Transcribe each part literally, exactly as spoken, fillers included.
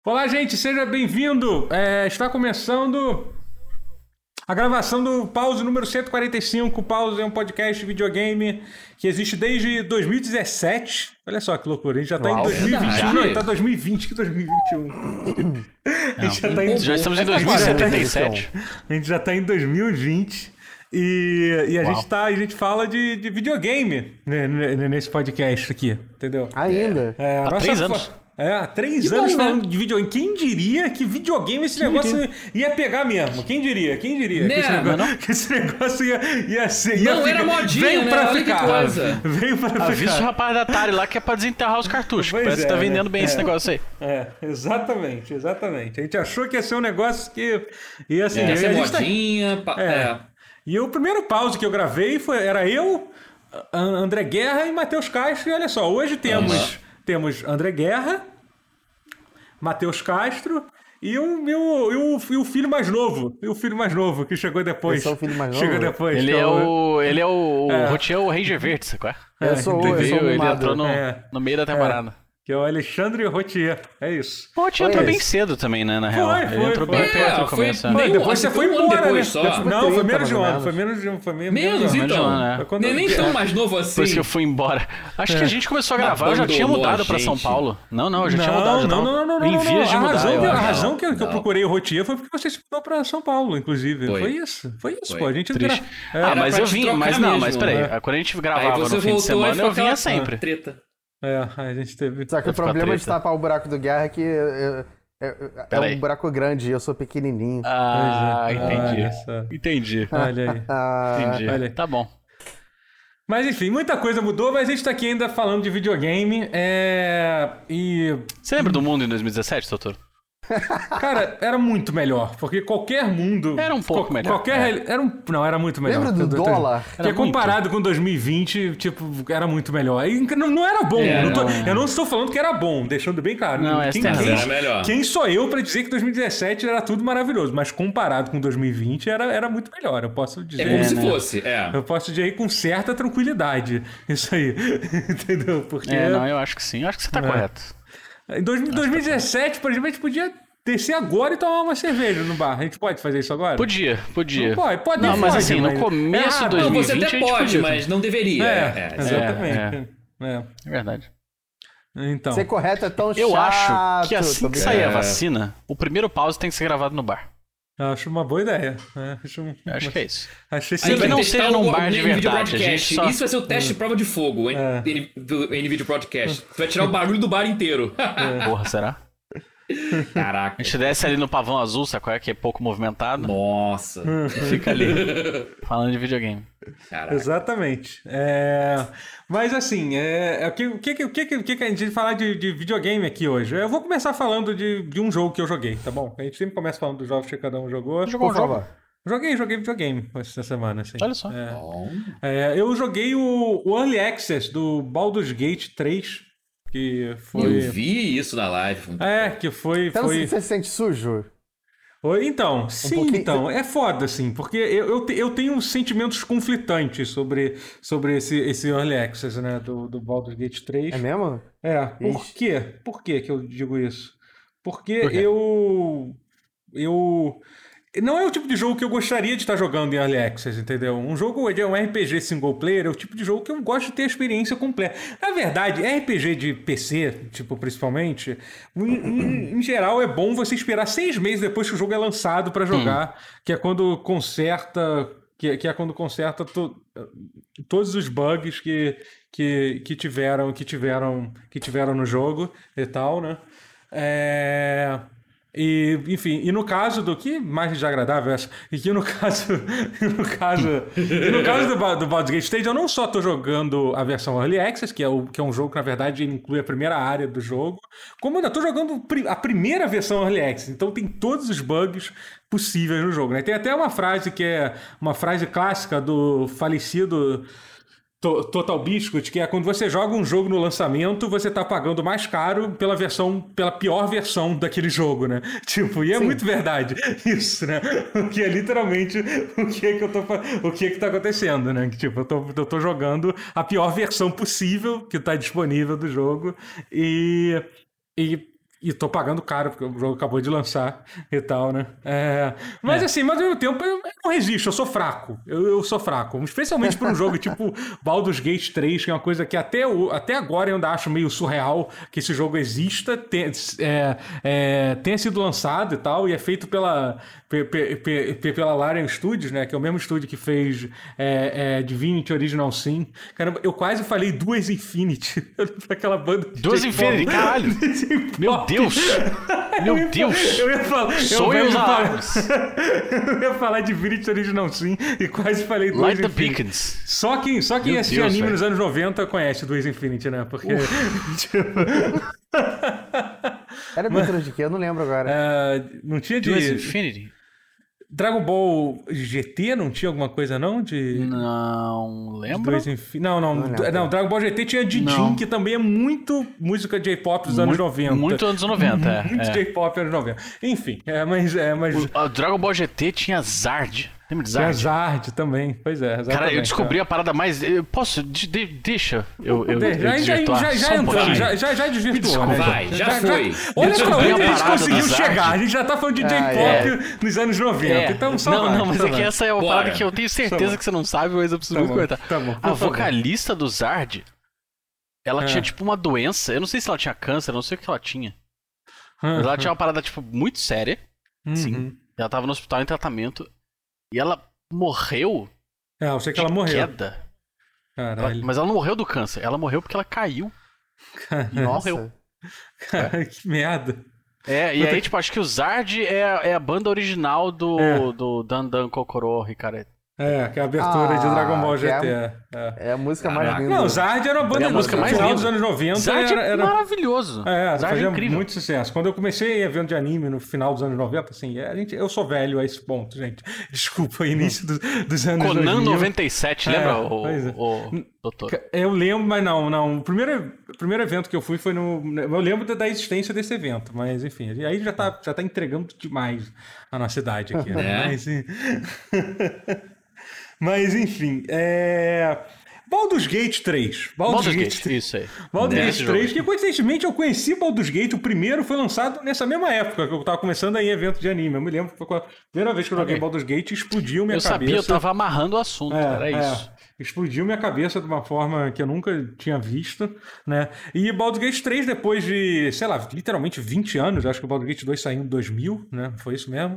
Olá, gente, seja bem-vindo. É, está começando a gravação do Pause número cento e quarenta e cinco. O Pause é um podcast de videogame que existe desde dois mil e dezessete. Olha só que loucura, a gente já está em dois mil e vinte e um. Não, está em dois mil e vinte, que dois mil e vinte e um. A gente já, tá em... já estamos em dois mil e setenta e sete. A gente já está em dois mil e vinte. E, e a, gente tá, a gente fala de, de videogame né, nesse podcast aqui, entendeu? Ainda? É, há nossa, três anos. É, há três que anos bom, falando né? de videogame. Quem diria que videogame, esse Quem negócio diria? ia pegar mesmo? Quem diria? Quem diria? Né? Que, esse negócio, não? que esse negócio ia, ia ser... Ia não ficar, era modinha, veio né? pra Olha ficar. que coisa. Veio pra ficar. Avisa o rapaz da Atari lá que é pra desenterrar os cartuchos. Pois Parece é, que tá vendendo né? bem é. esse negócio aí. É, exatamente, exatamente. A gente achou que ia ser um negócio que ia assim... Ia É. ser a gente modinha. tá... Pa... é. É. E o primeiro pause que eu gravei foi, era eu, André Guerra e Matheus Castro. E olha só, hoje temos, uhum. temos André Guerra, Matheus Castro e o meu e o, e o filho mais novo. E o filho mais novo, que chegou depois. Eu sou o filho mais novo? Chegou depois. Ele é o. Ele é o. É. O Rotier, o Ranger Verde, sabe qual é? Eu sou, Ele, eu sou veio, ele mimado. entrou no, É. no meio da temporada. Que é o Alexandre Rotier. É isso. O Rotier Foi entrou esse. bem cedo também, né, na real. Foi, Ele foi, entrou foi. bem perto É, do foi começo. né? bem- Mas depois assim, você foi foi um ano embora, depois né? só. Depois- Não, foi trinta, menos de um mais ou ano. menos. Foi menos de um foi menos, Menos, de um ano. Menos de um então. ano, né? Foi quando- Nem, nem tão mais novo assim. Depois que eu fui embora. Acho que a gente começou a gravar, eu já tinha Abandonou mudado a pra São gente. Paulo. Não, não, eu já tinha Não, mudado. Já não, tava não, não, não, em não, vias de a mudar, razão, eu que, a acho. razão que, eu- que eu Não. procurei o Rotier foi porque você se mudou pra São Paulo, inclusive. Foi, Foi. isso. Foi isso, Foi. pô. A gente Triste. gra- Ah, é, mas pra eu te vim, trocar mas não, mesmo, mas peraí. né? Quando a gente Aí gravava você no fim de voltou e semana, ficou eu vinha aquela sempre. treta. É, a gente teve. Só que o Ficou problema de treta. tapar o buraco do Guerra é que é, é, é, é Peraí. um buraco grande e eu sou pequenininho. Ah, Pois é. entendi. Olha só. Entendi. Olha aí. Ah, Entendi. olha aí. Tá bom. Mas enfim, muita coisa mudou, mas a gente tá aqui ainda falando de videogame. É... E. Você lembra do mundo em dois mil e dezessete, doutor? Cara, era muito melhor. Porque qualquer mundo. Era um pouco qual- melhor, Qualquer. é. reali- Era um... Não, era muito melhor. Lembra do Porque- dólar? Porque Era muito. comparado com dois mil e vinte, tipo, era muito melhor. E não, não era bom. É, não tô- não. Eu não estou falando que era bom, deixando bem claro. Não, essa quem, tem quem, razão. Era melhor. quem sou eu pra dizer que dois mil e dezessete era tudo maravilhoso? Mas comparado com dois mil e vinte, era, era muito melhor. Eu posso dizer. É como É, se né? fosse, é. Eu posso dizer aí com certa tranquilidade. Isso aí. Entendeu? Porque. É, não, eu acho que sim. Eu acho que você tá É. correto. Em dois mil e dezessete, por exemplo, a gente podia descer agora e tomar uma cerveja no bar. A gente pode fazer isso agora? Podia, podia. Não pode, pode Não, nem mas pode, assim, no começo É, de Não, dois mil e você vinte até a gente pode, podia. mas não deveria. É, É, é, exatamente. É. É verdade. Então. Ser correto é tão Eu chato. acho que assim que tô sair a É. vacina, o primeiro pause tem que ser gravado no bar. Eu acho uma boa ideia. É, acho, Eu acho que é isso. Achei Aí que vai não testar seja o- num bar de o NVIDIA verdade, a gente Broadcast. só- Isso vai ser o teste de prova de fogo, hein? É. Do NVIDIA Broadcast. Você vai tirar o barulho do bar inteiro. Porra, será? Caraca. A gente desce ali no pavão azul, sabe qual é? Que é pouco movimentado. Nossa. E fica ali, falando de videogame. Caraca. Exatamente. É, mas assim, é, é, o que, o que, o que, o que, que a gente vai falar de, de videogame aqui hoje? Eu vou começar falando de, de um jogo que eu joguei, tá bom? A gente sempre começa falando dos jogos que cada um jogou. Jogou Por um jogo? favor. Joguei, joguei videogame essa semana, assim. Olha só. É. Bom. É, eu joguei o, o Early Access do Baldur's Gate três, que foi... Eu vi isso na live. É, que foi... Então foi... você se sente sujo? Oi, Então, sim, pouquinho- então, é foda, assim, porque eu, eu, te- eu tenho sentimentos conflitantes sobre, sobre esse, esse Early Access, né, do, do Baldur's Gate três. É mesmo? É, por Ixi. quê? Por que que eu digo isso? Porque Por quê? eu... Eu... Não é o tipo de jogo que eu gostaria de estar jogando em Early Access, entendeu? Um jogo de um R P G single player é o tipo de jogo que eu gosto de ter a experiência completa. Na verdade, R P G de P C, tipo, principalmente, em, em- em geral é bom você esperar seis meses depois que o jogo é lançado pra jogar, que é quando conserta... Que, é- que é quando conserta to- todos os bugs que, que, que tiveram que tiveram que tiveram no jogo e tal, né? É... E, enfim, e no caso do que mais desagradável é essa, e que no caso, e no caso, e no caso do, Ba- do Baldur's Gate três, eu não só tô jogando a versão Early Access, que é, o, que é um jogo que na verdade ele inclui a primeira área do jogo, como eu ainda tô jogando pri- a primeira versão Early Access, então tem todos os bugs possíveis no jogo, né? Tem até uma frase que é uma frase clássica do falecido To- Total Biscuit, que é quando você joga um jogo no lançamento, você tá pagando mais caro pela versão, pela pior versão daquele jogo, né? Tipo, e é Sim. muito verdade isso, né? O que é literalmente o que é que eu tô fa- o que é que tá acontecendo, né? Que tipo, eu tô, eu tô jogando a pior versão possível que tá disponível do jogo e, e E tô pagando caro, porque o jogo acabou de lançar e tal, né? É, mas É. assim, mas ao mesmo tempo eu, eu não resisto, eu sou fraco. Eu, eu sou fraco. Especialmente por um jogo tipo Baldur's Gate três, que é uma coisa que até, o, até agora eu ainda acho meio surreal que esse jogo exista, te, é, é, tenha sido lançado e tal, e é feito pela, pe, pe, pe, pe, pela Larian Studios, né? Que é o mesmo estúdio que fez é, é, Divinity Original Sin. Caramba, eu quase falei Duas Infinity pra aquela banda de Duas J-pop. Infinity, caralho! Meu Deus! Meu Eu ia Deus! falar- Eu ia falar. Sonhos eu, ia falar alarmes. eu ia falar de Divinity Original Sim e quase falei Duas Light the Infinity. Beacons. Só quem, só quem Meu assistiu Deus, anime velho. nos anos noventa conhece Duas Infinity, né? Porque. tipo, Era abertura de quê? Eu não lembro agora. é, não tinha de. Duas Infinity? Dragon Ball G T não tinha alguma coisa, não? De. Não lembro. Dois Infin... Não, não. Não Não, lembro. Dragon Ball G T tinha Didin, Não. que também é muito música J-pop dos anos Muito- noventa. Muito anos noventa, é. Muito é. J-pop anos noventa. Enfim, é, mas. É, mas... O a Dragon Ball G T tinha Zard. Lembra de Tinha Zard? Zard também, pois é. Cara, exatamente, eu descobri a parada mais. Eu posso. De, de- deixa eu, eu, eu Já, já, desvirtuar já, já só um entrou, pouquinho. já, já, já desvirtuou, desculpa. né? Vai, já foi. Olha pra descobri onde a a gente parada conseguiu do Zard. chegar. A gente já tá falando de Ah, J-pop é. nos anos noventa. É. Então, só não, vai, não, mas só é que vai. essa é uma Bora. parada que eu tenho Tá certeza bom. que você não sabe, mas eu preciso Tá muito bom, comentar. tá bom, por A favor. vocalista do Zard, ela É. tinha tipo uma doença. Eu não sei se ela tinha câncer, eu não sei o que ela tinha. Mas ela tinha uma parada, tipo, muito séria. Sim. Uhum. Ela tava no hospital em tratamento. E ela morreu É, eu sei que de ela morreu. queda. Ela- Caralho. mas ela não morreu do câncer. Ela morreu porque ela caiu e Nossa. morreu. Cara, que merda. É, e aí, tipo, acho que o Zard é, é a banda original do, É. do Dan Dan Kokoro Hikare. É, que é a abertura de Ah, Dragon Ball que é G T. a- É. É a música mais Caraca. linda. Não, Zard era uma banda É a no música mais final linda. dos anos noventa. Zard era, é era... maravilhoso. É, Zard fazia é incrível. muito sucesso. Quando eu comecei evento de anime no final dos anos noventa, assim, a gente, eu sou velho a esse ponto, gente. Desculpa, início dos, dos anos Conan dois mil. noventa e sete, É, lembra, o, pois é. o doutor? Eu lembro, mas não, não. O primeiro, o primeiro evento que eu fui foi no. Eu lembro da- da existência desse evento, mas enfim, aí já tá, já tá entregando demais a nossa idade aqui, né? É. Mas, mas enfim, é. Baldur's Gate três. Baldur's Gate Gate, três. isso aí. Baldur's É, Gate esse três, jogo. que coincidentemente eu conheci Baldur's Gate, o primeiro foi lançado nessa mesma época que eu tava começando aí evento de anime. Eu me lembro que foi a primeira vez que eu joguei Ok. Baldur's Gate, explodiu minha Eu cabeça. sabia, eu tava amarrando o assunto, era isso. Explodiu minha cabeça de uma forma que eu nunca tinha visto, né? E Baldur's Gate três, depois de, sei lá, literalmente vinte anos, acho que o Baldur's Gate dois saiu em dois mil, né? Foi isso mesmo.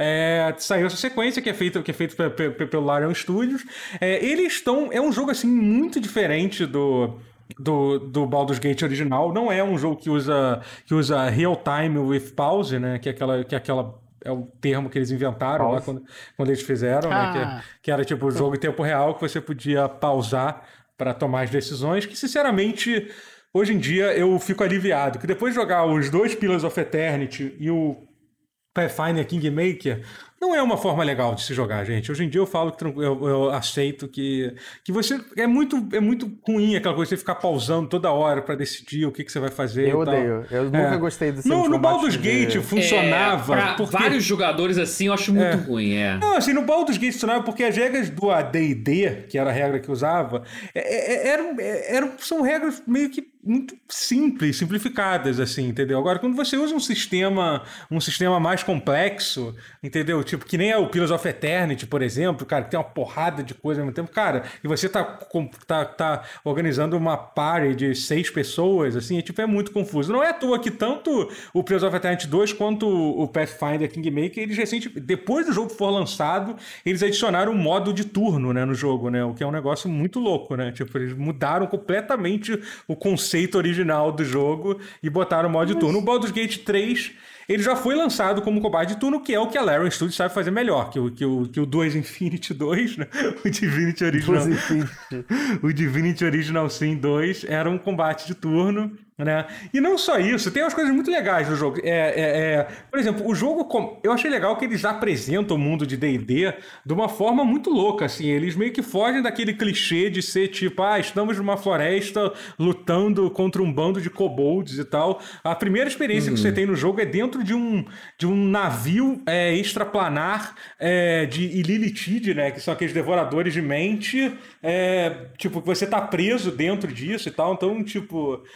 É, saiu essa sequência que é feita que é feito pe- pe- pe- pelo Larian Studios. É, eles estão... É um jogo, assim, muito diferente do... Do, do Baldur's Gate original. Não é um jogo que usa, que usa real time with pause, né? Que é aquela... Que é aquela é o termo que eles inventaram lá Pause. quando, quando eles fizeram, né? Que, Ah. que era tipo o jogo em tempo real que você podia pausar para tomar as decisões, que sinceramente, hoje em dia eu fico aliviado, que depois de jogar os dois Pillars of Eternity e o Pathfinder Kingmaker, não é uma forma legal de se jogar, gente. Hoje em dia eu falo que tranqu- eu, eu aceito que, que você é muito, é muito ruim aquela coisa de você ficar pausando toda hora para decidir o que, que você vai fazer. Eu e tal. odeio. Eu nunca É. gostei desse No, tipo de no combate Baldur's de- Gate funcionava. É, pra porque... vários jogadores assim, eu acho muito ruim, é. Não, assim, no Baldur's Gate funcionava porque as regras do A D e D, que era a regra que usava, é- é- eram, é- eram, são regras meio que muito simples, simplificadas, assim, entendeu? Agora, quando você usa um sistema, um sistema mais complexo, entendeu? Tipo, que nem é o Pillars of Eternity, por exemplo, cara, que tem uma porrada de coisa ao mesmo tempo, cara, e você tá, com- tá, tá organizando uma party de seis pessoas, assim, é, tipo, é muito confuso. Não é à toa que tanto o Pillars of Eternity dois quanto o Pathfinder Kingmaker, eles recente, depois do jogo for lançado, eles adicionaram um modo de turno, né, no jogo, né, o que é um negócio muito louco, né, tipo, eles mudaram completamente o conceito original do jogo e botaram o modo de turno. O Baldur's Gate três, ele já foi lançado como combate de turno, que é o que a Larian Studios sabe fazer melhor, que o, que o, que o dois Infinity dois, né, o Divinity Original... Duas Infinity. O Divinity Original Sin dois era um combate de turno, né? E não só isso, tem umas coisas muito legais do jogo. É, é, é, por exemplo, o jogo... com- Eu achei legal que eles apresentam o mundo de D e D de uma forma muito louca, assim. Eles meio que fogem daquele clichê de ser tipo, ah, estamos numa floresta lutando contra um bando de kobolds e tal. A primeira experiência que você tem no jogo é dentro de um, de um navio é, extraplanar é, de Ililithid, né? Que são aqueles devoradores de mente. É, tipo, que você tá preso dentro disso e tal. Então, tipo, é um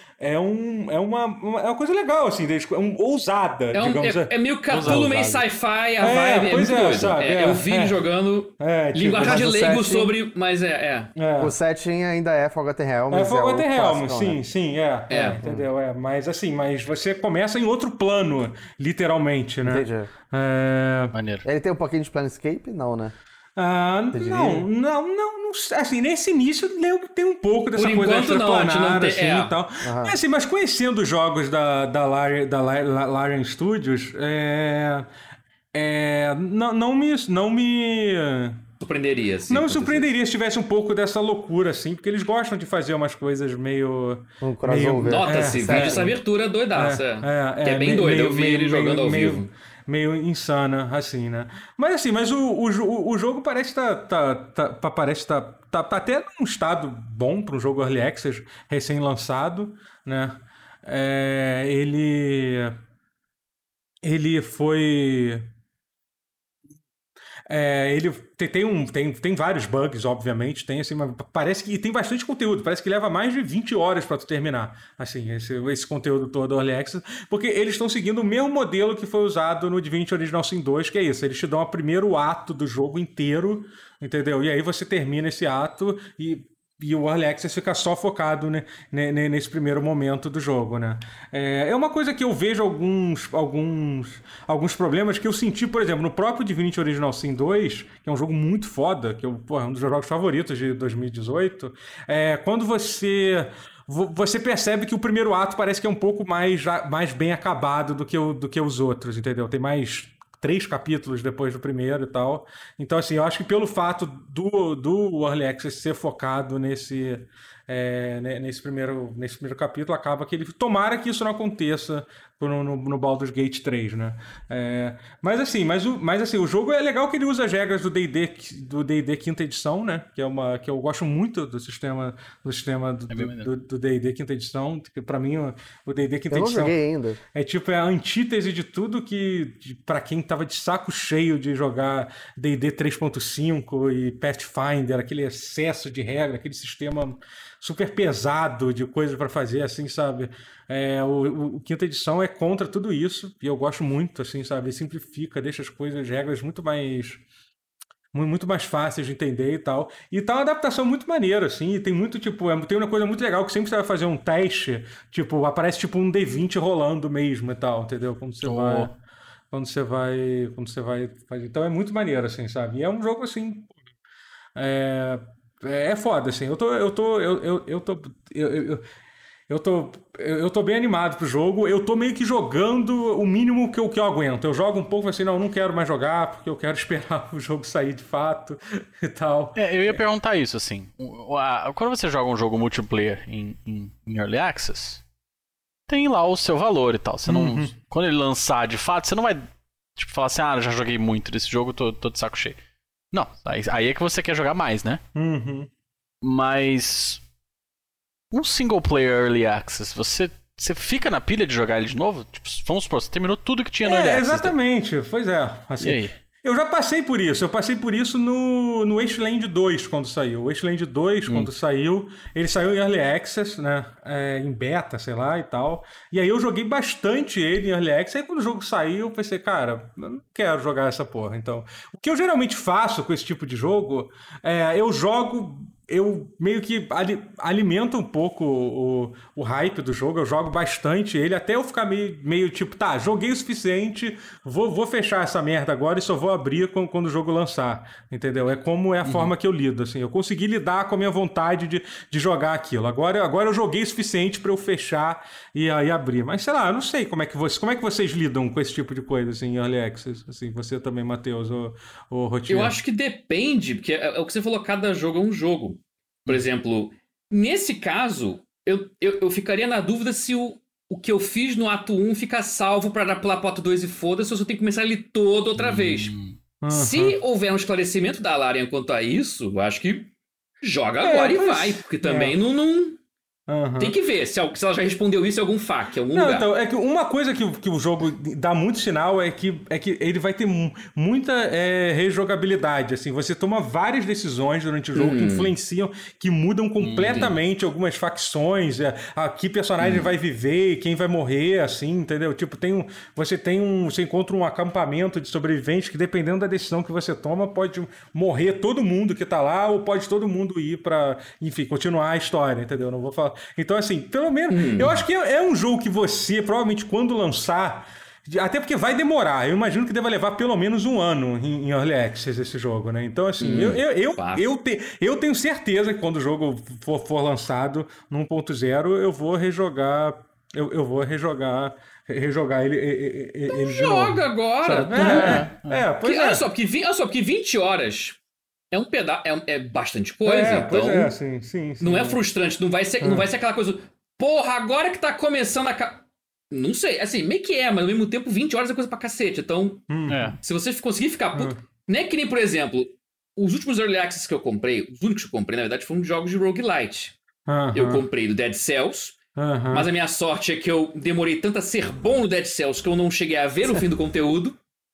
um, é, uma, uma, é uma coisa legal, assim, deles, é um, ousada, É, um, digamos. é, é meio Cthulhu, meio sci-fi, a É, vibe é pois muito é, doido. sabe, É, é, eu vi é. ele jogando, É, tipo, linguajar de mas o leigo setting- sobre, mas é, é. é. O setting ainda é Forgotten Realms. É Forgotten o Realms, clássico, sim, né? sim, é, é, É. entendeu? É, mas assim, mas você começa em outro plano, literalmente, né? Entendi. É... Maneiro. Ele tem um pouquinho de Planescape? Não, né? Ah, diria? não, não, não, não, assim, nesse início tem um pouco dessa Por coisa enquanto, não, a gente não extraplanar, tem- assim, é. e tal. Aham. Mas, assim, mas conhecendo os jogos da, da, Larian, da La- Larian Studios, é, é, não, não me... Não me Surpreenderia, assim. Não me acontecer. surpreenderia se tivesse um pouco dessa loucura, assim, porque eles gostam de fazer umas coisas meio... Um crossover. Nota-se, É, vídeo é. essa abertura doidaça. É, que é bem meio- doido, eu meio- vi ele meio- jogando ao meio- vivo. Meio insana, assim, né? Mas assim, mas o, o, jo- o jogo parece tá, tá, tá, tá- parece tá, tá, tá até num estado bom para um jogo Early Access recém-lançado, né? É, ele... Ele foi... É, ele tem, tem, um, tem, tem vários bugs, obviamente, tem assim, mas parece que tem bastante conteúdo, parece que leva mais de vinte horas para tu terminar, assim, esse, esse conteúdo todo do Early Access, porque eles estão seguindo o mesmo modelo que foi usado no Divinity Original Sin dois, que é isso, eles te dão o primeiro ato do jogo inteiro, entendeu? E aí você termina esse ato e... E o Early Access fica só focado, né, ne- ne- nesse primeiro momento do jogo, né? É, é uma coisa que eu vejo alguns, alguns, alguns problemas que eu senti, por exemplo, no próprio Divinity Original Sin dois, que é um jogo muito foda, que eu, porra, é um dos jogos favoritos de dois mil e dezoito, é, quando você... vo- Você percebe que o primeiro ato parece que é um pouco mais, já- mais bem acabado do que, o, do que os outros, entendeu? Tem mais três capítulos depois do primeiro e tal. Então, assim, eu acho que pelo fato do, do Early Access ser focado nesse, é, né, nesse, primeiro, nesse primeiro capítulo, acaba que ele... Tomara que isso não aconteça no, no, no Baldur's Gate três, né? É, mas, assim, mas, o, mas assim, o jogo é legal que ele usa as regras do D e D do D e D quinta edição, né? Que, é uma, que eu gosto muito do sistema do sistema do É bem maneiro. do- do D e D quinta edição. Que pra mim, o- o D e D quinta Eu não edição... joguei ainda. É tipo, é a antítese de tudo que, de, pra quem tava de saco cheio de jogar D e D três ponto cinco e Pathfinder, aquele excesso de regra, aquele sistema super pesado de coisas pra fazer, assim, sabe? É, o, o, o quinta edição é contra tudo isso, e eu gosto muito, assim, sabe? Ele simplifica, deixa as coisas, as regras muito mais... mu- muito mais fáceis de entender e tal. E tá uma adaptação muito maneira, assim, e tem muito, tipo, é- tem uma coisa muito legal que sempre você vai fazer um teste, tipo, aparece tipo um D vinte rolando mesmo e tal, entendeu? Quando você Oh. vai... Quando você vai... Quando você vai fazer... Então é muito maneiro, assim, sabe? E é um jogo, assim... É... É foda, assim. Eu tô... Eu tô... Eu, eu, eu tô... Eu, eu, eu- eu tô, eu eu tô bem animado pro jogo. Eu tô meio que jogando o mínimo que eu, que eu aguento. Eu jogo um pouco assim, não, não quero mais jogar, porque eu quero esperar o jogo sair de fato e tal. É, eu ia perguntar isso, assim. O- a- Quando você joga um jogo multiplayer em, em, em Early Access, tem lá o seu valor e tal. Você não, Uhum. quando ele lançar de fato, você não vai tipo, falar assim, ah, eu já joguei muito desse jogo, tô, tô de saco cheio. Não, aí, aí é que você quer jogar mais, né? Uhum. Mas um single player Early Access, você, você fica na pilha de jogar ele de novo? Tipo, vamos supor, você terminou tudo que tinha no Early É, Access. exatamente. Pois é. Assim, E aí? eu já passei por isso. Eu passei por isso no, no Wasteland dois, quando saiu. O Wasteland dois, Hum. quando saiu, ele saiu em Early Access, né? É, em beta, sei lá, e tal. E aí eu joguei bastante ele em Early Access. Aí quando o jogo saiu, eu pensei, cara, eu não quero jogar essa porra. Então, o que eu geralmente faço com esse tipo de jogo é eu jogo... Eu meio que ali- alimento um pouco o, o hype do jogo, eu jogo bastante ele, até eu ficar meio, meio tipo, tá, joguei o suficiente, vou, vou fechar essa merda agora e só vou abrir quando, quando o jogo lançar, entendeu? É como é a forma que eu lido, assim, eu consegui lidar com a minha vontade de, de jogar aquilo. Agora, agora eu joguei o suficiente pra eu fechar e aí abrir. Mas sei lá, eu não sei como é que vocês, como é que vocês lidam com esse tipo de coisa, assim, em Early Access, assim, você também, Matheus, ou, ou Rotier. Eu acho que depende, porque é, é o que você falou, cada jogo é um jogo. Por exemplo, nesse caso, eu, eu, eu ficaria na dúvida se o, o que eu fiz no ato um fica salvo pra pular pro ato dois e foda-se, ou se eu tenho que começar ele todo outra vez. Hum. Uhum. Se houver um esclarecimento da Larian quanto a isso, eu acho que joga É, agora e mas- vai, porque também é. não, não... Uhum. Tem que ver se, se ela já respondeu isso em algum F A Q, em algum Não, lugar. então, é que uma coisa que, que o jogo dá muito sinal é que, é que ele vai ter mu- muita é, rejogabilidade, assim, você toma várias decisões durante o jogo Hum. que influenciam, que mudam completamente algumas facções, é, a que personagem Hum. vai viver, quem vai morrer, assim, entendeu? Tipo, tem um, você tem um, você encontra um acampamento de sobreviventes que, dependendo da decisão que você toma, pode morrer todo mundo que tá lá, ou pode todo mundo ir pra, enfim, continuar a história, entendeu? Não vou falar. Então, assim, pelo menos, Hum. eu acho que é, é um jogo que você, provavelmente, quando lançar, até porque vai demorar, eu imagino que deva levar pelo menos um ano em, em Early Access esse jogo, né? Então, assim, Hum, eu, eu, eu, fácil. eu, te, eu tenho certeza que quando o jogo for, for lançado no um ponto zero, eu vou rejogar, eu, eu vou rejogar, rejogar ele, ele, ele de novo. Joga agora! Sabe? tu- É, é, é, pois Que- é. olha, só, porque, vi- olha só, porque vinte horas é um pedaço. É, um- é bastante coisa. É, então, pois é, sim, sim, sim. não é frustrante, não vai ser, não vai ser aquela coisa. Porra, agora que tá começando a. Ca... Não sei, assim, meio que é, mas ao mesmo tempo vinte horas é coisa pra cacete. Então, Hum. É. se você conseguir ficar puto. Não é que nem, por exemplo, os últimos Early Access que eu comprei, os únicos que eu comprei, na verdade, foram jogos de roguelite. Aham, Eu comprei do Dead Cells, aham. mas a minha sorte é que eu demorei tanto a ser bom no Dead Cells que eu não cheguei a ver o fim do conteúdo.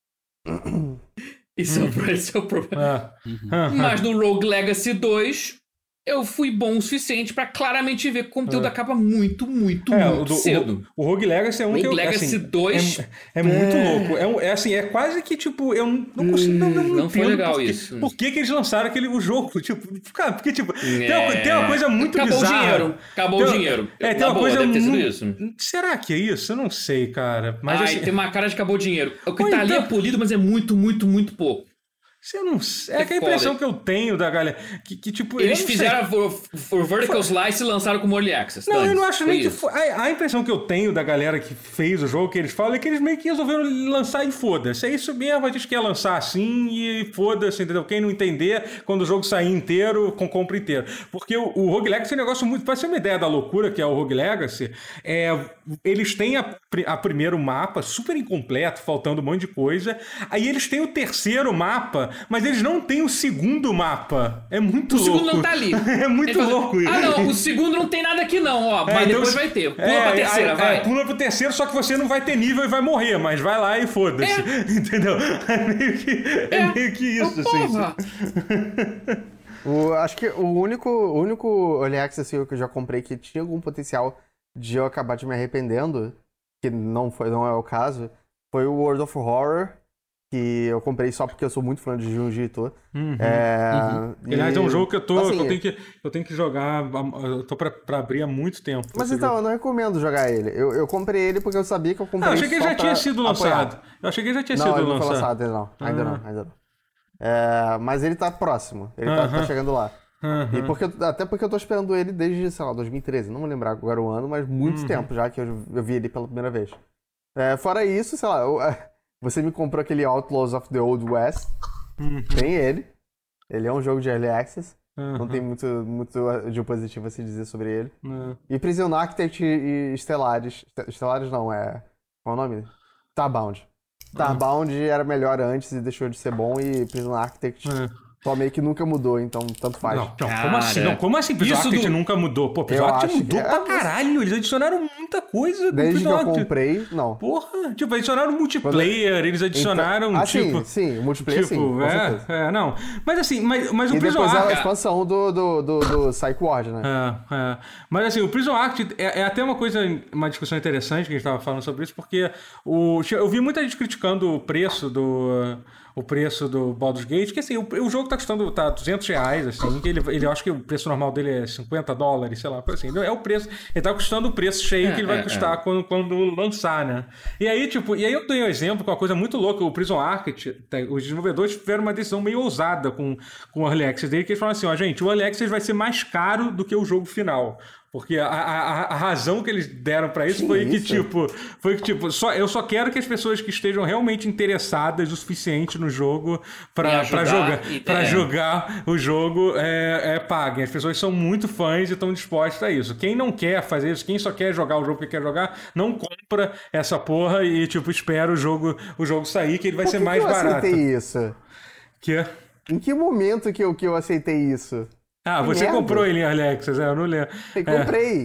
Isso é o- esse é o problema. Ah, aham. Mas no Rogue Legacy dois, eu fui bom o suficiente pra claramente ver que o conteúdo acaba muito, muito, É, o, muito do, cedo. o, o Rogue Legacy é um Rogue que eu, Legacy assim, dois é, é muito louco. É, um- é assim, é quase que, tipo, eu não, não consigo... Não, não, Hum, não foi entendo legal por que- isso. Por que, que eles lançaram aquele, o jogo? Tipo, cara, porque, tipo, tem, uma, É. tem uma coisa muito Acabou bizarra. o dinheiro. Acabou Tem o uma- dinheiro. É, tem Na uma boa, coisa deve ter sido muito... isso. Será que é isso? Eu não sei, cara. Mas, Ai, assim... tem uma cara de acabou o dinheiro. O que Ou tá ali então- é polido, mas é muito, muito, muito pouco. Eu não sei. É É que a impressão foda. que eu tenho da galera... Que, que tipo, Eles eu não sei. fizeram o Vertical Slice e lançaram como Early Access. Não, eu Dane-se. não acho Foi nem que isso. foi. A, a impressão que eu tenho da galera que fez o jogo, que eles falam, é que eles meio que resolveram lançar e foda-se. É isso mesmo, a gente quer lançar assim e foda-se, entendeu? Quem não entender, quando o jogo sair inteiro, com compra inteiro. Porque o, o Rogue Legacy é um negócio muito. Pra ser uma ideia da loucura que é o Rogue Legacy, é, eles têm a, a primeiro mapa super incompleto, faltando um monte de coisa. Aí eles têm o terceiro mapa, mas eles não têm o segundo mapa. É muito O louco. segundo não tá ali. É muito Ele fala, louco isso. Ah, não, o segundo não tem nada aqui não, ó. É, Mas então depois se- vai ter. Pula é, pra terceira, é, vai. É, pula pro terceiro, só que você não vai ter nível e vai morrer, mas vai lá e foda-se. É. Entendeu? É meio que, é É. meio que isso, Oh, assim. porra. O, acho que o único, o único Early Access assim, que eu já comprei que tinha algum potencial de eu acabar de me arrependendo, que não, foi, não é o caso, foi o World of Horror, que eu comprei só porque eu sou muito fã de Junji Ito. Uhum. É, e- Aliás, é um jogo que eu tô. assim, que eu, tenho que, eu tenho que jogar. Eu tô pra, pra abrir há muito tempo. Mas esse então, jogo. eu não recomendo jogar ele. Eu, eu comprei ele porque eu sabia que eu comprei Ah, eu achei que ele só já tinha pra sido apoiar. lançado. Eu achei que ele já tinha Não, sido ele não foi lançado. lançado ainda não. Ainda Ah. não, ainda não. É, mas ele tá próximo. Ele tá, tá Aham. chegando lá. Aham. E porque, eu- até porque eu tô esperando ele desde, sei lá, dois mil e treze. Não vou lembrar agora o ano, mas muito Uhum. tempo já que eu, eu vi ele pela primeira vez. É, fora isso, sei lá, eu- você me comprou aquele Outlaws of the Old West. Uhum. Tem ele. Ele é um jogo de Early Access. Não Aham. tem muito, muito de positivo a se dizer sobre ele. Aham. E Prison Architect e Stellaris. Ste- Stellaris não, é. Qual é o nome? Starbound. Starbound era melhor antes e deixou de ser bom, e Prison Architect É. só meio que nunca mudou, então tanto faz. Não, não, como Cara, assim? Não, como assim? Prison isso Architect do- nunca mudou. Pô, Prison Eu Architect acho mudou que- pra é, mas- caralho. Eles adicionaram muita coisa no Desde que Prison eu Architect. comprei, não. Porra, tipo, adicionaram multiplayer, eles adicionaram, Então- ah, tipo... sim, sim, o multiplayer Tipo, sim, com é, certeza. é, não. Mas assim, mas, mas o E Prison depois é a Architect... expansão do, do, do, do Psych Ward, né? É, é. Mas assim, o Prison Architect é, é até uma coisa, uma discussão interessante que a gente tava falando sobre isso, porque o, eu vi muita gente criticando o preço do... O preço do Baldur's Gate, que assim, o, o jogo tá custando tá, duzentos reais, assim, que ele, ele eu acho que o preço normal dele é cinquenta dólares, sei lá, coisa assim. É o preço, ele tá custando o preço cheio É, que ele vai é, custar é. Quando, quando lançar, né? E aí, tipo, e aí eu dei um exemplo com uma coisa muito louca, o Prison Architect, os desenvolvedores tiveram uma decisão meio ousada com, com o Early Access dele, que eles falaram assim, ó, gente, o Early Access vai ser mais caro do que o jogo final. Porque a, a, a razão que eles deram pra isso Que foi que, isso? tipo, foi que, tipo, só, eu só quero que as pessoas que estejam realmente interessadas o suficiente no jogo Me pra, ajudar pra, jogar, e- pra é. jogar o jogo é, é, paguem. As pessoas são muito fãs e estão dispostas a isso. Quem não quer fazer isso, quem só quer jogar o jogo que quer jogar, não compra essa porra e, tipo, espera o jogo, o jogo sair, que ele vai Por ser que mais que eu barato. aceitei isso? Que... Em que momento que eu, que eu aceitei isso? Ah, Que você merda. comprou ele em Early Access, é, eu não lembro. Eu É. comprei.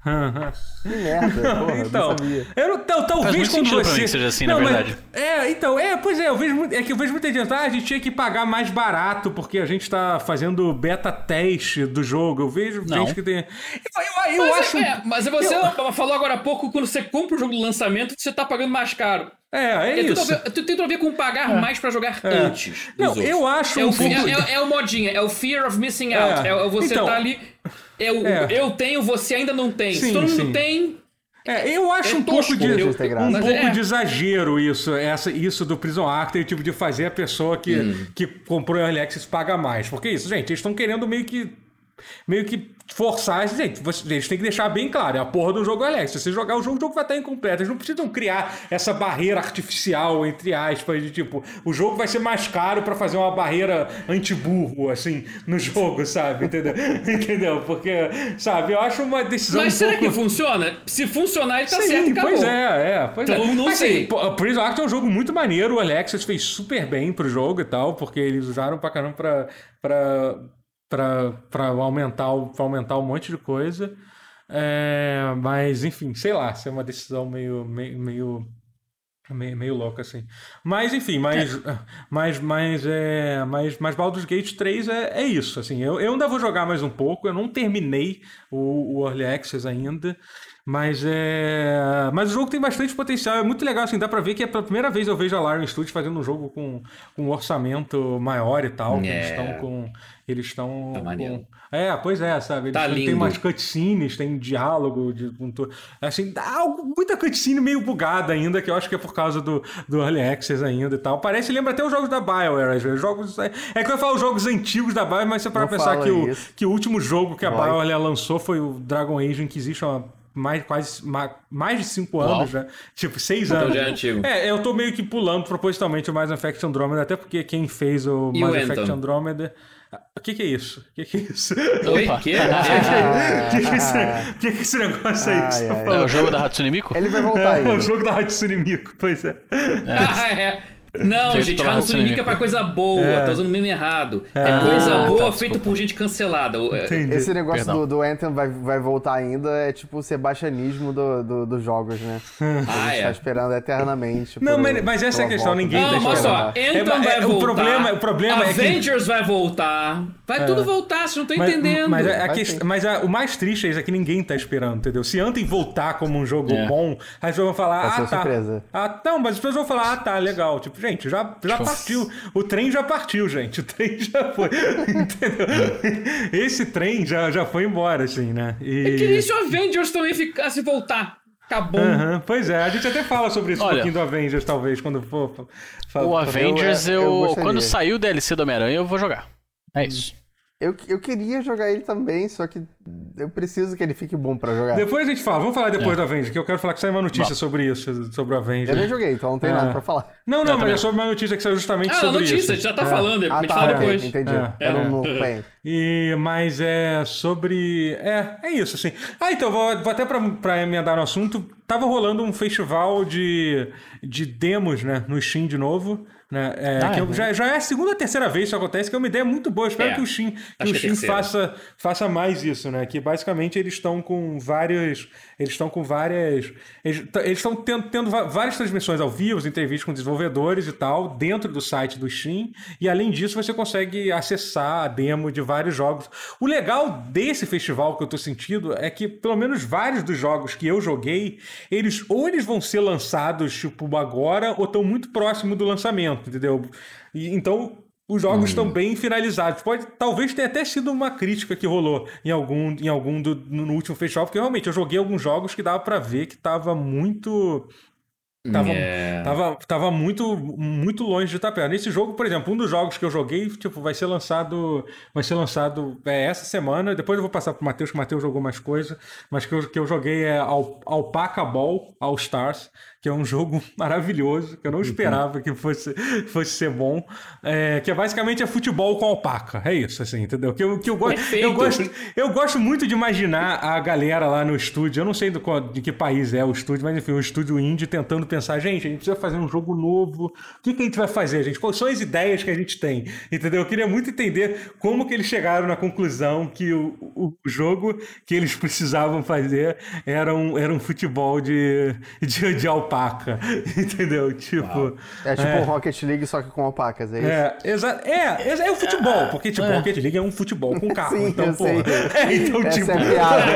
Que merda, porra, então, não sabia. eu não, então, talvez quando sentido você... pra mim que seja assim, não, na mas- verdade. É, então, é, pois é, eu vejo, muito- é que eu vejo muita gente, ah, a gente tinha que pagar mais barato porque a gente tá fazendo beta teste do jogo. Eu vejo Não. gente que tem... Eu, eu, eu Mas, acho... é, mas você falou agora há pouco, quando você compra o jogo do lançamento, você tá pagando mais caro. É, é É tudo a isso. ver, tu- tem tudo a ver com pagar mais pra jogar É. antes. dos Não, outros. eu acho é um o, pouco... é, é, é o modinha, é o fear of missing out. É. É, você Então, tá ali. É o, é. Eu tenho, você ainda não tem. Sim, Se todo mundo sim. tem. É, eu acho É um tosco, pouco de eu- Isso tem graça. um Mas pouco é. de exagero isso, essa, isso do Prison Architect, tipo de fazer a pessoa que, Hum. que comprou Early Access paga mais. Porque isso, gente, eles estão querendo meio que meio que forçar, gente, você- eles têm que deixar bem claro, é a porra do jogo Early Access. Se você jogar o jogo, o jogo vai estar incompleto. Eles não precisam criar essa barreira artificial, entre aspas, de tipo, o jogo vai ser mais caro pra fazer uma barreira anti-burro, assim, no jogo, sabe? Entendeu? Entendeu? Porque, sabe, eu acho uma decisão Mas um será pouco... que funciona? Se funcionar, ele tá Sim, certo e acabou. pois é, é. Pois Então, é. não Mas, sei. assim, pô, Prison Architect é um jogo muito maneiro. O Alexis fez super bem pro jogo e tal, porque eles usaram pra caramba pra, pra, pra, pra, aumentar, o- pra aumentar um monte de coisa. É, mas, enfim, sei lá, isso é uma decisão meio... meio, meio... Meio, meio louco, assim. Mas, enfim, mas, mas, mas, é, mas, mas Baldur's Gate três é, é isso, assim. Eu, eu ainda vou jogar mais um pouco. Eu não terminei o, o Early Access ainda. Mas é. Mas o jogo tem bastante potencial. É muito legal, assim. Dá pra ver que é pela primeira vez eu vejo a Larian Studios fazendo um jogo com, com um orçamento maior e tal. que É. Eles estão com. Eles estão. Tá maneiro. com... É, pois é, sabe? Eles Tá têm, tem lindo. umas cutscenes, tem diálogo. De, com tu- assim, dá algo- muita cutscene meio bugada ainda, que eu acho que é por causa do, do Early Access ainda e tal. Parece, lembra até os jogos da BioWare, às vezes. Jogos, é, é que eu falo os jogos antigos da BioWare, mas você para Não pensar fala que o, isso. que o último jogo que a Vai. BioWare lançou foi o Dragon Age Inquisition há mais, quase, ma- mais de cinco anos, né? Tipo, seis Então anos. já é antigo. É, eu tô meio que pulando propositalmente o Mass Effect Andromeda, até porque quem fez o E Mass o Effect Anthem? Andromeda... O que que é isso? O que que é isso? Oi? Opa. Que? O que que é esse, que que é esse negócio aí que Ai, você tá ai. É falando? o jogo da Hatsune Miku? Ele vai voltar É, o aí. jogo da Hatsune Miku, pois é. Ah, é. Não, Feito gente, pela Hatsune Miku é pra coisa boa, É. tá usando o meme errado. É, Ah, coisa tá, boa desculpa. feita por gente cancelada. É, Entendi. Esse negócio Perdão. do, do Anthem vai, vai voltar ainda, é tipo o sebastianismo do, do- dos jogos, né? Ah, A gente tá é. esperando eternamente. Não, por- mas, mas essa é a pela questão, volta ninguém do- tá Não, mas esperando. só, É, Anthem é, vai o voltar. problema, o problema é que... Avengers vai voltar. Vai tudo voltar, vocês não estão Mas, entendendo. mas, a- a Vai quest- sim. mas a- o mais triste é isso, é que ninguém tá esperando, entendeu? Se Anthem voltar como um jogo É. bom, as pessoas vão falar, Vai ser ah, uma tá. surpresa. Ah, não, mas as pessoas vão falar, ah, tá, legal. Tipo, gente, já, já Tipo, partiu. O trem já partiu, gente. O trem já foi. Entendeu? Esse trem já, já foi embora, assim, né? E... Eu queria se o Avengers também ficasse voltar. Acabou. Aham, pois é, a gente até fala sobre isso um Olha, pouquinho do Avengers, talvez, quando for. Fala, O Avengers, eu eu, gostaria. quando sair o D L C do Homem-Aranha, eu vou jogar. É isso. Eu, eu queria jogar ele também, só que eu preciso que ele fique bom pra jogar. Depois a gente fala, vamos falar depois É. do Avengers, que eu quero falar que saiu uma notícia Bom. sobre isso, sobre o Avengers. Eu nem joguei, então não tem É. nada pra falar. Não, não, Eu mas também. é sobre uma notícia que saiu justamente Ah, a sobre notícia, isso. a gente já tá É. falando, a Ah, gente tá, fala ok, depois. entendi. É. Eu não, não acompanhei. E, mas é sobre... É, é isso, assim. Ah, então, vou, vou até pra, pra emendar no assunto, tava rolando um festival de, de demos, né, no Steam de novo, né, é, Ah, que é, eu- né? já, já é a segunda ou terceira vez que isso acontece, que é uma ideia muito boa. Eu espero É, que o Steam, que acho o que é Steam terceira. faça, faça mais isso, né, que basicamente eles estão com vários... Eles estão com várias... Eles t- eles estão tendo, tendo va- várias transmissões ao vivo, entrevistas com desenvolvedores e tal, dentro do site do Steam, e além disso você consegue acessar a demo de vários jogos. O legal desse festival que eu tô sentindo é que, pelo menos vários dos jogos que eu joguei, eles ou eles vão ser lançados, tipo, agora, ou estão muito próximo do lançamento, entendeu? E, então, os jogos estão bem finalizados. Pode, talvez tenha até sido uma crítica que rolou em algum, em algum do, no, no último festival, porque realmente eu joguei alguns jogos que dava pra ver que tava muito... Tava, É. tava, tava muito, muito longe de estar perto. Nesse jogo, por exemplo, um dos jogos que eu joguei, tipo, vai ser lançado, vai ser lançado é, essa semana. Depois eu vou passar pro Matheus, que o Matheus jogou mais coisa, mas que eu, que eu joguei é Al- Alpaca Ball All Stars, que é um jogo maravilhoso, que eu não esperava que fosse, fosse ser bom, é, que é basicamente é futebol com alpaca. É isso, assim, entendeu? Que eu, que eu, go Perfeito. eu, gosto, eu gosto muito de imaginar a galera lá no estúdio, eu não sei do qual- de que país é o estúdio, mas enfim, o estúdio indie tentando pensar, gente, a gente precisa fazer um jogo novo. O que, que a gente vai fazer, gente? Quais são as ideias que a gente tem? Entendeu? Eu queria muito entender como que eles chegaram na conclusão que o, o jogo que eles precisavam fazer era um, era um futebol de, de, de alpaca. Entendeu? Tipo... Uau. É tipo é. um Rocket League, só que com alpacas, é isso? É, exa é, é, é o futebol, porque tipo, o Rocket League é um futebol com carro. Sim, então, eu porra. sei. É, então, Essa tipo. é a piada.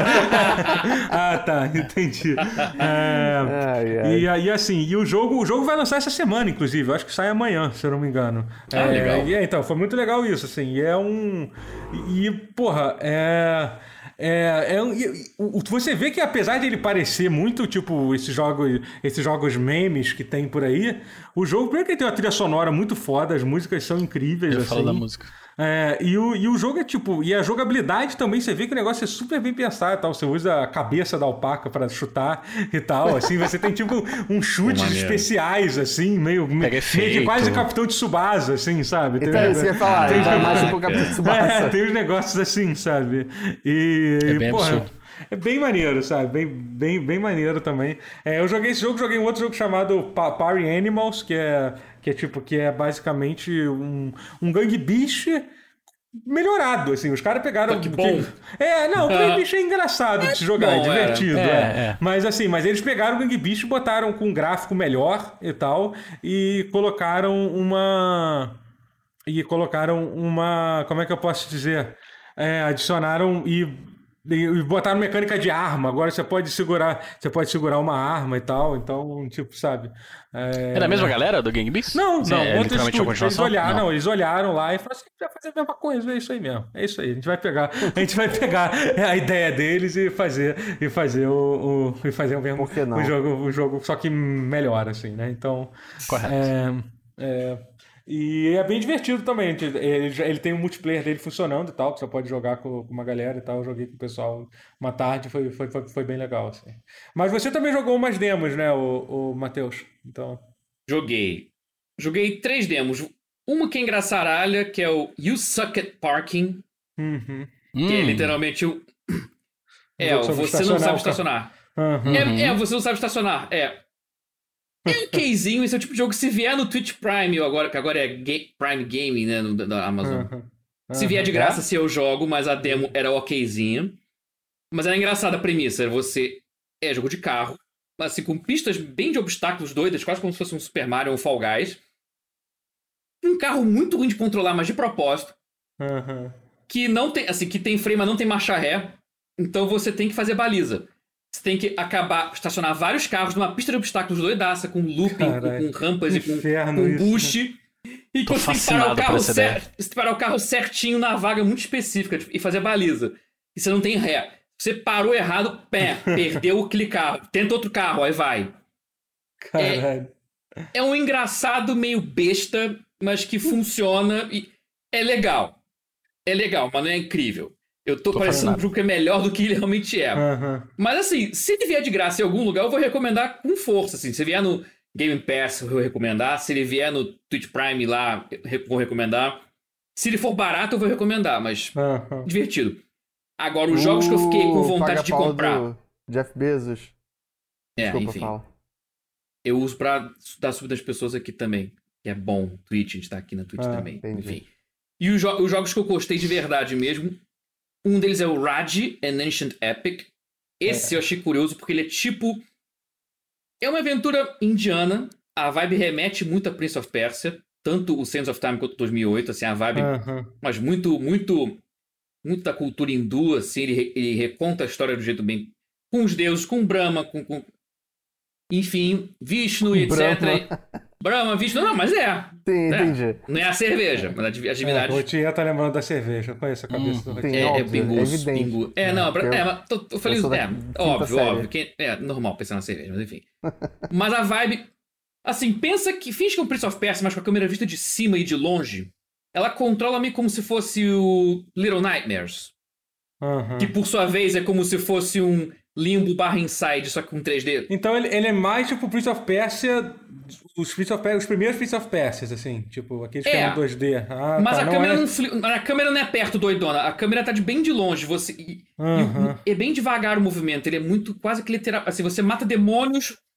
Ah, tá, entendi. É, Ai, ai. e aí, assim, e o jogo, o jogo vai lançar essa semana, inclusive. Eu acho que sai amanhã, se eu não me engano. Ah, é, legal. E é, então, foi muito legal isso, assim. E é um. E, porra, é. É, é, e- e- o- você vê que apesar de ele parecer muito tipo esses jogos, esses jogos memes que tem por aí, o jogo, primeiro que ele tem uma trilha sonora muito foda, as músicas são incríveis. Eu assim. falo da música. É, e, o, e o jogo é tipo, e a jogabilidade também, você vê que o negócio é super bem pensado e tal. Você usa a cabeça da alpaca pra chutar e tal. Assim, você tem tipo um chutes maneiro. especiais, assim, meio, meio Pega que efeito. quase Capitão Tsubasa, assim, sabe? Tem Então um é isso que eu ia falar. tem- Tá mais tipo o Capitão é, Tsubasa. tem uns negócios assim, sabe? E, É bem porra, absurdo. é bem maneiro, sabe? Bem, bem, bem maneiro também. É, eu joguei esse jogo, joguei um outro jogo chamado Pa- Party Animals, que é, que é tipo, que é basicamente um, um Gang Beast melhorado, assim. Os caras pegaram... Só que bom. É, não, o Gang Beast é engraçado de se jogar, é bom, é. divertido. É, é. é. Mas assim, mas eles pegaram o Gang Beast e botaram com um gráfico melhor e tal, e colocaram uma... E colocaram uma... Como é que eu posso dizer? É, adicionaram e, e botaram mecânica de arma. Agora você pode segurar, você pode segurar uma arma e tal. Então, tipo, sabe? É, É da mesma galera do Gang Beasts? Não, Sim, não, é outro literalmente a estúdio. Eles continuação? olharam, não. eles olharam lá e falaram assim, vai fazer a mesma coisa, é isso aí mesmo. É isso aí. A gente vai pegar, a gente vai pegar a ideia deles e fazer e fazer o, o e fazer o mesmo Por que não? o jogo, o jogo só que melhor assim, né? Então, Correto. é, é, e é bem divertido também. Ele, ele tem um multiplayer dele funcionando e tal, que você pode jogar com, com uma galera e tal. Eu joguei com o pessoal uma tarde, foi, foi, foi, foi bem legal, assim. Mas você também jogou umas demos, né, o, o Matheus? Então... Joguei. Joguei três demos. Uma que é engraçaralha, que é o You Suck at Parking, Uhum. que é Hum. literalmente o... É, jogo o sobre você não estacionar sabe o estacionar. Uhum. É, é, você não sabe estacionar. É. É um casezinho, esse é o tipo de jogo que se vier no Twitch Prime, agora, que agora é Ga- Prime Gaming, né, no, da Amazon. Uhum. Se vier de graça, se eu jogo, mas a demo era okzinha. Mas era engraçada a premissa. Era você... É jogo de carro, assim, com pistas bem de obstáculos doidas, quase como se fosse um Super Mario ou um Fall Guys. Um carro muito ruim de controlar, mas de propósito. Uhum. Que não tem, assim, que tem freio, mas não tem marcha ré. Então você tem que fazer baliza. Você tem que acabar, estacionar vários carros numa pista de obstáculos doidaça, com looping, com, Caralho, com rampas e com, inferno com isso, boost. E Tô que você tem que parar fascinado o por carro essa ideia. certo, você tem que parar o carro certinho na vaga muito específica tipo, e fazer baliza. E você não tem ré. Você parou errado, pé, perdeu aquele carro. Tenta outro carro, aí vai. Caralho. É um engraçado meio besta, mas que funciona e é legal. É legal, mas não é incrível. Eu tô, Tô parecendo um fascinado. jogo que é melhor do que ele realmente é. Uhum. Mas assim, se ele vier de graça em algum lugar, eu vou recomendar com força. Assim. Se vier no Game Pass, eu vou recomendar. Se ele vier no Twitch Prime lá, eu vou recomendar. Se ele for barato, eu vou recomendar, mas Uhum. divertido. Agora, os jogos que eu fiquei com O vontade de paga-pau comprar. do Jeff Bezos. É, Desculpa, enfim. fala. Eu uso pra dar sub das pessoas aqui também. Que é bom. Twitch, a gente tá aqui na Twitch Ah, também. entendi. Enfim. E os, jo- os jogos que eu gostei de verdade mesmo. Um deles é o Raj and Ancient Epic. Esse eu achei curioso porque ele é tipo. É uma aventura indiana. A vibe remete muito a Prince of Persia. Tanto o Sands of Time quanto o dois mil e oito. Assim, a vibe. Uhum. Mas muito, muito. Muito da cultura hindu. Assim, ele, re- ele reconta a história do jeito bem. Com os deuses, com Brahma, com. com... Enfim, Vishnu, Com etcétera. Brahma, Vishnu. Não, mas é. Sim, É. entendi. Não é a cerveja, mas a divi- as É, divindades. o Tia tá lembrando da cerveja. Eu conheço a cabeça do Sim, Rotier. É, é óbvio, pingu, é evidente. pingu. É, não, pra- eu- é, mas tô- eu falei, eu sou da é, quinta óbvio, série. óbvio. Que, é normal pensar na cerveja, mas enfim. Mas a vibe. Assim, pensa que. Finge que é um Prince of Persia, mas com a câmera vista de cima e de longe. Ela controla meio como se fosse o Little Nightmares. Uhum. Que por sua vez é como se fosse um Limbo barra Inside, só que com três D. Então ele, ele é mais tipo Prince of Persia, os, Prince of Persia, os primeiros Prince of Persias, assim, tipo, aqueles que É. eram dois D. Ah, Mas tá, a, não câmera é... não, fli- a câmera não é perto doidona, a câmera tá de bem de longe. Você, e, Uhum. e é bem devagar o movimento, ele é muito quase que literal. Assim, você mata demônios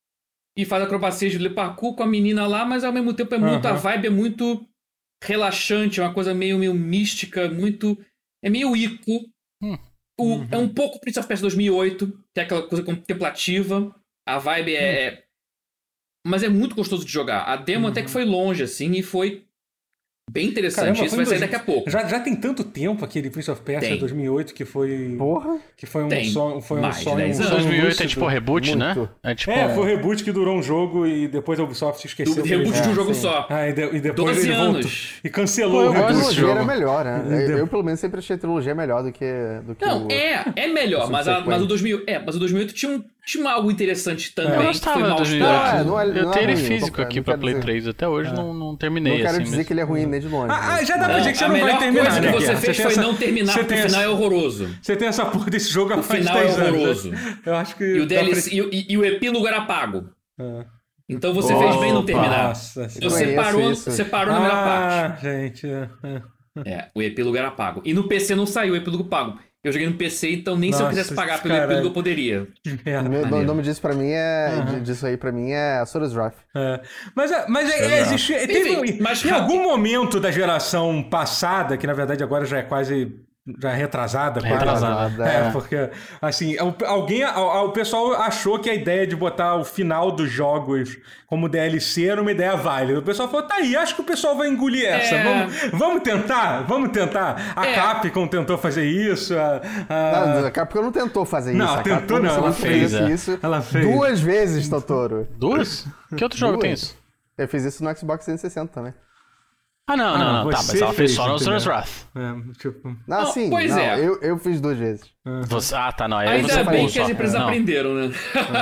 e faz acrobacia de parkour com a menina lá, mas ao mesmo tempo é muito... Uhum. A vibe é muito relaxante, é uma coisa meio, meio mística, muito... É meio Ico. Hum. O, Uhum. É um pouco Prince of Persia dois mil e oito, que é aquela coisa contemplativa. A vibe é... é... Mas é muito gostoso de jogar. A demo Uhum. até que foi longe, assim, e foi bem interessante. Caramba, Isso foi vai em sair dois- daqui a pouco. Já, já tem tanto tempo aquele Prince of Persia Tem. dois mil e oito que foi. Porra. Que foi um Tem. sonho. Foi um Mais de sonho. dez um anos. sonho dois mil e oito é lúcido. tipo reboot, né? Muito. É tipo. É, foi o reboot que durou um jogo e depois a Ubisoft esqueceu. Do que ele- reboot de um É, jogo sim. só. Ah, e, de- e depois doze ele voltou. anos. E Pô, cancelou eu o gosto reboot. da do trilogia era jogo. melhor, né? Eu, Deu- eu, pelo menos, sempre achei a trilogia melhor do que, do que Não, o... é, é melhor, mas, a, mas o dois mil, é, mas o dois mil e oito tinha, um, tinha algo interessante também. Eu que gostava foi do mal dois mil e explorado. oito. Não, é- não é- Eu não é tenho ele ruim, físico não aqui quero pra Play dizer. três. Até hoje não, não terminei Não quero assim. dizer mas- que ele é ruim nem de longe. Ah, mas- já dá pra dizer que você a não vai melhor terminar, coisa né, que você Guerra? fez tem foi essa- não terminar, você porque o tem final essa- é horroroso. Você tem essa porra desse jogo há O faz final é dez anos, né? horroroso. Eu acho que. E o dá D L C, pra- e, o- e- e o epílogo era pago. Ah. Então você fez bem não Opa, terminar. Nossa, Você conheço parou, isso. você parou na melhor parte. Ah, gente. é, é. É, o epílogo era pago. E no P C não saiu o epílogo pago. Eu joguei no P C, então nem se eu Nossa, quisesse pagar pelo caralho. epílogo eu poderia. Que O merda. meu- o maneiro. nome disso pra mim é... Aham. de- Disso aí pra mim é Asura's Wrath. É. Mas, é- mas é, é, existe, teve Enfim, um- mas em ra- algum momento da geração passada, que na verdade agora já é quase já é retrasada, quase. Retrasada, É, é. porque assim, al- alguém, al- o pessoal achou que a ideia de botar o final dos jogos como D L C era uma ideia válida. O pessoal falou, tá aí, acho que o pessoal vai engolir essa. É. Vamos, vamos tentar, vamos tentar. A É. Capcom tentou fazer isso. A, a- Não, a Capcom não tentou fazer Não, isso. A tentou Capcom não, se ela fez fez, é. isso Ela fez. duas vezes, Totoro. Duas? Que outro jogo Duas. tem isso? Eu fiz isso no Xbox trezentos e sessenta também. Ah, não, Ah, não, não, não. Tá, você mas ela fez fez, só no Asura's entendeu? Wrath. é, tipo, Não, Não, sim, pois não, é. eu, eu fiz duas vezes. Você- Ah, tá, não. Aí Ainda você bem pulou que as só. empresas Não. aprenderam, né?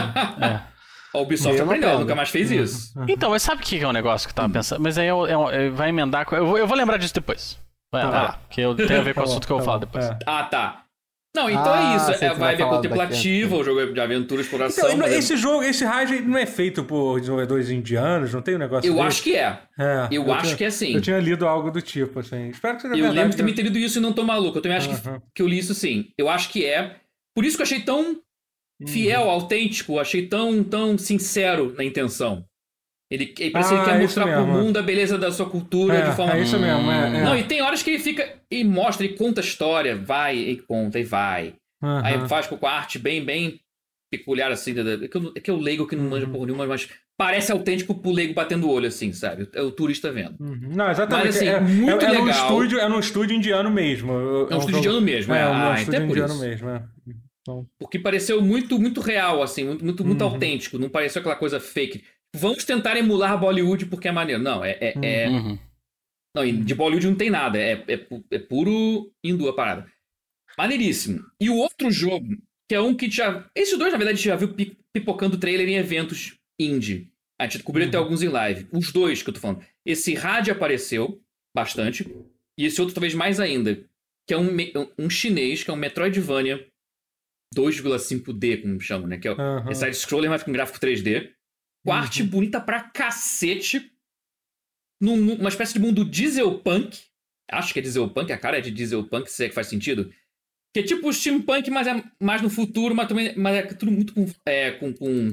A Ubisoft Eu não aprendeu, aprendo. nunca mais fez isso. Então, mas sabe o que é um negócio que eu Hum. tava pensando? Mas aí eu, eu- eu- vai emendar. com- Eu vou, eu vou lembrar disso depois. Vai, vai lá, que eu tenho a ver com o Tá bom, assunto que eu vou tá falar bom, depois. é. Ah, tá. Não, então Ah, é isso. sei É que a você vai vibe é falar contemplativa, o jogo é de aventura, exploração. Então, mas é- esse jogo, esse Rage não é feito por desenvolvedores indianos, não tem um negócio Eu desse? acho que é. É, eu acho tinha- que é assim. Eu tinha lido algo do tipo, assim. Espero que seja Eu verdade. lembro de também né? ter lido isso e não tô maluco. Eu também acho que, Aham. que eu li isso sim. Eu acho que é. Por isso que eu achei tão fiel, Uhum. autêntico, achei tão, tão sincero na intenção. Ele, ele parece que ele Ah, quer isso mostrar pro mesmo, é. mundo a beleza da sua cultura É, de forma. é isso mesmo, é. é. Não, e tem horas que ele fica e mostra, ele conta a história, vai e conta e vai. Aham. Aí faz com a arte bem, bem peculiar, assim. da- da- É que eu, é que eu leigo que não manja Uhum. porra nenhuma, mas parece autêntico pro leigo batendo o olho, assim, sabe? É o turista vendo. Uhum. Não, exatamente. Mas, assim, é, muito é, é num legal. estúdio, é num estúdio indiano mesmo. É um estúdio indiano mesmo, é. É, um Ah, então estúdio é por indiano isso. mesmo, é. Porque pareceu muito, muito real, assim, muito, muito, muito Uhum. autêntico. Não pareceu aquela coisa fake. Vamos tentar emular Bollywood porque é maneiro. Não, é. é, é- Uhum. Não, e de Bollywood não tem nada. É, é, pu- é puro hindu a parada. Maneiríssimo. E o outro jogo, que é um que já. Esses dois, na verdade, a gente já viu pi- pipocando trailer em eventos indie. A gente descobriu até alguns em live. Os dois que eu tô falando. Esse Rádio apareceu bastante. E esse outro talvez mais ainda. Que é um, me- um chinês, que é um Metroidvania dois vírgula cinco D, como chamam, né? Que é, o- Aham. é side-scroller, mas com gráfico três D. Com arte bonita pra cacete. Num, numa espécie de mundo dieselpunk. Acho que é dieselpunk, a cara é de dieselpunk, se é que faz sentido. Que é tipo steampunk, mas é mais no futuro, mas também mas é tudo muito com, é, com, com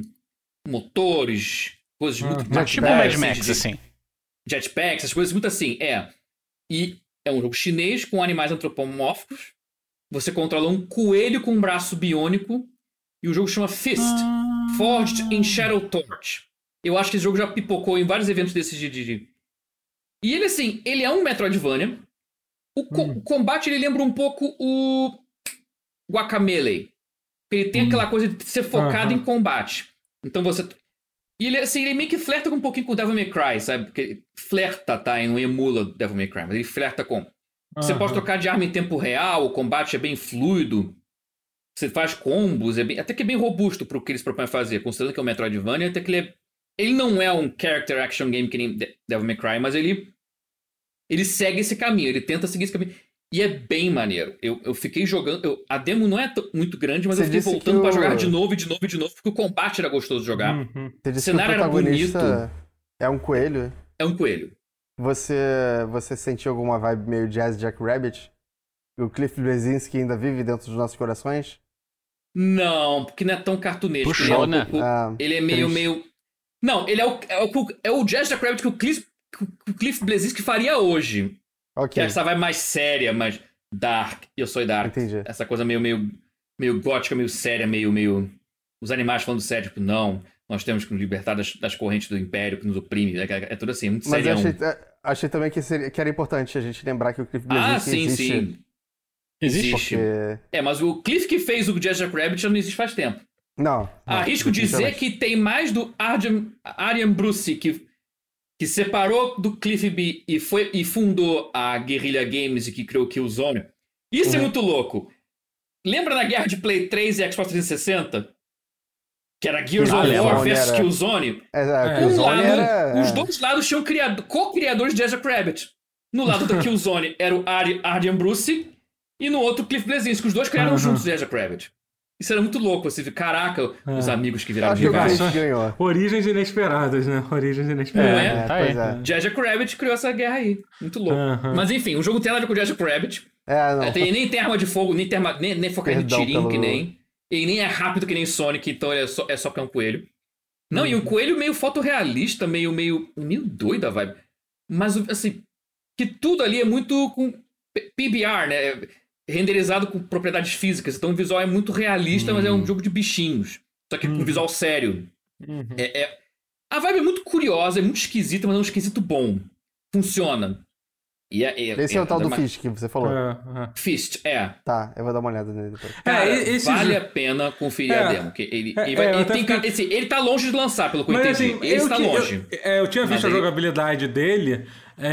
motores, coisas muito... Aham. muito Tipo assim, o Mad de- Max, assim. Jetpacks, essas coisas muito assim. É. E é um jogo chinês com animais antropomórficos. Você controla um coelho com um braço biônico. E o jogo chama Fist. Forged in Shadow Torch. Eu acho que esse jogo já pipocou em vários eventos desses de... de- de- E ele, assim, ele é um Metroidvania. O, co- o combate, ele lembra um pouco o Guacamelee. Ele tem aquela coisa de ser focado Aham. em combate. Então você... E ele, assim, ele meio que flerta com um pouquinho com o Devil May Cry, sabe? Porque flerta, tá? E não emula o Devil May Cry, mas ele flerta com... Você Aham. pode trocar de arma em tempo real, o combate é bem fluido. Você faz combos, é bem, até que é bem robusto pro que eles propõem a fazer. Considerando que é um Metroidvania, até que ele é... Ele não é um character action game que nem De- Devil May Cry, mas ele... Ele segue esse caminho, ele tenta seguir esse caminho. E é bem maneiro. Eu, eu fiquei jogando... eu- a demo não é t- muito grande, mas Você eu fiquei disse voltando que pra o- jogar de novo, e de novo, e de novo, porque o combate era gostoso de jogar. Uhum. Você disse O cenário que o era protagonista é um coelho. É um coelho. Você, você sentiu alguma vibe meio Jazz Jack Rabbit? O Cliff Bleszinski ainda vive dentro dos nossos corações? Não, porque não é tão cartunesco. Puxou, ele é um né? pouco- Ah, Ele é meio, triste. meio... Não, ele é o, é o, é o Jackrabbit que o Cliff, que o Cliff Bleszinski faria hoje. Ok. Que é essa vibe mais séria, mais dark. Eu sou dark. Entendi. Essa coisa meio, meio, meio gótica, meio séria, meio, meio... Os animais falando sério, tipo, não, nós temos que nos libertar das, das correntes do Império que nos oprime. É, é, é tudo assim, muito Mas eu serião. achei, é, achei também que, seria, que era importante a gente lembrar que o Cliff Ah, Bleszinski sim, existe. sim. Existe. Porque... É, mas o Cliff que fez o Jackrabbit já não existe faz tempo. Não. não Arrisco dizer que tem mais do Arjen, Arjen Bruce, que, que separou do Cliff B e, foi, e fundou a Guerrilla Games e que criou o Killzone. Isso uhum. é muito louco. Lembra na guerra de Play três e Xbox trezentos e sessenta? Que era Gears ah, of War era... versus Killzone? É, é, um Killzone lado, era... Os dois lados tinham criado, co-criadores de Jackrabbit. No lado da Killzone era o Arjen Bruce e no outro Cliff Bleszinski. Os dois criaram uhum. juntos o Jackrabbit. Isso era muito louco, você vê, caraca, é. os amigos que viraram rivais. Origens inesperadas, né? Origens inesperadas. É, é, tá aí. É. Jackrabbit criou essa guerra aí. Muito louco. Uhum. Mas enfim, o jogo tem nada a ver com o Jackrabbit. É, não. Tem, nem tem arma de fogo, nem, tem arma, nem, nem foca de tirinho, pelo... que nem. E nem é rápido que nem Sonic, então ele é só, é só que é um coelho. Não, uhum. e um coelho meio fotorrealista, meio, meio, meio doido a vibe. Mas, assim, que tudo ali é muito com P B R, né? Renderizado com propriedades físicas. Então o visual é muito realista, uhum. mas é um jogo de bichinhos. Só que com uhum. visual sério. Uhum. É, é... A vibe é muito curiosa, é muito esquisita, mas é um esquisito bom. Funciona. E é, é, esse é, é o tal do Fist que você falou. É, é. Fist, é. Tá, eu vou dar uma olhada nele depois. Cara, é, esse vale jo... a pena conferir é, a demo. Que ele, é, ele, vai, é, ele, tem, fiquei... esse, ele tá longe de lançar, pelo que eu mas, entendi. Assim, ele eu está tinha, longe. Eu, é, eu tinha visto mas a ele... jogabilidade dele.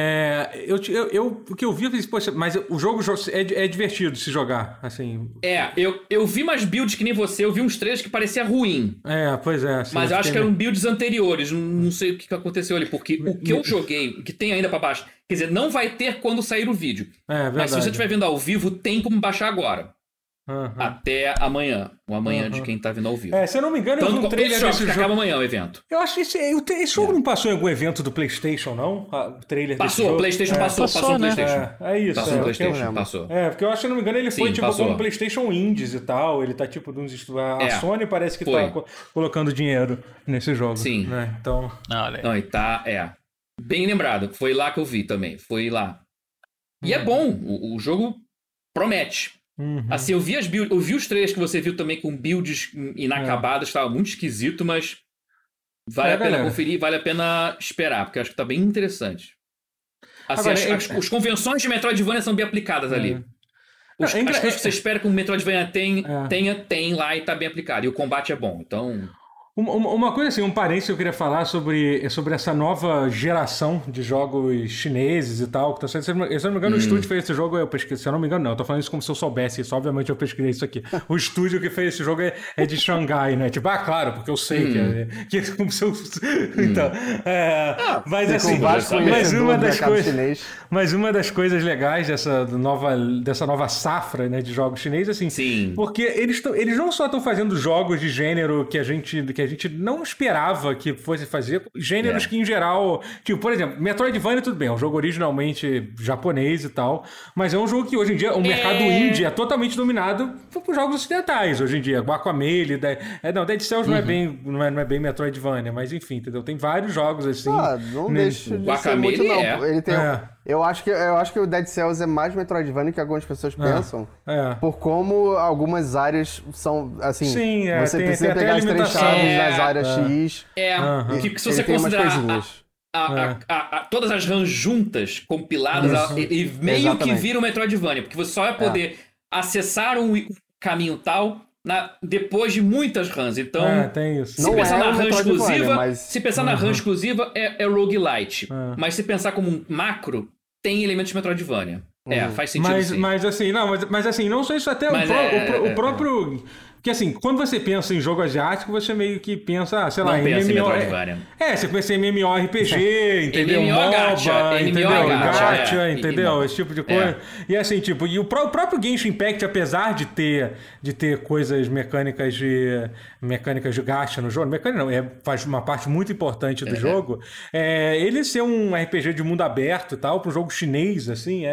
É, eu, eu, eu, o que eu vi, eu fiz, poxa, mas o jogo é, é divertido de se jogar, assim. É, eu, eu vi mais builds que nem você, eu vi uns trailers que parecia ruim. É, pois é. Assim, mas eu acho que eram builds anteriores, não, não sei o que aconteceu ali, porque o que eu joguei, que tem ainda pra baixo, quer dizer, não vai ter quando sair o vídeo. É, verdade. Mas se você estiver vendo ao vivo, tem como baixar agora. Uhum. Até amanhã. O amanhã uhum. de quem tá vendo ao vivo. É, se eu não me engano, Tanto eu vi um trailer desse jogo. Acaba amanhã o evento. Eu acho que esse, esse jogo é. não passou em algum evento do PlayStation, não? O trailer Passou, o PlayStation é. passou, passou, passou no né? PlayStation. É, é isso. Passou é, no PlayStation, eu, passou. É, porque eu acho que, se eu não me engano, ele Sim, foi tipo passou. como PlayStation Indies e tal. Ele tá tipo de uns. A é, Sony parece que foi. tá colocando dinheiro nesse jogo. Sim. Né? Então. Ah, olha aí. Não, e tá, é. Bem lembrado. Foi lá que eu vi também. Foi lá. E hum. é bom. O, o jogo promete. Uhum. Assim, eu vi, as build, eu vi os trailers que você viu também com builds inacabadas, estava é. muito esquisito, mas vale é, a pena galera. conferir, vale a pena esperar, porque eu acho que tá bem interessante. Assim, Agora, as, é... as, as convenções de Metroidvania são bem aplicadas é. ali. Os, Não, é as coisas que você espera que o Metroidvania tem, é. tenha, tem lá e tá bem aplicado. E o combate é bom, então... Uma, uma coisa assim, um parênteses que eu queria falar sobre, sobre essa nova geração de jogos chineses e tal. Que tá sendo, se eu não me engano, hum. o estúdio que fez esse jogo, eu pesquisei. Se eu não me engano, não, eu tô falando isso como se eu soubesse isso. Obviamente eu pesquisei isso aqui. O estúdio que fez esse jogo é, é de Xangai, né? Tipo, ah, claro, porque eu sei hum. que, é, que é como se eu. Hum. Então. É, ah, mas assim, mas uma das coisas. Mas uma das coisas legais dessa nova, dessa nova safra, né, de jogos chineses, assim. Sim. Porque eles, tão, eles não só estão fazendo jogos de gênero que a gente. Que a gente não esperava que fosse fazer, gêneros é. que em geral, tipo, por exemplo, Metroidvania tudo bem, é um jogo originalmente japonês e tal, mas é um jogo que hoje em dia o mercado é... indie é totalmente dominado por jogos ocidentais hoje em dia, Guacamelee, Dead... é, não, Dead Cells uhum. não, é bem, não, é, não é bem Metroidvania, mas enfim, entendeu? Tem vários jogos assim. Ah, não nesse... deixa de Guacamelee ser muito, não. É. Ele tem... É. Eu acho, que, eu acho que o Dead Cells é mais Metroidvania que algumas pessoas é. pensam. É. Por como algumas áreas são, assim... Sim, é, você tem, precisa tem pegar as três chaves é. nas áreas é. X. É, uhum. que, que se você considerar a, a, é. a, a, a, todas as runs juntas, compiladas, a, e, e meio Exatamente. que vira um Metroidvania, porque você só vai poder é. acessar um caminho tal... Na, depois de muitas runs, então é, tem isso. se não pensar é na run exclusiva, mas... se pensar uhum. na run exclusiva é, é roguelite, é. mas se pensar como um macro, tem elementos de Metroidvania. Uhum. É, faz sentido mas, sim. mas assim, não, mas, mas assim, não só isso, até o, pro, é, o, o próprio... Porque assim, quando você pensa em jogo asiático, você meio que pensa, ah, sei lá, não em pensa M M O... em Metroidvania. É, você pensa em MMORPG, entendeu? M M O MOBA, gacha, entendeu? M M O gacha, Gacha, é, entendeu? e, Esse tipo de coisa. É. E assim, tipo, e o, pró- o próprio Genshin Impact, apesar de ter, de ter coisas mecânicas de mecânicas de gacha no jogo, mecânica não, é, faz uma parte muito importante do é. jogo, é, ele ser um R P G de mundo aberto e tal, para um jogo chinês, assim, é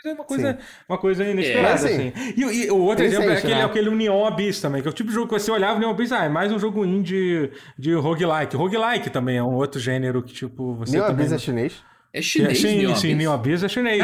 É uma coisa, uma coisa inesperada, É, assim. E, e o outro exemplo é aquele, né? aquele Neon Abyss também, que é o tipo de jogo que você olhava o Neon Abyss, ah, é mais um jogo indie de roguelike. Roguelike também é um outro gênero que, tipo, você Neon também... Abyss é chinês? É chinês, sim, Neon sim, Abyss? Neon Abyss é chinês.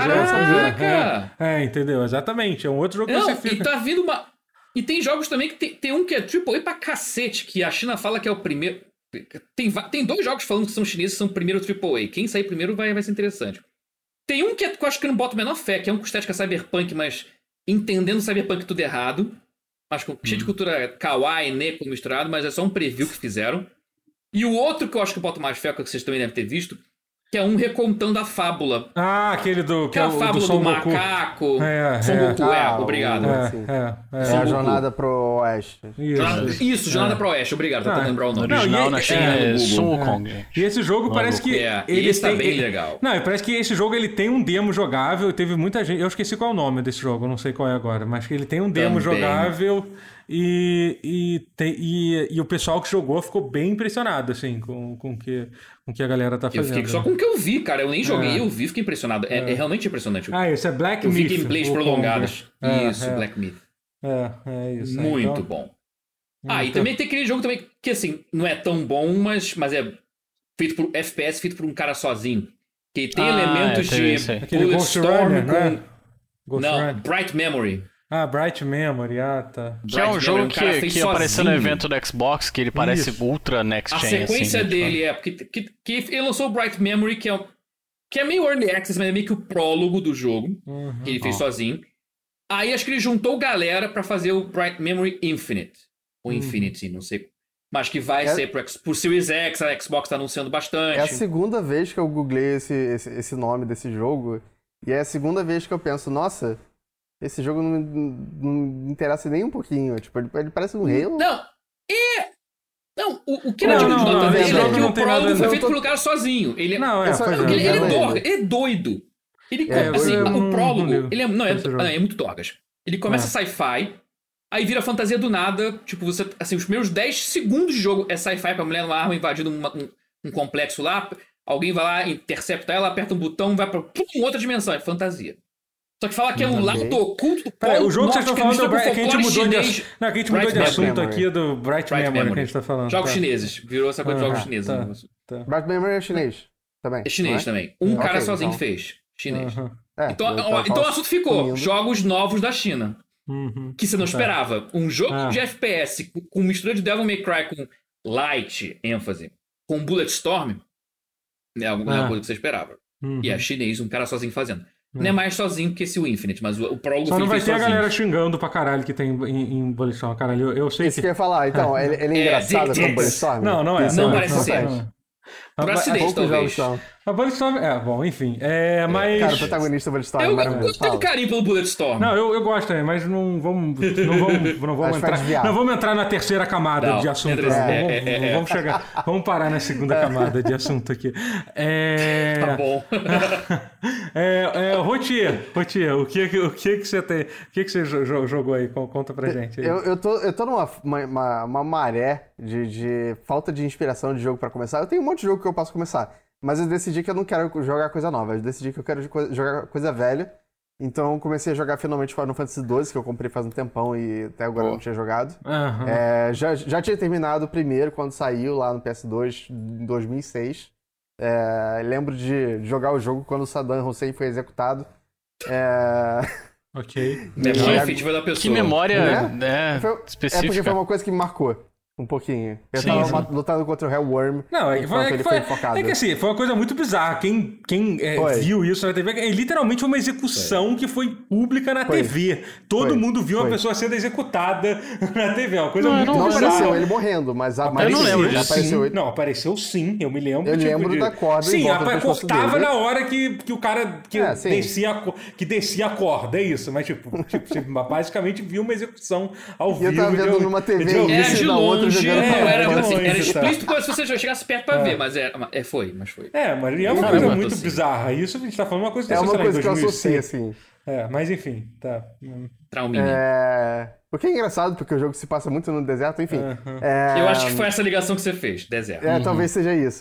Caraca! É, é, é, entendeu? Exatamente. É um outro jogo Não, que você fica... e tá vindo uma... E tem jogos também que tem, tem um que é triple A pra cacete, que a China fala que é o primeiro... Tem, tem dois jogos falando que são chineses, que são o primeiro triple A. Quem sair primeiro vai, vai ser interessante. Tem um que, é, que eu acho que eu não boto a menor fé, que é um com estética cyberpunk, mas entendendo cyberpunk tudo errado. Mas com, cheio de cultura kawaii, neko misturado, mas é só um preview que fizeram. E o outro que eu acho que eu boto mais fé, que vocês também devem ter visto, que é um recontando a fábula. Ah, aquele do... Que é a o- fábula do, Son Goku. macaco. É, Son é. Goku, é, Ah, o- obrigado. o- É, Sim. é, é. É Son a Goku. jornada pro oeste. Isso. Jornada- Isso, Jornada pro Oeste, obrigado, tô Ah, tentando lembrar o No nome. Não, original, e- na é, China, é, é, no Sun Google. Wukong, gente. E esse jogo Não, parece que... É, ele esse tá tem- bem ele- legal. Não, e parece que esse jogo ele tem um demo jogável. E teve muita gente... Eu esqueci qual é o nome desse jogo, eu não sei qual é agora. Mas que ele tem um demo Também. jogável e, e, tem- e, e o pessoal que jogou ficou bem impressionado, assim, com, com que, com que a galera tá Eu fazendo. fiquei só com o que eu vi, cara. Eu nem joguei, É. eu vi, fiquei impressionado. É, é realmente impressionante. Ah, esse é Black eu vi Myth. gameplays o prolongadas. Conga. É, Isso, é, Black Myth. É, é isso. é, Muito então- bom. Ah, e então- também tem aquele jogo também que, assim, não é tão bom, mas, mas é feito por F P S, feito por um cara sozinho. Que tem Ah, elementos é, teve isso de aí. Aquele Ghost Bulletstorm Runner, com... né? Ghost Não, Runner. Bright Memory. Ah, Bright Memory, ah, tá. Que é um Bright jogo Memory, um cara que, fez que apareceu no sozinho. evento do Xbox, que ele parece Isso. ultra next A gen. sequência assim, dele é... Porque, que, que ele lançou o Bright Memory, que é, um- que é meio early access, mas é meio que o prólogo do jogo. Uhum. Que ele fez Ó. sozinho. Aí acho que ele juntou galera pra fazer o Bright Memory Infinite. Ou Infinity, não sei. Mas que vai É- ser pro, X- pro Series X, a Xbox tá anunciando bastante. É a segunda vez que eu googlei esse, esse, esse nome desse jogo. E é a segunda vez que eu penso, nossa, esse jogo não, me- não me interessa nem um pouquinho. Tipo, ele, ele parece um Halo. Não, é... Não, o, o que Não, não, não, de não, nota esse dele jogo é que não o tem nada- prólogo foi eu feito tô- por um cara sozinho. Ele é, Não, é, Eu só- pois é. ele, ele é, eu dor- lembro. ele é doido. Ele, É, assim, eu o não- prólogo, não ligo ele é, não, é, pra esse jogo. não, é muito dorgas. Ele começa sci-fi, aí vira fantasia do nada, tipo, você, assim, os primeiros dez segundos de jogo é sci-fi pra mulher numa arma invadindo uma- um, um complexo lá, alguém vai lá, intercepta ela, aperta um botão, vai pra pum, outra dimensão, é fantasia. Só que fala que é um Ok. lado oculto do Peraí, polo o jogo que vocês norte, estão falando mistura do Bright, é com que a gente folclore mudou de, chinês. ass- não, que a gente mudou de Bright assunto Memory. aqui do Bright, Bright Memory, Memory. que a gente tá falando. Jogos tá. chineses, virou essa coisa de Ah, jogos chineses. tá. o negócio. Tá. Bright Memory é chinês também. É chinês não é? também. Um Ok, cara sozinho então. fez. Chinês. Aham. É, Então, eu tava ó, então o falando- assunto ficou. sumindo. Jogos novos da China. Uhum. Que você não Tá. esperava. Um jogo Ah. de F P S com, com mistura de Devil May Cry com light, ênfase, com Bulletstorm, é alguma Ah. coisa que você esperava. Uhum. E é chinês, um cara sozinho fazendo. Não é mais sozinho que esse o Infinite, mas o, o prólogo Só foi não vai feito ter a sozinho. galera xingando pra caralho que tem em, em Bulletstorm, caralho. Eu, eu sei Isso que... que eu ia falar. Então, ele, ele é, É, engraçado Dick como Dicks. Bulletstorm? Não, não é. Isso Não é parece ser. importante. Por A- acidente, Poucos jogos talvez. são. A Bulletstorm... É, bom, enfim. É, mas... Cara, o protagonista do Bulletstorm Eu, é eu, maravilhoso. eu tenho Fala. carinho pelo Bulletstorm. Não, eu, eu gosto também, mas não vamos, não vamos, não vamos Acho que vai entrar, desviar. não vamos entrar na terceira camada Não, de assunto. entra- não. é, vamos, é, é, é. vamos chegar, vamos parar na segunda camada de assunto aqui. É, Tá bom. é, é, Rotier, Rotier, o que, o que que você tem, o que que você jo- jo- jogou aí? Con- Conta pra gente. Aí. Eu, eu, tô, eu tô numa uma, uma, uma maré de, de falta de inspiração de jogo pra começar. Eu tenho um monte de jogo que eu posso começar, mas eu decidi que eu não quero jogar coisa nova. Eu decidi que eu quero co- jogar coisa velha. Então eu comecei a jogar finalmente Final Fantasy doze, que eu comprei faz um tempão e até agora eu não tinha jogado. Aham. É, já, já tinha terminado o primeiro quando saiu lá no P S dois em dois mil e seis. É, lembro de jogar o jogo quando o Saddam Hussein foi executado. É, Ok. Memória É, afetiva da pessoa. Que memória Né? né, foi- é porque específica. foi uma coisa que me marcou um pouquinho. Eu Sim, tava sim. ma- lutando contra o Hellworm. Não, é que, foi, enquanto é, que ele foi, foi focado. é que assim, foi uma coisa muito bizarra. Quem, quem é, Foi. viu isso na T V, é literalmente uma execução que foi pública na Foi. T V. Todo Foi. mundo viu uma Foi. pessoa sendo executada na T V. É uma coisa Não, eu muito Não Não, apareceu bizarra. ele morrendo, mas Eu apareceu. não lembro disso. apareceu Sim, ele. não, apareceu sim, eu me lembro. Eu tipo, lembro de... da corda em Sim, volta do apa- pescoço cortava dele. na hora que, que o cara que, É, sim. descia a, co- que descia a corda, é isso. Mas, tipo, tipo você basicamente viu uma execução ao E eu vivo. tava vendo de- numa T V de ao e Era vivo. isso de na outra longe, jogando não, É, era, de assim, longe, era tá. explícito se você chegasse perto pra ver, mas é, é, foi, mas foi. É, mas é uma Caramba, coisa tô muito assim. bizarra. Isso a gente tá falando uma coisa É sei uma lá, em coisa que eu dois mil e associei, seis. assim. É, mas enfim, tá. Hum. Trauminha. É... O que é engraçado, porque o jogo se passa muito no deserto, enfim. Aham. É... Eu acho que foi essa ligação que você fez, deserto. É, talvez seja isso.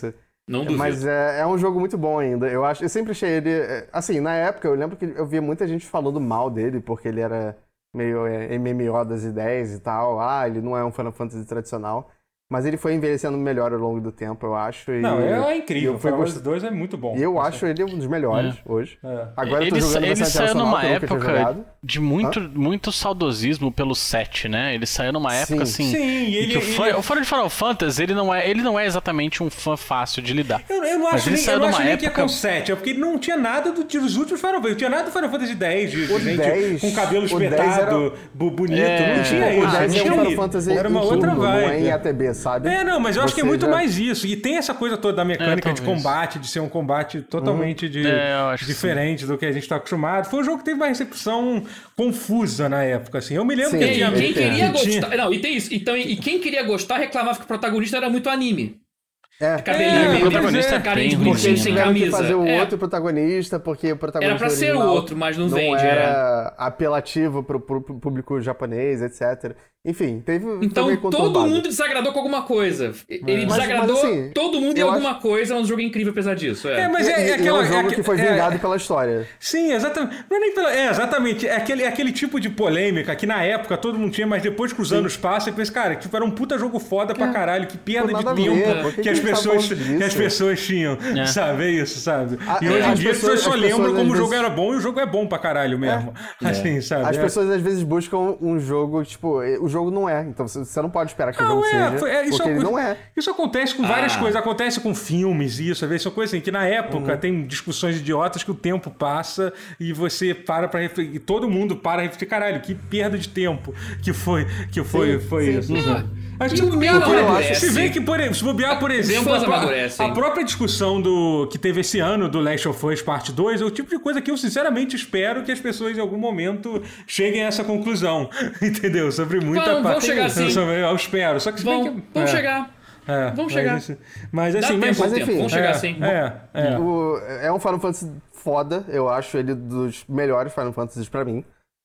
Não duvido. Mas é, é um jogo muito bom ainda. Eu acho, eu sempre achei ele... Assim, na época, eu lembro que eu via muita gente falando mal dele, porque ele era meio é, M M O das ideias e tal. Ah, ele não é um Final Fantasy tradicional. Mas ele foi envelhecendo melhor ao longo do tempo, eu acho. E, não, é incrível. O Final Fantasy dois é muito bom. E eu acho ele um dos melhores é. hoje. É. Agora ele, eu tô jogando ele saiu numa época de muito, muito saudosismo pelo sete, né? Ele saiu numa época Sim. assim. Sim, ele, que o, fã, ele... o fã de Final Fantasy, ele não, é, ele não é exatamente um fã fácil de lidar. Eu, eu não acho nem, eu não acho nem época... que é com sete, é porque ele não tinha nada do, dos últimos Final Fantasy. Não tinha nada do Final Fantasy dez, de, de gente dez, com cabelo espetado, era... bonito. É... Não tinha isso. O dez tinha é um Final Fantasy era uma outra turno, vibe. Não é em A T B, sabe? É, não, mas eu acho Você que é muito já... mais isso. E tem essa coisa toda da mecânica é, de combate, de ser um combate totalmente uhum. de, é, diferente do que a gente está acostumado. Foi um jogo que teve uma recepção confusa na época, assim. Eu me lembro Sim, que e tinha... quem queria que gostar... tinha... Não, e tem isso. Então, e quem queria gostar reclamava que o protagonista era muito anime. É, cabelinho, é, meio, o protagonista é, é carinha de bem bonitinho, sem tiveram camisa. que fazer o é. outro protagonista, porque o protagonista era pra ser o outro, mas não, não vende. era é. apelativo pro, pro público japonês, etcétera. Enfim, teve... Então todo mundo desagradou com alguma coisa. Ele mas, desagradou mas, assim, todo mundo em alguma acho... coisa, é um jogo incrível apesar disso. É, é mas é, é, é, aquela, é um jogo é, que foi vingado é, pela história. Sim, exatamente. Não é nem pela... É, exatamente. É aquele, é aquele tipo de polêmica que na época todo mundo tinha, mas depois que os anos passam, você pensa, cara, tipo, era um puta jogo foda pra caralho, que perda de tempo que, que, as pessoas, que as pessoas tinham, é. sabe? É isso, sabe? A, e hoje em dia as pessoas só lembram como o vezes... jogo era bom e o jogo é bom pra caralho mesmo. É. Assim, sabe? As pessoas às vezes buscam um jogo, tipo, o jogo não é, então você não pode esperar que não, o jogo é, seja, foi, é, isso porque é, ele não é. Isso acontece com várias ah. coisas, acontece com filmes, isso, às vezes são coisas assim, que na época uhum. tem discussões idiotas que o tempo passa e você para pra refletir, e todo mundo para pra refletir, caralho, que perda de tempo que foi, que foi, sim, foi sim, isso. Sim. Uhum. Mas tipo, mesmo, se vê que, por, se bobear, por exemplo, a, a própria discussão do, que teve esse ano do Last of Us Parte dois é o tipo de coisa que eu sinceramente espero que as pessoas em algum momento cheguem a essa conclusão, entendeu? Sobre muita parte. Vamos chegar assim. Eu espero, só que se Vão, bem que... Vamos é. chegar. É, vamos chegar. Mas, mas assim, mas, mas, mas enfim, vamos chegar é, assim. É, é. O, é um Final Fantasy foda, eu acho ele dos melhores Final Fantasies pra mim.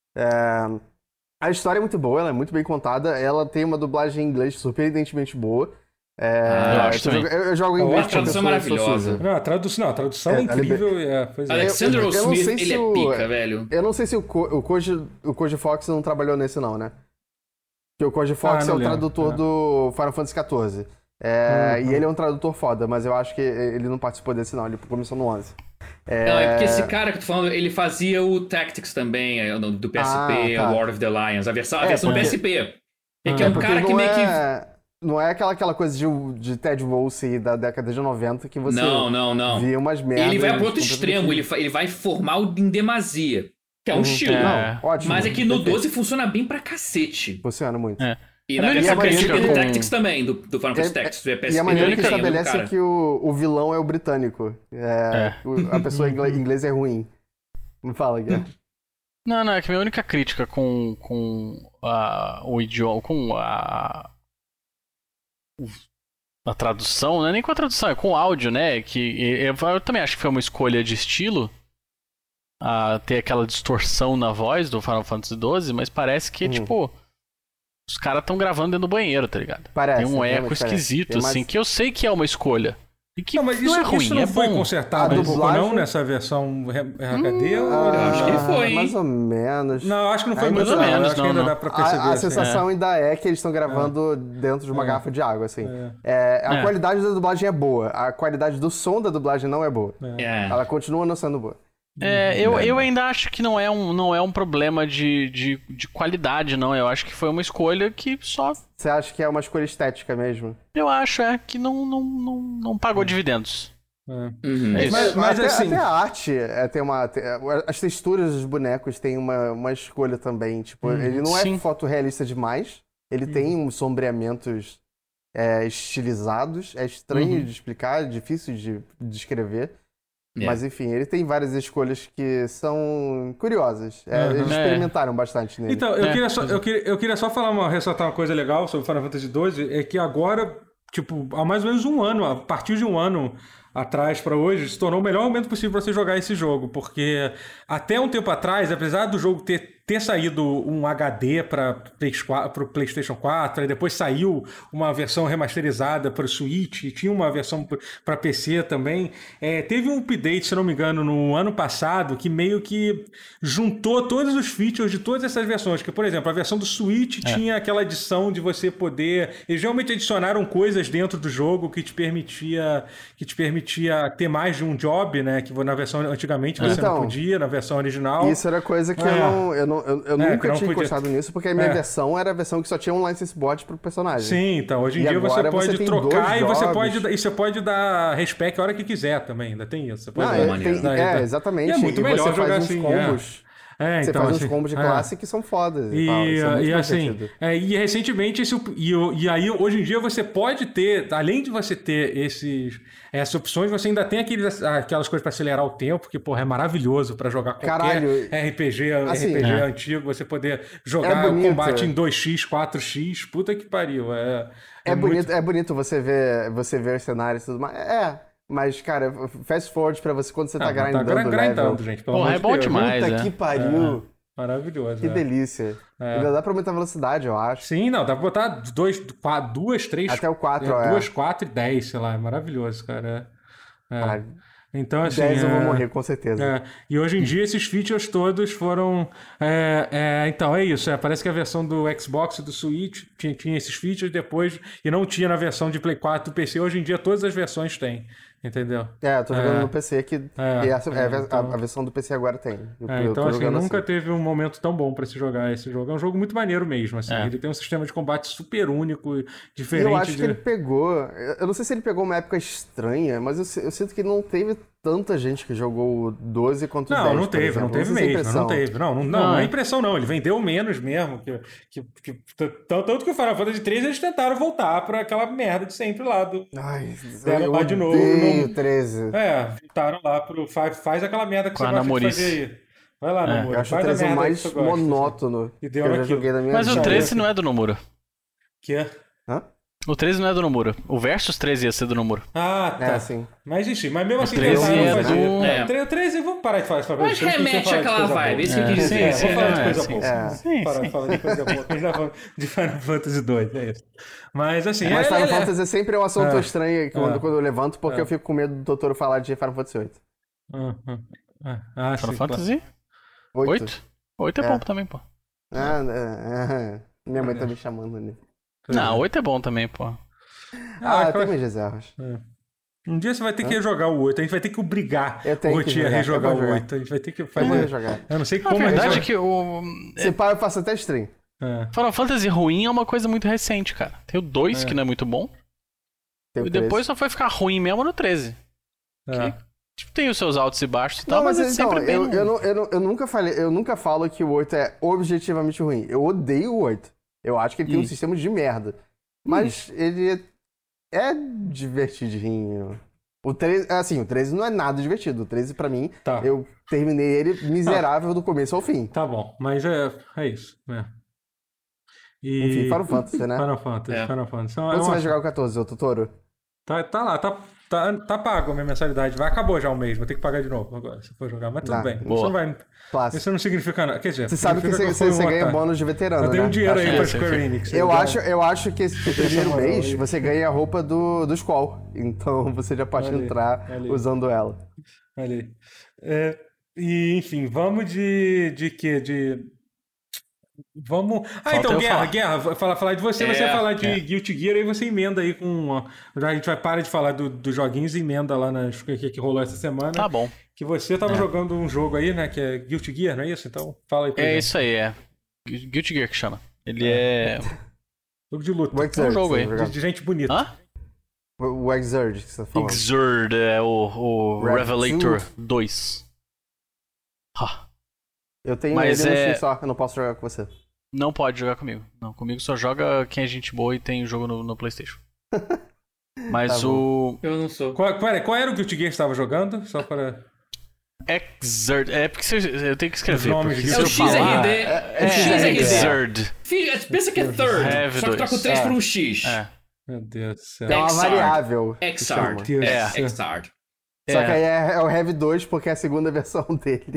É, a história é muito boa, ela é muito bem contada, ela tem uma dublagem em inglês surpreendentemente boa. É, ah, eu, acho eu, jogo, eu, eu jogo em inglês. A tradução é maravilhosa. Não, a tradução, não, a tradução é, é incrível. É, pois é. Alexander eu, eu, eu Smith, ele o, é pica, velho. Eu não sei se o, Ko, o, Koji, o Koji Fox não trabalhou nesse não, né? Porque o Koji Fox ah, é o lembro. tradutor é. do Final Fantasy quatorze. É, uhum. E ele é um tradutor foda, mas eu acho que ele não participou desse não, ele começou no onze. É... Não, é porque esse cara que eu tô falando, ele fazia o Tactics também, do P S P, ah, tá. War of the Lions, a versão, a é, versão porque... P S P. É que é, é um cara que meio é... que... Não é aquela, aquela coisa de, de Ted Wolfe da década de noventa que você não, não, não. via umas merdas. Ele vai pro outro extremo, ele, ele vai formar o em demasia, que é um uhum. estilo. É. Não, ótimo. Mas é que no doze funciona bem pra cacete. Funciona muito. É. E na versão P S P do Tactics também, do, do Final Fantasy é, Tactics. É, e a maneira que estabelece que o, o vilão é o britânico. É, é. O, a pessoa inglesa é ruim. Me fala, Guilherme. Não, não, é que a minha única crítica com, com a, o idioma, com a... a tradução, não é nem com a tradução, é com o áudio, né? Que eu, eu também acho que foi uma escolha de estilo a ter aquela distorção na voz do Final Fantasy doze, mas parece que, hum. tipo, os caras estão gravando dentro do banheiro, tá ligado? Parece. Tem um eco esquisito, parece. assim, mais... que eu sei que é uma escolha. E que não, mas não isso, é ruim, isso não é foi bom. consertado um pouco, não, nessa versão H D? Hum, ou... ah, acho que foi, hein? Mais ou menos. Não, acho que não foi mais muito ou não. menos, acho não, que ainda não. dá pra perceber. A, a assim. sensação é. ainda é que eles estão gravando é. dentro de uma é. garrafa de água, assim. É. É, a é. qualidade da dublagem é boa, a qualidade do som da dublagem não é boa. É. Ela continua não sendo boa. É, eu, eu ainda acho que não é um, não é um problema de, de, de qualidade, não. Eu acho que foi uma escolha que só... Você acha que é uma escolha estética mesmo? Eu acho, é, que não, não, não, não pagou hum. dividendos. É. Uhum. É isso. Mas, mas até, assim... até a arte é, tem uma... Tem, as texturas dos bonecos têm uma, uma escolha também. Tipo, hum, ele não sim. é fotorrealista demais. Ele hum. tem uns sombreamentos é, estilizados. É estranho uhum. de explicar, é difícil de descrever. Yeah. Mas enfim, ele tem várias escolhas que são curiosas. É, uhum. Eles experimentaram é. bastante nele. Então, eu, é. queria só, eu, queria, eu queria só falar uma, ressaltar uma coisa legal sobre Final Fantasy doze, é que agora, tipo, há mais ou menos um ano, a partir de um ano atrás para hoje, se tornou o melhor momento possível para você jogar esse jogo, porque até um tempo atrás, apesar do jogo ter ter saído um H D para o PlayStation quatro, aí depois saiu uma versão remasterizada para o Switch, tinha uma versão para P C também. É, teve um update, se não me engano, no ano passado, que meio que juntou todos os features de todas essas versões. Que, por exemplo, a versão do Switch é. tinha aquela adição de você poder... Eles realmente adicionaram coisas dentro do jogo que te permitia, que te permitia ter mais de um job, né? Que na versão antigamente você então, não podia, na versão original. Isso era coisa que é. eu, não, eu, não, eu, eu é, nunca tinha podia... encostado nisso, porque a minha é. versão era a versão que só tinha um license bot pro personagem. Sim, então hoje em e dia você pode você trocar e você pode, e você pode dar respec a hora que quiser também, ainda tem isso. Você pode não, dar, é, tem, dar, é, exatamente. E é muito e melhor você jogar faz assim. Uns combos, É, você então, faz assim, uns combos de é. classe que são fodas e, e, tal. Isso é e assim, é, e recentemente, esse, e, e aí hoje em dia você pode ter, além de você ter esses, essas opções, você ainda tem aqueles, aquelas coisas para acelerar o tempo, que porra, é maravilhoso para jogar qualquer Caralho, R P G, assim, R P G é. antigo, você poder jogar é combate em dois x, quatro x, puta que pariu. É, é, é, bonito, muito... é bonito você ver, você ver os cenários e tudo mais. É. Mas, cara, fast forward pra você quando você tá ah, grindando tá grindando, level. gente. Porra, é bom Deus. demais, Puta é. que pariu. É, maravilhoso. Que é. delícia. É. Ainda dá pra aumentar a velocidade, eu acho. Sim, não, dá pra botar dois, quatro, duas, três... Até o quatro, é. é. Duas, quatro e dez, sei lá. É maravilhoso, cara. É. Ah, então, assim... dez eu é, vou morrer, com certeza. É, e hoje em dia esses features todos foram... É, é, então, é isso. É, parece que a versão do Xbox e do Switch tinha, tinha esses features depois e não tinha na versão de Play quatro do P C. Hoje em dia todas as versões têm. Entendeu? É, eu tô jogando é, no P C que é, e essa, é, a, então, a versão do P C agora tem. Eu, é, eu então, assim, nunca assim. teve um momento tão bom pra se jogar esse jogo. É um jogo muito maneiro mesmo, assim. É. Ele tem um sistema de combate super único, diferente. Eu acho de... que ele pegou... Eu não sei se ele pegou uma época estranha, mas eu, eu sinto que não teve tanta gente que jogou o doze quanto o não, dez, Não, teve, exemplo. não teve não mesmo, não teve. Não, não, não, não é impressão não, ele vendeu menos mesmo. Que, que, que, tanto que o Final Fantasy treze eles tentaram voltar pra aquela merda de sempre lá do... Ai, deram eu lá de novo. No... treze. É, voltaram lá pro... Faz, faz aquela merda que Com você gosta de fazer aí. Vai lá, é. Nomura. Eu acho faz o treze a merda mais que você gosta, monótono assim. E que eu já joguei na minha Mas vida. o treze não é do Nomura. Que é? Hã? O treze não é do Nomura. O Versus treze ia ser do Nomura. Ah, tá. É, sim. Mas enfim, mas mesmo assim treze tentaram é fazer. do... É. O treze, vamos parar de falar isso. Mas remete àquela vibe, isso que eu quis dizer. É, vamos falar de coisa sim, boa. é. Sim, Parar sim. de falar de coisa boa. A gente já falou de Final Fantasy dois, é isso. Mas assim... Mas é, Final é, Fantasy é sempre um assunto é. estranho quando, É. quando eu levanto, porque É. eu fico com medo do doutor falar de Final Fantasy oito. Ah, ah, ah, Final sim, Fantasy? oito? oito? oito é, É. bom também, pô. Ah, é, é. Minha mãe tá me chamando ali. Não, oito é bom também, pô. Ah, Ah, eu tenho vai- minhas reservas. Um dia você vai ter que jogar o oito. A gente vai ter que obrigar Eu tenho o que Rotier a jogar, rejogar eu vou o jogar. oito. A gente vai ter que Eu vou fazer... jogar. Eu não sei A como verdade é rejogar. que o Se pá, eu faço até stream. É. Final Fantasy ruim é uma coisa muito recente, cara. Tem o dois, É. que não é muito bom. Tem o E depois treze. só foi ficar ruim mesmo no treze. É. Tipo, tem os seus altos e baixos e tal, Não, mas, mas é então, sempre bem... eu, eu, não, eu, não, eu nunca falei, eu nunca falo que o oito é objetivamente ruim. Eu odeio o oito. Eu acho que ele tem Hum. um sistema de merda. Mas ele é, é divertidinho. O treze, assim, o treze não é nada divertido. O treze, pra mim, Tá. eu terminei ele miserável do começo ao fim. Tá bom, mas é, é isso. É. E... Enfim, Final Fantasy, né? Final Fantasy, É. Final Fantasy. Então, Quando é você uma- vai jogar o quatorze, ô Totoro? Tá, tá lá, tá, tá, tá pago a minha mensalidade. Vai, acabou já o mês, vou ter que pagar de novo agora, se for jogar. Mas tudo Tá. bem. Isso Boa. não, vai, Clássico. isso não significa nada. Quer dizer, Você sabe que significa você, eu você, fui um ganha otário. bônus de veterano, Eu dei um né? dinheiro aí Acho pra que é, Square sim. Enix. Eu já- acho, eu acho que esse primeiro moral mês aí. você ganha a roupa do, do Squall. Então você já pode Olha aí, entrar olha aí. usando ela. Olha aí. É, e, enfim, vamos de, de quê? De... Vamos... Ah, Falta então, eu Guerra, falar. Guerra, vou falar, falar de você, É, você vai falar de é. Guilty Gear, aí você emenda aí com... ó, já a gente vai parar de falar do- dos joguinhos e emenda lá nas que, que rolou essa semana. Tá bom. Que você tava É. jogando um jogo aí, né, que é Guilty Gear, não é isso? Então, fala aí pra É gente. isso aí, é. Guilty Gear que chama. Ele é... Jogo de luta. O Exurge. jogo você aí. vai jogar. De, de gente bonita. Hã? O o Exurge que você tá falando. Exurge, é o, o Rev Revelator dois. dois. Ha. Eu tenho Mas ele no é- Steam só, eu não posso jogar com você. Não pode jogar comigo. Não, comigo só joga quem é gente boa e tem o jogo no, no PlayStation. Mas Tá o Eu não sou. Qual, qual, era, qual era o Guilty Gear que você tava jogando? Só para... Exurge. É porque você- eu tenho que escrever. Os nomes Porque de se É o eu falar... X R D. é- É o X R D. Exurge. Fi- Pensa que é third. Heavy Só que troca o dois. três É. por um X. É. Meu Deus do céu. É uma Exard. variável. que Exard. chama. Deus É. do céu. Exard. Só É. que aí é, é o Heavy dois porque é a segunda versão dele.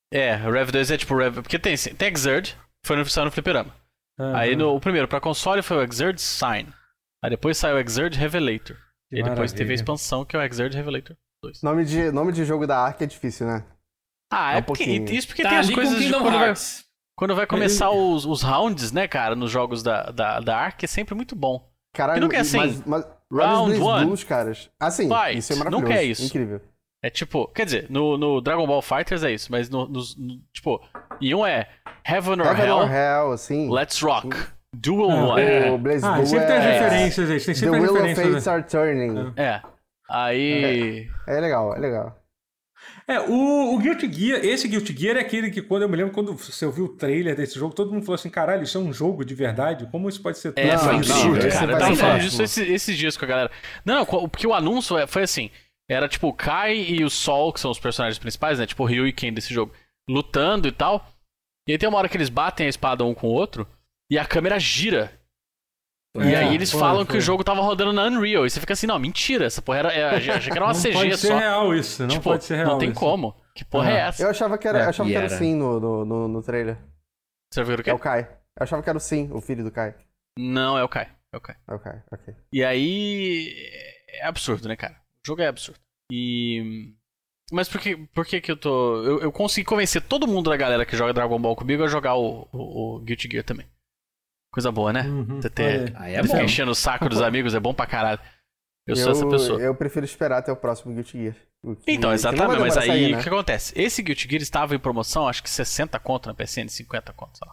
É, o Rev dois é tipo Rev... Porque tem, tem Exurge, foi no, saiu no fliperama. Uhum. Aí no, o primeiro pra console foi o Exurge Sign. Aí depois saiu o Exurge Revelator. Que e maravilha. Depois teve a expansão que é o Exurge Revelator dois. Nome de, nome de jogo da Ark é difícil, né? Ah, é, é um porque, isso porque tá tem as coisas de quando vai, quando vai começar os, os rounds, né, cara, nos jogos da, da, da Ark é sempre muito bom. Caralho, e não quer assim, mas, mas, round one, Blues, caras. Assim, fight, isso é maravilhoso, não quer isso. Incrível. É tipo, quer dizer, no, no Dragon Ball FighterZ é isso, mas no, no, no tipo, e um é Heaven or Heaven Hell, or Hell sim. Let's Rock, Duel ah, One. É. O Blaze ah, Blue sempre tem as é... referências, gente. Tem sempre The as Wheel referências. of Fates are turning. É, aí... É, é legal, é legal. É, o, o Guilty Gear, esse Guilty Gear é aquele que quando eu me lembro, quando você ouviu o trailer desse jogo, todo mundo falou assim, caralho, isso é um jogo de verdade? Como isso pode ser tão É, foi incrível, não, cara. Eu tava falando disso esses, esses dias com a galera. Não, não, porque o anúncio foi assim, era tipo o Kai e o Sol, que são os personagens principais, né, tipo o Ryu e Ken desse jogo, lutando e tal, e aí tem uma hora que eles batem a espada um com o outro, e a câmera gira. É, e aí eles foi, falam foi. que o jogo tava rodando na Unreal. E você fica assim, não, mentira, essa porra era. era achei que era uma não C G só. Não pode ser real isso, não tipo, pode ser real. Não tem isso. como. Que porra ah. é essa? Eu achava que era, é, eu achava que era era. o Sim no, no, no, no trailer. Você viu o que? É o Kai. Eu achava que era o Sim, o filho do Kai. Não, é o Kai. É o Kai. É o Kai, ok. E aí. É absurdo, né, cara? O jogo é absurdo. E. Mas por que, por que que eu tô. Eu, eu consegui convencer todo mundo da galera que joga Dragon Ball comigo a jogar o, o, o Guilty Gear também. Coisa boa, né? Uhum, Você ter. Aí é ficar bom. enchendo o saco dos amigos é bom pra caralho. Eu, eu sou essa pessoa. Eu prefiro esperar até o próximo Guilty Gear. Que, então, exatamente, mas aí sair, o né? que acontece? Esse Guilty Gear estava em promoção, acho que sessenta conto na P S N, cinquenta conto, sei lá.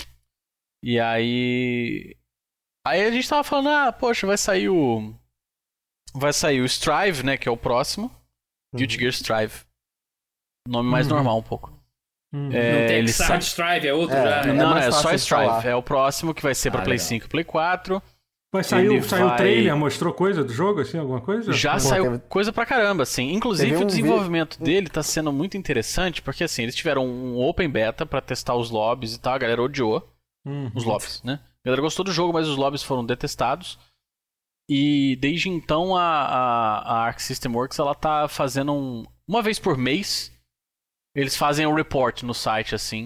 E aí. Aí a gente tava falando, ah, poxa, vai sair o. Vai sair o Strive, né? Que é o próximo. Uhum. Guilty Gear Strive. Nome mais uhum. normal um pouco. Uhum. É, não tem ele Exarch sa... Strive, é outro é, já. é Não, é, mais só fácil de Strive. falar. É o próximo que vai ser pra Ah, Play legal. cinco e Play quatro. Mas saiu, Ele saiu o vai- trailer, mostrou coisa do jogo, assim, alguma coisa? Já Pô, saiu teve- coisa pra caramba, assim. Inclusive Teve o um desenvolvimento vi- dele tá sendo muito interessante, porque assim, eles tiveram um open beta pra testar os lobbies e tal, a galera odiou Uhum. os lobbies, né? A galera gostou do jogo, mas os lobbies foram detestados. E desde então a, a, a Arc System Works ela tá fazendo um. Uma vez por mês, eles fazem um report no site, assim.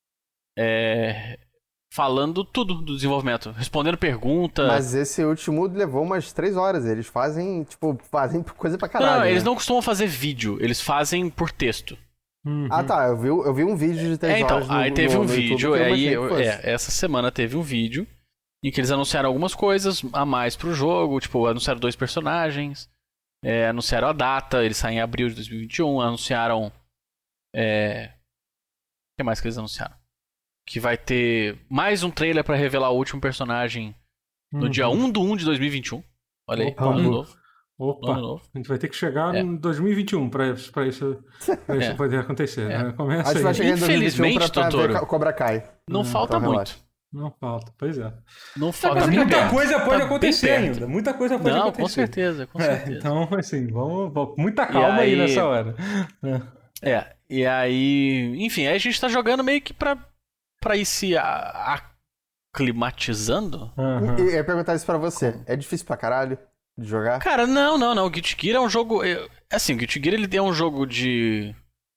É, falando tudo do desenvolvimento, respondendo pergunta. Mas esse último levou umas três horas. Eles fazem, tipo, fazem coisa pra caralho. Não, eles né? não costumam fazer vídeo, eles fazem por texto. Uhum. Ah, tá. Eu vi, eu vi um vídeo de três É, então, horas no, aí teve no, um no YouTube vídeo, que eu aí imaginei que fosse. é, essa semana teve um vídeo em que eles anunciaram algumas coisas a mais pro jogo, tipo, anunciaram dois personagens, é, anunciaram a data, eles saem em abril de dois mil e vinte e um, anunciaram. É... O que mais que eles anunciaram? Que vai ter mais um trailer pra revelar o último personagem no Uhum. dia um de um de dois mil e vinte e um. Olha aí, Opa. no ano novo. Opa, No ano novo. a gente vai ter que chegar É. em dois mil e vinte e um pra isso, pra isso, pra isso É. poder acontecer. É. Né? Começa Acho que vai aí. chegar em dois mil e vinte e um pra, Infelizmente, pra ver Totoro. Ca- Cobra Kai. Não Hum, falta então muito. relaxa. Não falta, pois é. Não falta Mas muito. muita perto. coisa pode Tá acontecer bem perto. ainda. Muita coisa pode Não, acontecer. com certeza, com É, certeza. então, assim, vamos, vamos muita calma aí... aí- nessa hora. É. É, e aí, enfim, aí a gente tá jogando meio que pra, pra ir se a- aclimatizando. Aham. E eu ia perguntar isso pra você. É difícil pra caralho de jogar? Cara, não, não, não, o Guilty Gear é um jogo, eu- assim, o Guilty Gear ele é um jogo de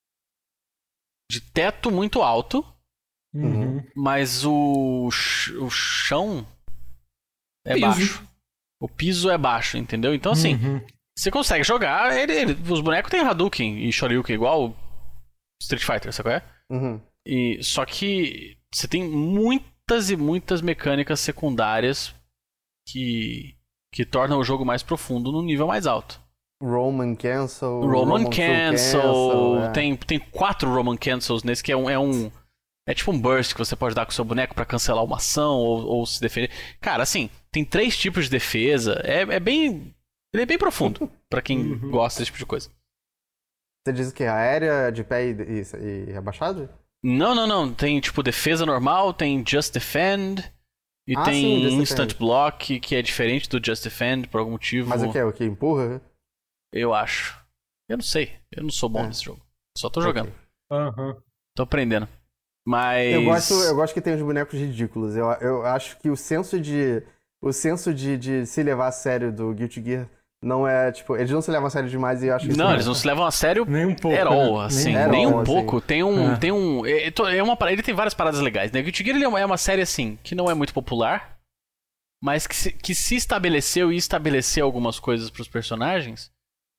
de teto muito alto, Uhum. mas o, ch- o chão é Piso. baixo. O piso é baixo, entendeu? Então, assim, Uhum. você consegue jogar, ele, ele- os bonecos têm Hadouken e Shoryuken igual Street Fighter, sabe qual é? Uhum. E, só que você tem muitas e muitas mecânicas secundárias que, que tornam o jogo mais profundo num nível mais alto. Roman Cancel. Roman, True Cancel, é. tem, tem quatro Roman Cancels nesse que é um, é um... É tipo um burst que você pode dar com o seu boneco pra cancelar uma ação ou, ou se defender. Cara, assim, tem três tipos de defesa. É, é bem... Ele é bem profundo pra quem Uhum. gosta desse tipo de coisa. Você diz o quê? Aérea, de pé e, e, e abaixado? Não, não, não. Tem, tipo, defesa normal, tem Just Defend... E Ah, tem sim, Just Instant Defend. Block, que é diferente do Just Defend, por algum motivo. Mas o que? O que? Empurra? Eu acho. Eu não sei. Eu não sou bom É. nesse jogo. Só tô jogando. Aham. Tô aprendendo. Mas... Eu gosto, eu gosto que tem os bonecos ridículos. Eu, eu acho que o senso de. O senso de, de se levar a sério do Guilty Gear não é, tipo, eles não se levam a sério demais e eu acho isso Não, também. eles não se levam a sério Nem um pouco. at all, né? assim, Nem nem, at all, um assim. pouco. Tem um, É. tem um, é, é uma, ele tem várias paradas legais, né? Guilty Gear ele é uma, é uma série, assim, que não é muito popular, mas que se, que se estabeleceu e estabeleceu algumas coisas pros personagens,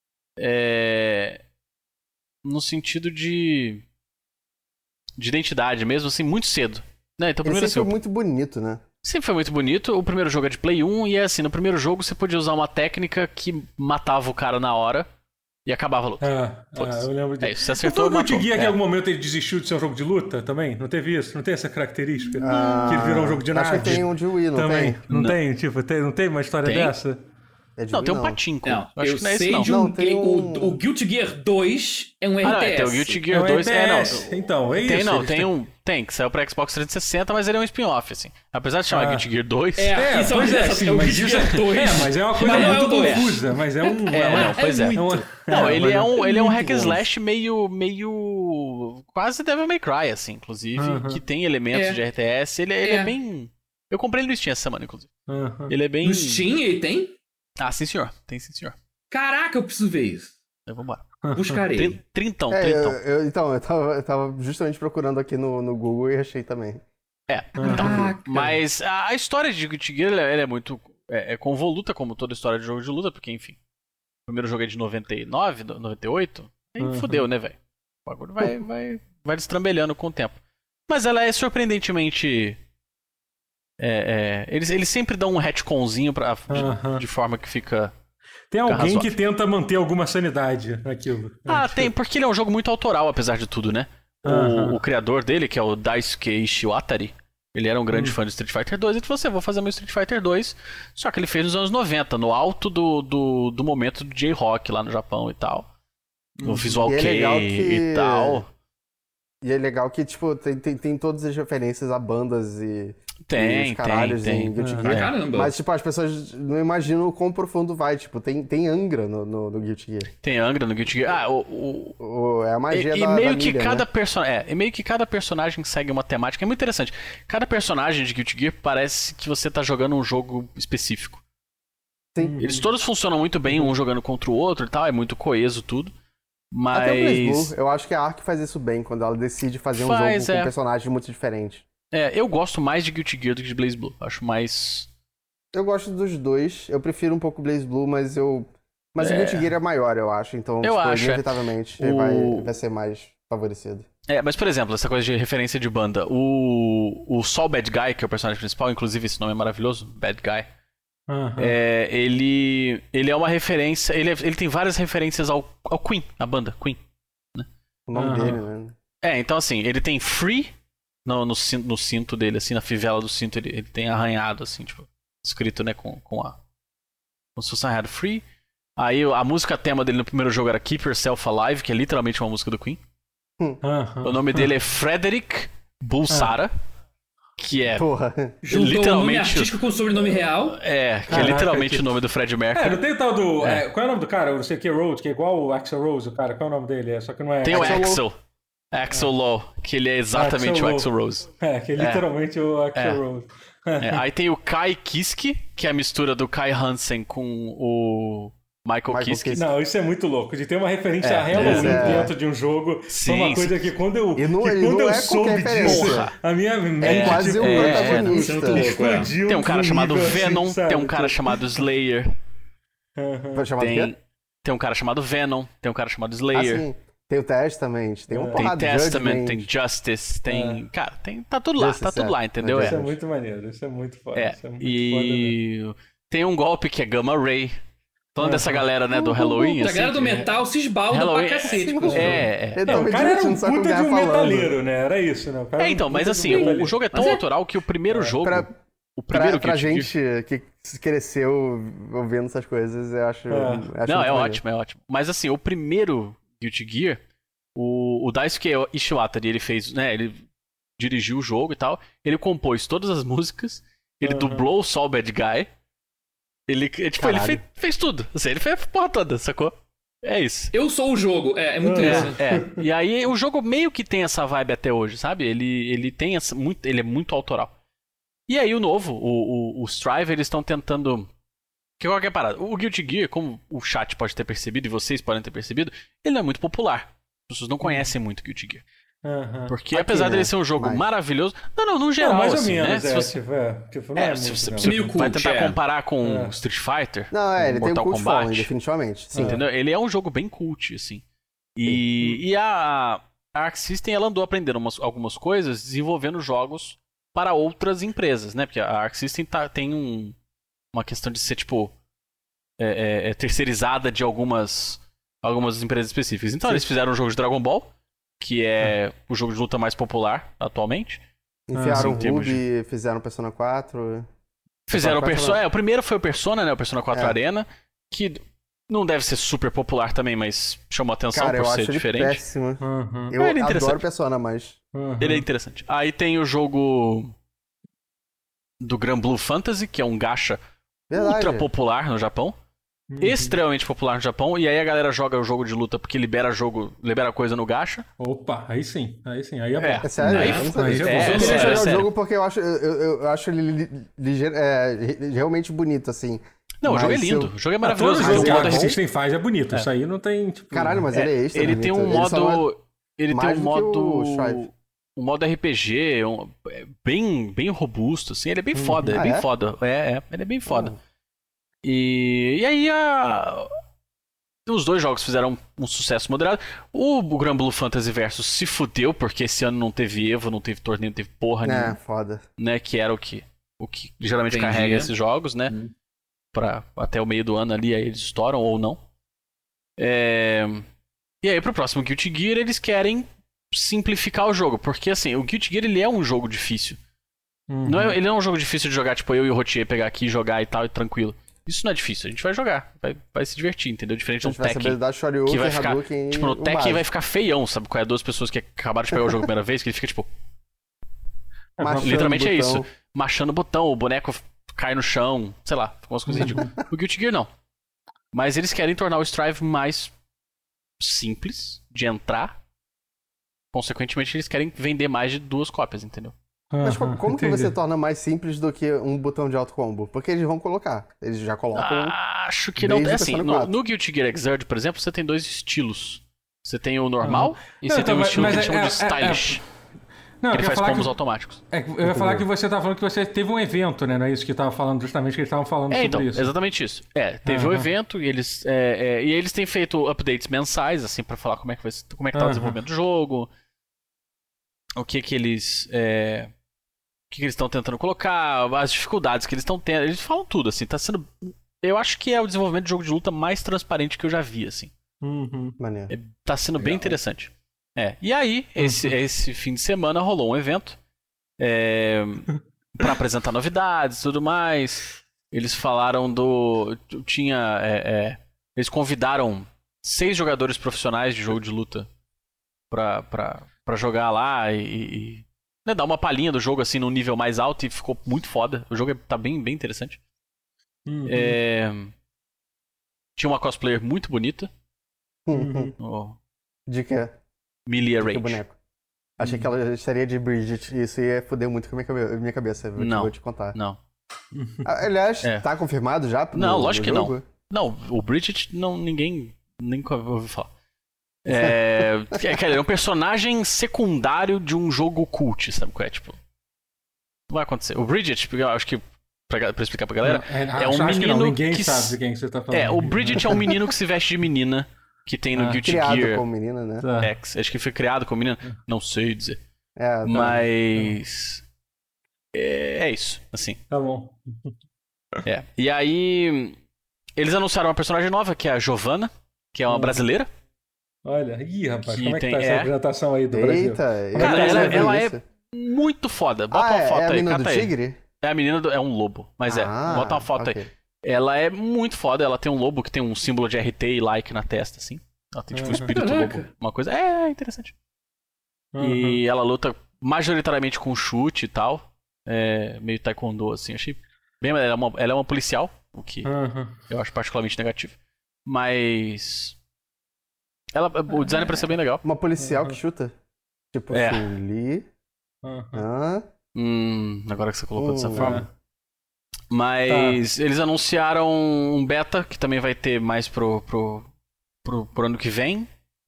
é... no sentido de... de identidade mesmo, assim, muito cedo. Né? Então, Ele primeiro sempre assim, foi muito bonito, né? sempre foi muito bonito. O primeiro jogo é de Play um e é assim, no primeiro jogo você podia usar uma técnica que matava o cara na hora e acabava a luta. Ah, ah, Foda-se. eu lembro disso. É isso, você Não acertou, foi o Guilty matou. Gear que em É. algum momento ele desistiu de ser um jogo de luta também? Não teve isso? Não tem essa característica? Ah, que ele virou um jogo de acho nada? que tem um de Wii, não também. tem? Não, Não. tem? Tipo, tem, não tem uma história Tem? dessa? É de Não, Wii, tem um patinco. Não, Acho eu que não é esse, sei não. de um Não, tem game- um- o, o Guilty Gear dois é um Ah, não, R T S. é, tem o Guilty É Gear um dois. É, não. R T S. Então, é Tem, isso. não, eles tem têm- um. Tem, que saiu pra Xbox trezentos e sessenta, mas ele é um spin-off, assim. Apesar de chamar Ah. Guilty Gear dois. É, É, isso pois é, essa- sim, o mas Guilty isso Gear dois. é, mas é uma coisa Mas não é muito o dois. confusa, mas é um... É, uma- não, pois é. uma- Não, é, ele mas é um, ele é um muito hack and bom. slash meio. meio. quase Devil May Cry, assim, inclusive. Aham. Que tem elementos É. de R T S. Ele, ele é. É. bem. Eu comprei ele no Steam essa semana, inclusive. Aham. Ele é bem. No Steam ele tem? Ah, sim, senhor. Tem sim, senhor. Caraca, eu preciso ver isso. Então vambora. Buscarei. Trin- Trintão, É, eu, trintão. eu- então, eu tava, eu tava justamente procurando aqui no, no Google e achei também. É, então. Caraca. Mas a, a história de Guilty Gear ela, ela é muito é, é convoluta, como toda história de jogo de luta, porque, enfim. O primeiro jogo é de noventa e nove, noventa e oito. Aí Uhum. fudeu, né, velho? O bagulho vai, vai, vai destrambelhando com o tempo. Mas ela é surpreendentemente. É, é, eles, eles sempre dão um retconzinho pra, de, Aham. de forma que fica. Tem alguém razoável. que tenta manter alguma sanidade naquilo. Ah, Acho tem, que- porque ele é um jogo muito autoral, apesar de tudo, né? O, Aham. o criador dele, que é o Daisuke Ishiwatari, ele era um grande Hum. fã de Street Fighter dois, e falou assim, vou fazer meu Street Fighter dois, só que ele fez nos anos noventa, no alto do, do, do momento do J-Rock lá no Japão e tal. No Visual E é Kei legal que- e tal. E é legal que, tipo, tem, tem, tem todas as referências a bandas e, e Tem, os caralhos tem, tem. em Guilty Ah, Pra Gear. caramba. Mas, tipo, as pessoas não imaginam o quão profundo vai. Tipo, tem, tem Angra no, no, no Guilty Gear. Tem Angra no Guilty Gear. Ah, o... o... O- é a E, magia e da meio da que milha, cada né? personagem. É, e meio que cada personagem segue uma temática. É muito interessante. Cada personagem de Guilty Gear parece que você tá jogando um jogo específico. Sim. Eles todos funcionam muito bem, um jogando contra o outro e tal, é muito coeso tudo. Até o Blaze Mas. Blue, eu acho que a Ark faz isso bem, quando ela decide fazer um Faz, jogo é. com personagens muito diferentes. É, eu gosto mais de Guilty Gear do que de Blaze Blue. Acho mais. Eu gosto dos dois, eu prefiro um pouco o Blaze Blue, mas eu... Mas o É. Guilty Gear é maior, eu acho, então, Eu tipo, acho, é. inevitavelmente, O- vai, vai ser mais favorecido. É, mas por exemplo, essa coisa de referência de banda. O, o Sol Bad Guy, que é o personagem principal, inclusive esse nome é maravilhoso, Bad Guy. Aham. É, ele, ele é uma referência. Ele, é- ele tem várias referências ao, ao Queen, a banda Queen. O nome Aham. dele, né? É, então assim, ele tem Free no, no, cinto, no cinto dele, assim, na fivela do cinto, ele, ele tem arranhado, assim, tipo, escrito, né, com, com a. Como se fosse arranhado Free. Aí a música tema dele no primeiro jogo era Keep Yourself Alive, que é literalmente uma música do Queen. Aham. O nome dele é Frederick Bulsara, que é. Porra. Juntou o nome literalmente- artístico com o sobrenome real. É, que é Caraca, literalmente que- o nome do Fred É, Mercury. não tem o tal do... É. é, qual é o nome do cara? Eu não sei o que, Rhodes, que é igual o Axl Rose, o cara. Qual é o nome dele? É, só que não é... Tem o Axl Axel. Axel Law, que ele é exatamente Axl o Law. Axel Rose. É, que é literalmente o Axl É. Rose. É, aí tem o Kai Kiske, que é a mistura do Kai Hansen com o Michael, Michael Kiske. Kiske. Não, isso é muito louco. De ter uma referência É, a Halloween isso é- dentro de um jogo Sim, foi uma coisa sim. que quando eu, E não- que e quando não eu é soube qualquer disso, referência. a minha mente, quase tipo, um é, protagonista. é, muito louco, é. explodiu Tem um cara num chamado nível assim, Venom, sabe? tem um cara chamado Slayer, Aham. Vai chamar de tem, quê? tem um cara chamado Venom, tem um cara chamado Ah, Slayer, sim. Tem o Testament, tem um É. tem porrada de Testament, Judgment. tem Justice, tem... Cara, tem, tá tudo lá, Justice, tá tudo é. lá, entendeu? Isso é É, muito maneiro, isso é muito foda. é. Isso é muito foda mesmo. E tem um golpe que é Gamma Ray. Falando Aham. dessa galera, né, do Halloween, Da assim, galera do que- metal se esbalda Halloween- pra cacete. com esse jogo. É, é. Ele É, tá o me cara era um divertindo só com o puta de cara um falando. metaleiro, né? Era isso, né? O cara É, era um então, puta mas de um assim, o, metaleiro. o jogo é tão Mas é- autoral que o primeiro jogo... Pra, o pra, primeiro pra Guilty Gear- gente que cresceu ouvindo essas coisas, eu acho. É. eu acho Não, muito é maneiro. ótimo, é ótimo. Mas assim, o primeiro Guilty Gear, o, o Daisuke Ishiwatari, ele fez, né, ele dirigiu o jogo e tal, ele compôs todas as músicas, ele Aham. dublou o Sol Bad Guy, ele, tipo, ele Caralho. fez, fez tudo, assim, ele fez a porra toda, sacou? É isso. Eu sou o jogo. É, é muito É. isso. É, é. E aí o jogo meio que tem essa vibe até hoje, sabe? Ele, ele tem essa, muito, ele é muito autoral. E aí o novo, o, o, o Strive, eles estão tentando Que qualquer parada. O Guilty Gear, como o chat pode ter percebido e vocês podem ter percebido, ele não é muito popular. As pessoas não conhecem muito Guilty Gear. Uhum. Porque Aqui, apesar né? dele ser um jogo Mas... maravilhoso... Não, não, no geral, Não, mais ou assim, menos, né? é, Se você, tipo, é, tipo, não é, é se muito, você, não. você Meio vai cult, tentar é. comparar com É. Street Fighter, Não, é, ele tem um Mortal cult Kombat, following, definitivamente. Sim. entendeu? Ele é um jogo bem cult, assim. E, e a, a Arc System, ela andou aprendendo umas, algumas coisas, desenvolvendo jogos para outras empresas, né? Porque a Arc System tá, tem um, uma questão de ser, tipo, é, é, é terceirizada de algumas, algumas empresas específicas. Então, Sim. eles fizeram um jogo de Dragon Ball, que é o jogo de luta mais popular atualmente. Enfiaram assim, o em termos Ruby, fizeram Persona quatro. Fizeram o quatro Persona. não. É, o primeiro foi o Persona, né? O Persona quatro É. Arena, que não deve ser super popular também, mas chamou atenção Cara, por eu ser acho ele diferente. péssimo. Uhum. Eu Ah, ele é adoro interessante. Persona, mas... Uhum. Ele é interessante. Aí tem o jogo do Gran Blue Fantasy, que é um gacha Verdade. ultra popular no Japão. Uhum. Extremamente popular no Japão. E aí a galera joga o jogo de luta porque libera jogo, libera coisa no gacha. Opa, aí sim, aí sim, aí é bom. É. É sério? Aí- eu não sabia. aí é bom. eu É, queria sério, jogar é o sério. jogo porque eu acho, eu, eu- eu acho ele li- ligeiro, é, re- realmente bonito, assim. Não, o jogo é Mas lindo. eu- O jogo é Ah, todo maravilhoso. jogo Ele que tem um a modo Arc R P G. System faz é bonito, isso aí não tem, tipo... Caralho, mas É, ele é extra. ele né, tem Vitor? um só não é- modo. Ele mais tem um do que o modo. Strive. Um modo R P G um, é bem, bem robusto, assim. Ele é bem foda, é Ah, bem é? foda. É, é, ele é bem foda. Hum. E, e aí a. Os dois jogos fizeram um, um sucesso moderado. O, o Gran Blue Fantasy Versus se fudeu, porque esse ano não teve Evo, não teve torneio, não teve porra É, nenhuma, foda. né? Que era o que, o que geralmente Entendi. carrega esses jogos, né? Hum. Pra, até o meio do ano ali, aí eles estouram ou não. É... E aí pro próximo Guilty Gear eles querem simplificar o jogo, porque assim, o Guilty Gear ele é um jogo difícil. Uhum. Não é, ele não é um jogo difícil de jogar, tipo eu e o Rotier pegar aqui, jogar e tal, e tranquilo. Isso não é difícil, a gente vai jogar, vai, vai se divertir, entendeu? Diferente de A um gente vai saber Tekken, dar Shoryuken, que vai ficar, Hadouken tipo, no e o Tekken vai básico. ficar feião, sabe? Qual é? Duas pessoas que acabaram de pegar o jogo a primeira vez, que ele fica tipo, Machando literalmente é botão. isso, machando o botão, o boneco cai no chão, sei lá, fica umas coisas ridículas. O Guilty Gear não. Mas eles querem tornar o Strive mais simples de entrar. Consequentemente, eles querem vender mais de duas cópias, entendeu? Mas co- Aham, como que entendi. você torna mais simples do que um botão de auto combo? Porque eles vão colocar. Eles já colocam. Acho que não. desde É o assim, Persona no, quatro. no Guilty Gear Xrd, por exemplo, você tem dois estilos. Você tem o normal e Não, você então, tem um mas- estilo que mas eles é- chamam de é- é- stylish. Não, que eu ele ia faz falar combos que, automáticos. é, eu ia falar que você tava falando que você teve um evento, né? Não é isso que tava falando, justamente que eles estavam falando É, sobre então, isso. exatamente isso. É, teve o Aham. evento e eles, é, é, e eles têm feito updates mensais, assim, pra falar como é que, vai, como é que tá o Aham. desenvolvimento do jogo, o que que eles, é, o que que eles estão tentando colocar, as dificuldades que eles estão tendo. Eles falam tudo, assim, tá sendo... Eu acho que é o desenvolvimento de jogo de luta mais transparente que eu já vi, assim. Uhum. Maneiro. É, tá sendo bem Legal. interessante. É, e aí, esse, esse fim de semana rolou um evento é, para apresentar novidades e tudo mais. Eles falaram do... Tinha... é, é, eles convidaram seis jogadores profissionais de jogo de luta pra, pra, pra jogar lá e... e né, dar uma palhinha do jogo, assim, num nível mais alto e ficou muito foda. O jogo é- tá bem, bem interessante. Uhum. É, tinha uma cosplayer muito bonita. Uhum. O De quê? Milia De que Rage. boneco? Achei que ela estaria de Bridget e isso ia foder muito com a minha cabe- minha cabeça. Vou te, Não. vou te contar. Não. Ah, aliás, É. tá confirmado já? pro- Não, no lógico que jogo? Não, o Bridget não, ninguém nem ouviu falar. É, quer dizer, é um personagem secundário de um jogo cult, sabe qual é? Tipo, não vai acontecer. O Bridget, eu acho que pra, pra explicar pra galera, é, é um acho que não, menino ninguém que sabe s- de quem você tá falando. é, o Bridget é um menino que se veste de menina que tem no Ah, Guilty Criado Gear como menina, né? Tá. X. Acho que foi criado como menina, não sei dizer. É, tá. Mas é, é isso, assim. Tá bom. É. E aí eles anunciaram uma personagem nova que é a Giovanna, que é uma Hum. brasileira. Olha, ih, rapaz, Que como é que tem- tá essa é. apresentação aí do Brasil? Eita, eu Cara, não ela- sabia ela é- disso. Muito foda. Bota Ah, uma é, foto é a aí, menina do cata aí. tigre? É a menina do... É um lobo, mas é. Ah, Bota uma foto ok. aí. Ela é muito foda, ela tem um lobo que tem um símbolo de R T e like na testa, assim. Ela tem tipo um Uhum. espírito Caraca. lobo. Uma coisa... É, é interessante. Uhum. E ela luta majoritariamente com chute e tal. É, meio taekwondo, assim. Achei bem... Ela é uma, ela é uma policial, o que Uhum. eu acho particularmente negativo. Mas... Ela, o design parece ser bem legal. Uma policial Uhum. que chuta? Tipo, É. Chun-Li. Uhum. Hã? Hum, agora que você colocou dessa Hum, forma. Mas tá. Eles anunciaram um beta que também vai ter mais pro, pro, pro, pro ano que vem.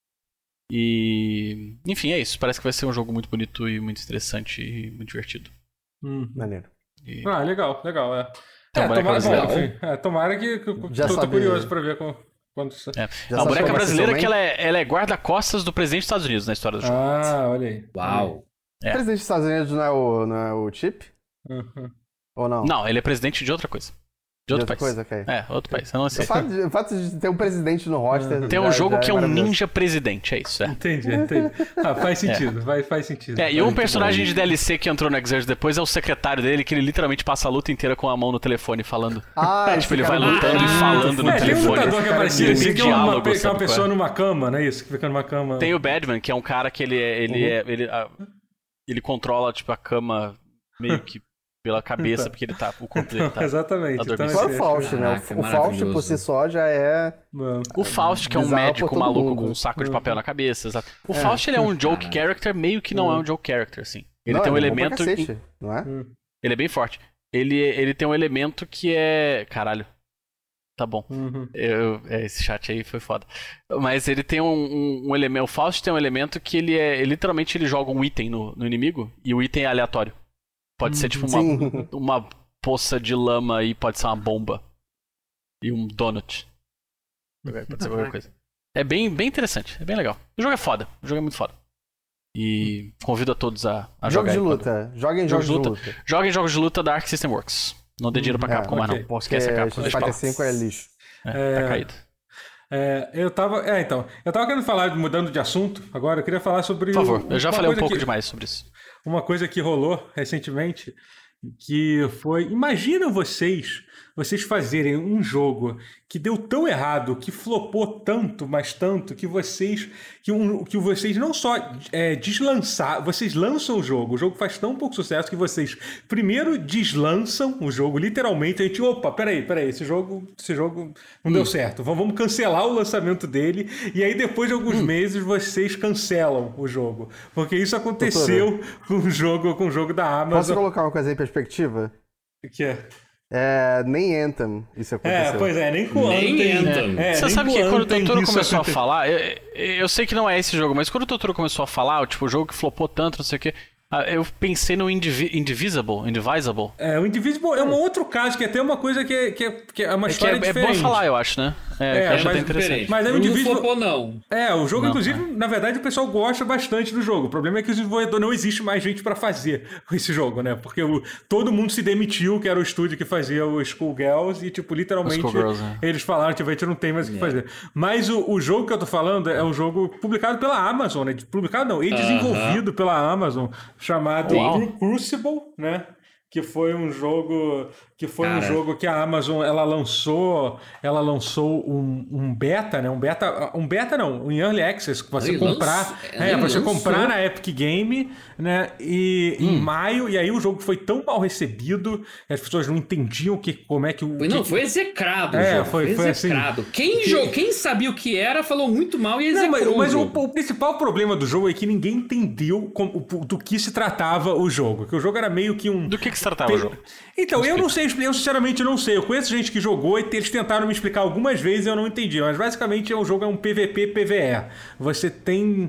E... Enfim, é isso. Parece que vai ser um jogo muito bonito e muito interessante e muito divertido. Hum. Maneiro. E... Ah, legal, legal, é. Tem é, uma boneca tomara, brasileira. Bom, é, tomara que, que Já tô, tô sabe... curioso pra ver como, quando isso... É. A boneca brasileira que ela é, ela é guarda-costas do presidente dos Estados Unidos na história do jogo. Ah, olha aí. Uau. É. O presidente dos Estados Unidos não é o, não é o Chip? Uhum. Ou não? Não, ele é presidente de outra coisa. De outro de outra país. Coisa, okay. É, outro país. Eu não sei. O fato, de, o fato de ter um presidente no roster... Tem um já, jogo já que é um ninja ninja presidente, é isso. É. Entendi, entendi. Ah, faz sentido, é. Vai, faz sentido. É, e um personagem de D L C que entrou no Exército depois é o secretário dele, que ele literalmente passa a luta inteira com a mão no telefone falando. Ah, tipo, ele vai lutando ah, e falando no é, telefone. Tem um lutador que aparecia assim, que é uma, diálogo, que é uma pessoa numa cama, não é isso? Que fica numa cama. Tem o Badman, que é um cara que ele é, ele, uhum. é, ele, a, ele controla, tipo, a cama meio que pela cabeça, porque ele tá, o corpo dele tá... Exatamente. Então, Fora o Faust, né? Caraca, o Faust por si só já é... O Faust, que é um médico maluco mundo. com um saco de papel na cabeça. Exato. O é. Faust, ele é um joke character, meio que não é um joke character, assim. Ele não, tem um ele elemento... É cacete, não é? Ele é bem forte. Ele, ele tem um elemento que é... Caralho. Tá bom. Uhum. Eu, esse chat aí foi foda. Mas ele tem um, um, um elemento... O Faust tem um elemento que ele é... Literalmente, ele joga um item no, no inimigo e o item é aleatório. Pode ser tipo uma, uma poça de lama e pode ser uma bomba. E um donut. Pode ser qualquer coisa. É bem, bem interessante, é bem legal. O jogo é foda, o jogo é muito foda. E convido a todos a, a jogo jogar. De luta. Quando... Joguem jogos de luta. luta. Joguem jogos de luta da Arc System Works. Não dê dinheiro pra Capcom, mas okay. não. Esquece a Capcom. cinquenta e cinco é lixo. É, é... Tá caído. É, eu tava. É, então. Eu tava querendo falar, mudando de assunto, agora eu queria falar sobre. Por favor, eu já falei um pouco que, demais sobre isso. Uma coisa que rolou recentemente, que foi. Imagina vocês, vocês fazerem um jogo que deu tão errado, que flopou tanto, mas tanto, que vocês. Que, um, que vocês não só é, deslançar, vocês lançam o jogo, o jogo faz tão pouco sucesso que vocês primeiro deslançam o jogo, literalmente, a gente, opa, peraí, peraí, esse jogo, esse jogo não hum. deu certo, vamos cancelar o lançamento dele, e aí depois de alguns hum. meses vocês cancelam o jogo, porque isso aconteceu Doutora. com o jogo, com o jogo da Amazon. Posso colocar uma coisa em perspectiva? O que é? É, nem Anthem isso aconteceu. É, pois é, nem com nem Anthem. É, Você nem sabe que quando o Totoro começou a aconteceu. falar, eu, eu sei que não é esse jogo, mas quando o Totoro começou a falar, tipo, o jogo que flopou tanto, não sei o que, eu pensei no Indivi- Indivisible, Indivisible. É, o Indivisible é um outro caso, que é até uma coisa que é, que é, que é uma história é, que é, diferente. É bom falar, eu acho, né? É, é eu acho mas, até interessante. Mas é o não Indivisible... flopou, não. É, o jogo, não, inclusive, é. na verdade, o pessoal gosta bastante do jogo. O problema é que o desenvolvedor não existe mais gente pra fazer esse jogo, né? Porque o, todo mundo se demitiu, que era o estúdio que fazia o Schoolgirls, e, tipo, literalmente, é. eles falaram, tipo, a gente não tem mais o que yeah. fazer. Mas o, o jogo que eu tô falando é um jogo publicado pela Amazon, né? Publicado não, e desenvolvido uh-huh. pela Amazon, chamado wow. Crucible, né? Que foi um jogo que foi Cara. um jogo que a Amazon ela lançou ela lançou um, um beta, né? Um beta, um beta não, um early access que você Ele comprar, lança, é, você lançou. comprar na Epic Game, né? E hum. em maio e aí o jogo foi tão mal recebido, as pessoas não entendiam que como é que o foi, que, não foi execrado, é, jogo, foi, foi, foi execrado. Assim, quem que... jo... quem sabia o que era falou muito mal e execrou. Não, mas mas o, o, o principal problema do jogo é que ninguém entendeu como, do que se tratava o jogo, que o jogo era meio que um do que, que se tratava Pe... o jogo? Então, eu não sei, eu sinceramente não sei. Eu conheço gente que jogou e eles tentaram me explicar algumas vezes e eu não entendi. Mas basicamente o jogo é um P V P P V E. Você tem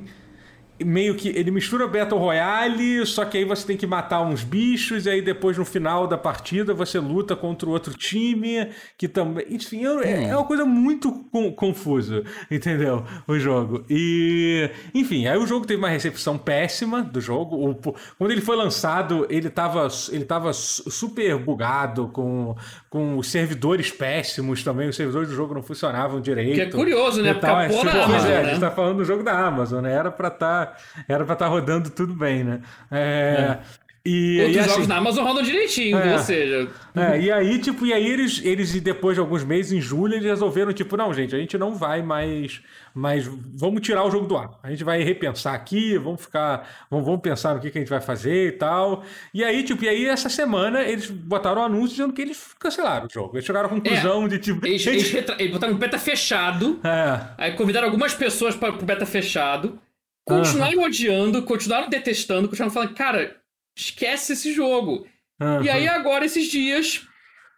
meio que... Ele mistura Battle Royale, só que aí você tem que matar uns bichos e aí depois no final da partida você luta contra o outro time, que também... Enfim, é, é uma coisa muito com, confusa, entendeu? O jogo. E... Enfim, aí o jogo teve uma recepção péssima do jogo. O, quando ele foi lançado, ele tava, ele tava super bugado, com, com os servidores péssimos também. Os servidores do jogo não funcionavam direito. Que é curioso, né? Porque a porra da Amazon, né? A gente tá falando do jogo da Amazon, né? Era pra estar... Era pra estar rodando tudo bem, né? É... é. E, Outros e assim, jogos na Amazon rodam direitinho, é, ou seja... É, e aí, tipo, e aí eles, eles, depois de alguns meses, em julho, eles resolveram, tipo, não, gente, a gente não vai mais, mais vamos tirar o jogo do ar. A gente vai repensar aqui, vamos ficar, vamos, vamos pensar no que, que a gente vai fazer e tal. E aí, tipo, e aí essa semana eles botaram o um anúncio dizendo que eles cancelaram o jogo. Eles chegaram à conclusão é, de, tipo... Eles, eles... eles, retra... eles botaram um beta fechado, é. aí convidaram algumas pessoas para o beta fechado, continuaram uhum. odiando, continuaram detestando, continuaram falando, cara... Esquece esse jogo. Uhum. E aí agora, esses dias,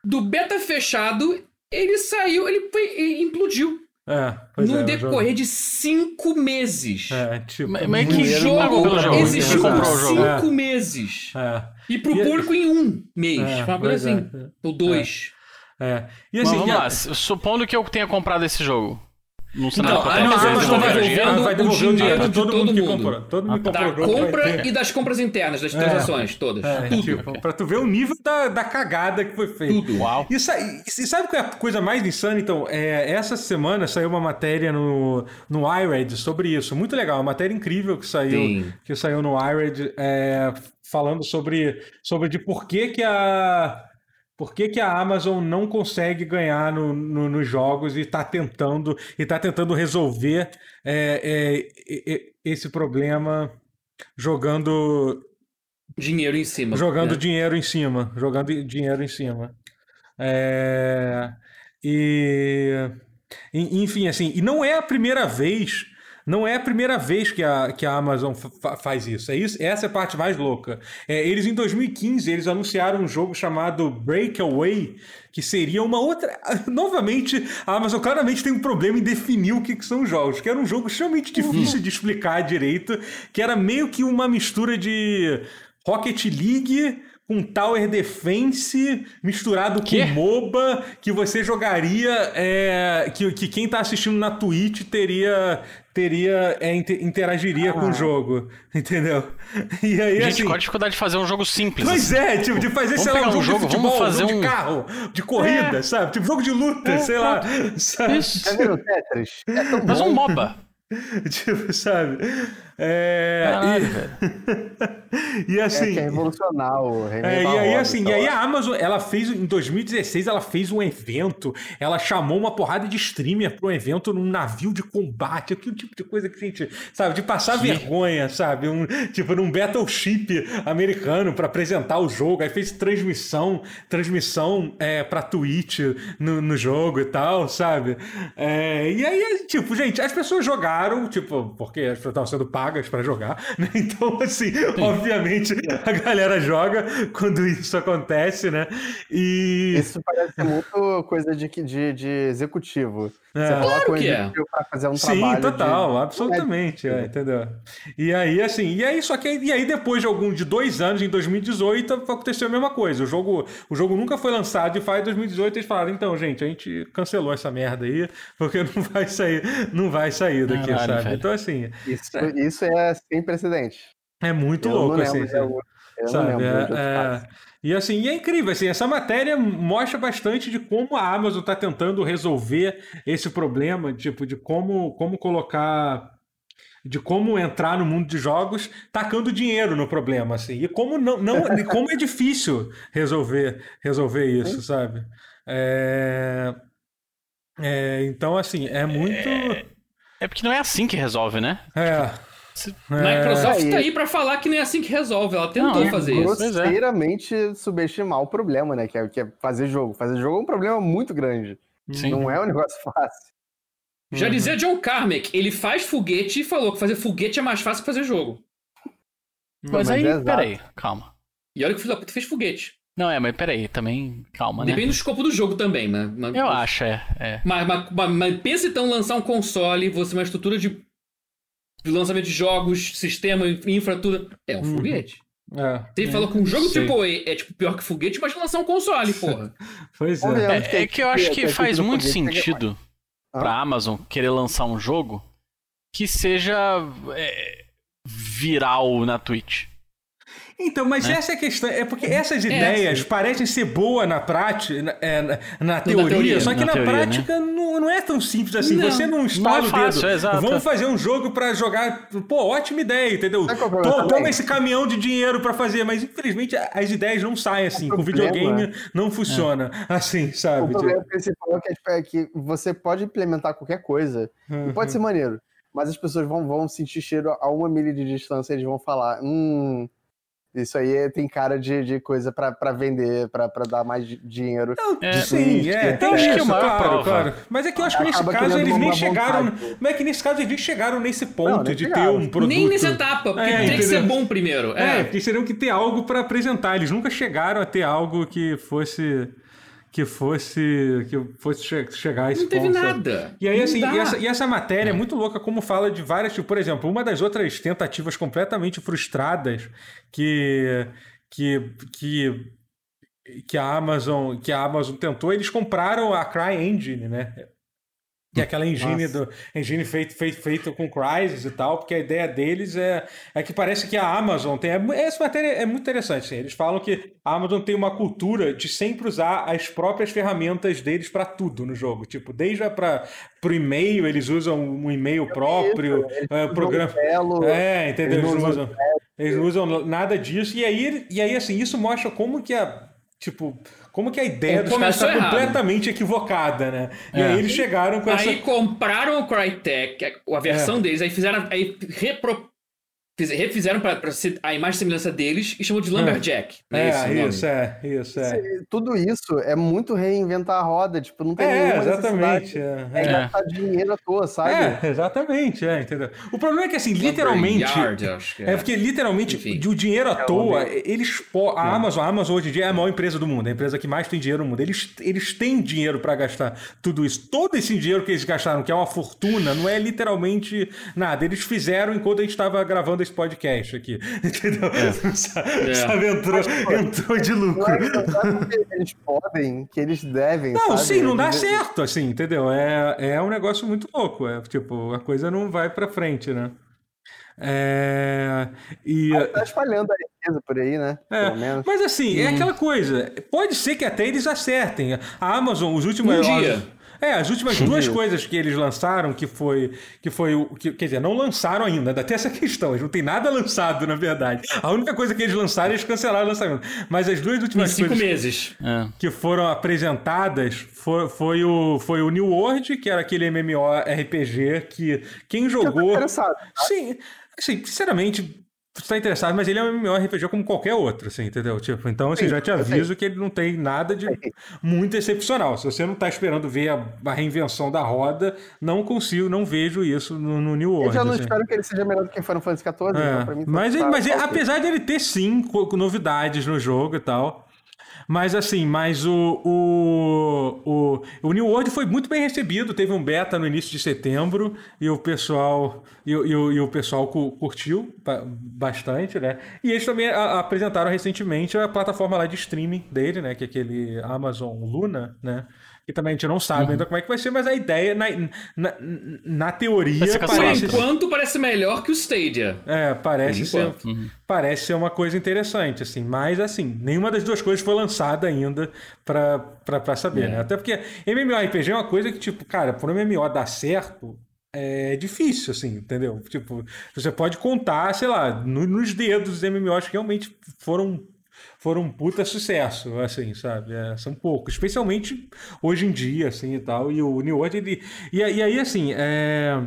do beta fechado, ele saiu, ele, foi, ele implodiu. É, pois no é, decorrer de cinco meses. É, tipo... Mas, mas O que jogo jogo existiu por Exato. cinco É. meses. É. E pro E- público em um mês. É, Foi uma coisa pois é. assim. Ou dois. É. E Mas assim... vamos e a- lá, supondo que eu tenha comprado esse jogo. Não sei Então, nada, a eu Amazon tenho que está devolver o devolvendo dinheiro. Ah, vai devolver o o dinheiro dinheiro de de todo, todo mundo que mundo. comprou. Todo mundo que Da comprou o jogo vai compra ter. e das compras internas, das transações, todas. É, Tudo. tipo, pra tu ver o nível da, da cagada que foi feita. Tudo. Uau. E, sa- e sabe qual é a coisa mais insana? Então, é, essa semana saiu uma matéria no, no iRed sobre isso. Muito legal, uma matéria incrível que saiu, Sim. que saiu no iRed, é, falando sobre, sobre de por que, que a. Por que, que a Amazon não consegue ganhar no, no- nos jogos e está tentando, e tá tentando resolver é, é, é, é, esse problema jogando Dinheiro em cima. jogando né? dinheiro em cima, jogando dinheiro em cima. É, e, e- enfim, assim, e não é a primeira vez, não é a primeira vez que a, que a Amazon fa- faz isso. É isso, essa é a parte mais louca. É, eles em dois mil e quinze eles anunciaram um jogo chamado Breakaway, que seria uma outra. Novamente, a Amazon claramente tem um problema em definir o que, que são os jogos, que era um jogo extremamente difícil de explicar direito, que era meio que uma mistura de Rocket League com Tower Defense misturado Quê? com MOBA, que você jogaria, é, que, que quem tá assistindo na Twitch teria, teria é, inter- interagiria com o jogo, entendeu? E aí, Gente, assim, qual a dificuldade de fazer um jogo simples? pois assim? é, tipo, de fazer, Vamos sei lá, pegar um um jogo, jogo, de futebol, vamos um fazer jogo de um- carro, de corrida, sabe? Tipo, jogo de luta, É, sei lá, sabe? Isso. Já viram o Tetris? É tão Mas bom. um MOBA. Tipo, sabe? É, Caralho, e... velho. e É assim... que é revolucional. É, e aí, assim, e aí a Amazon, ela fez, em dois mil e dezesseis, ela fez um evento, ela chamou uma porrada de streamer para um evento num navio de combate, aquele tipo de coisa que a gente, sabe, de passar vergonha, sabe, um, tipo, num battleship americano para apresentar o jogo, aí fez transmissão, transmissão é, pra Twitch no, no jogo e tal, sabe, é, e aí, tipo, gente, as pessoas jogaram, tipo, porque as pessoas estavam sendo pagas para jogar, né, então, assim, obviamente, a galera joga quando isso acontece, né? E. Isso parece ser muito coisa de, de, de executivo. É. Você coloca Claro um que é. executivo pra fazer um Sim, trabalho total, de... absolutamente, é, entendeu? E aí, assim, e aí, só que e aí depois de algum de dois anos, em dois mil e dezoito, aconteceu a mesma coisa. O jogo, o jogo nunca foi lançado e faz em dois mil e dezoito eles falaram, então, gente, a gente cancelou essa merda aí, porque não vai sair, não vai sair daqui, Caralho, sabe? velho. Então, assim, Isso, isso é sem precedente. é muito Eu louco, não assim. lembro de sabe? algum- Eu Sabe, não lembro de é- outros é- casos. E assim, e é incrível, assim, essa matéria mostra bastante de como a Amazon está tentando resolver esse problema, tipo, de como, como colocar, de como entrar no mundo de jogos tacando dinheiro no problema, assim, e como não, não e como é difícil resolver, resolver isso, sabe? É, é, então, assim, é muito... É porque não é assim que resolve, né? É, Microsoft É, tá e- aí pra falar que não é assim que resolve. Ela tentou Não, é fazer isso. Pois é. Grosseiramente subestimar o problema, né? Que é, que é fazer jogo. Fazer jogo é um problema muito grande. Sim. Não é um negócio fácil. Já dizia John Carmack, ele faz foguete e falou que fazer foguete é mais fácil que fazer jogo. Mas, mas aí, é exato. peraí, calma. E olha que o filho da puta fez foguete. Não, é, mas peraí, também, calma, né? Depende do escopo do jogo também, mas... mas Eu acho, é. é. Mas, mas, mas, mas pensa então em lançar um console, você uma estrutura de, de lançamento de jogos, sistema, infra, tudo. É um foguete. é, Se ele falou que um jogo sei. tipo A é tipo pior que foguete, mas lançar um console, porra. pois Vamos ver é. onde É, é que eu acho que a faz equipe do muito foguete pega sentido Hã? pra Amazon querer lançar um jogo que seja é, viral na Twitch. Então, mas Né? essa é a questão. É porque essas ideias sim. parecem ser boas na prática, na, é, na, na teoria, teoria, só que na na, teoria, prática não, não é tão simples assim. Não. Você não estala Não é o fácil, dedo. é exato. Vamos fazer um jogo pra jogar. Pô, ótima ideia, entendeu? Sabe qual é o Tô- problema Toma também? esse caminhão de dinheiro pra fazer, mas infelizmente as ideias não saem assim. Com problema- videogame não funciona assim, O sabe? problema principal é que, é que você pode implementar qualquer coisa. E pode ser maneiro. Mas as pessoas vão, vão sentir cheiro a uma milha de distância e eles vão falar: hum, isso aí tem cara de, de coisa pra, pra vender, pra, pra dar mais di- dinheiro. É, de Sim, Twitch, é, de tem acho que isso, é uma claro, prova. claro. Mas é que eu acho que nesse Acaba caso criando eles uma nem má chegaram. vontade. Mas é que nesse caso eles nem chegaram nesse ponto Não, nem de ter chegaram. um produto. Nem nessa etapa, porque É, tem que ser entendeu? bom primeiro. É, É. porque eles teriam que ter algo pra apresentar. Eles nunca chegaram a ter algo que fosse que fosse que fosse che- chegar a esse Não teve ponto, sabe? nada. E aí, Não assim, dá. e essa, e essa matéria é muito louca, como fala de várias, tipo, por exemplo, uma das outras tentativas completamente frustradas que, que, que, que a Amazon, que a Amazon tentou, eles compraram a CryEngine, né? Que é aquela engine, do, engine feito, feito, feito com Crysis e tal, porque a ideia deles é, é que parece que a Amazon tem... Essa matéria é muito interessante, assim, eles falam que a Amazon tem uma cultura de sempre usar as próprias ferramentas deles para tudo no jogo. Tipo, desde para o e-mail, eles usam um e-mail próprio, Isso, é, o programa... Trello, É, entendeu? eles Eles não usam usam, eles não usam nada disso. E aí, e aí, assim, isso mostra como que a... Tipo, como que a ideia É, dos caras começou está errado. completamente equivocada, né? E É. aí eles chegaram com essa... Aí compraram o Crytek, a versão É. deles, aí fizeram. Aí repro, fiz- refizeram pra, pra ser a imagem e semelhança deles e chamou de Lumberjack. Não É, esse o nome? isso, é, isso, é. Tudo isso é muito reinventar a roda, tipo, não tem É, nenhuma exatamente. necessidade. É, É é. gastar dinheiro à toa, sabe? É, exatamente, é, entendeu? O problema é que, assim, literalmente... Lumberyard, acho que É porque, literalmente, Enfim. de o dinheiro à toa, Lumber- eles... po- A Amazon, a Amazon hoje em dia é a maior empresa do mundo, é a empresa que mais tem dinheiro no mundo. Eles, eles têm dinheiro pra gastar tudo isso. Todo esse dinheiro que eles gastaram, que é uma fortuna, não é literalmente nada. Eles fizeram enquanto a gente estava gravando esse podcast aqui, entendeu? Sabe, sabe, entrou, entrou de lucro. Não é, não é porque eles podem, que eles devem, Não, sabe? sim, não dá Eles- certo, assim, entendeu? É, é um negócio muito louco. É, tipo, a coisa não vai pra frente, né? É, e, Tá espalhando a riqueza por aí, né? é, Pelo menos. mas assim, é aquela coisa. Pode ser que até eles acertem. A Amazon, os últimos. Um dia. É, as últimas duas coisas que eles lançaram, que foi, que foi o. Que, quer dizer, não lançaram ainda, ainda tem essa questão, eles não tem nada lançado, na verdade. A única coisa que eles lançaram, eles cancelaram o lançamento. Mas as duas Em últimas cinco coisas meses. É. que foram apresentadas foi, foi, o, foi o New World, que era aquele MMORPG que quem jogou. interessado, Sim, assim, sinceramente, você tá interessado, mas ele é um MMORPG como qualquer outro, assim, entendeu? Tipo, então, assim, Sim, já te eu aviso que ele não tem nada de muito excepcional. Se você não tá esperando ver a, a reinvenção da roda, não consigo, não vejo isso no, no New Eu World. já não assim. espero que ele seja melhor do que Final Fantasy quatorze, É, então pra mim... mas tá- ele, mas tá ele- ok. apesar de ele ter sim co- novidades no jogo e tal, mas assim, mas o, o, o, o New World foi muito bem recebido, teve um beta no início de setembro e o pessoal e, o- e o, e o pessoal cu- curtiu ba- bastante, né? E eles também a- apresentaram recentemente a plataforma lá de streaming dele, né? Que é aquele Amazon Luna, né? Que também a gente não sabe ainda como é que vai ser, mas a ideia, na, na, na teoria, Vai ser Por cancelado. parece... enquanto parece melhor que o Stadia. É, parece Por ser, enquanto. parece ser uma coisa interessante, assim. Mas, assim, nenhuma das duas coisas foi lançada ainda pra, pra, pra saber, É. né? Até porque MMORPG é uma coisa que, tipo, cara, por um M M O dar certo, é difícil, assim, entendeu? Tipo, você pode contar, sei lá, no- nos dedos dos M M Os que realmente foram... foram um puta sucesso, assim, sabe? É, são poucos, especialmente hoje em dia, assim, e tal. E o New World, ele... E, e aí, assim, é...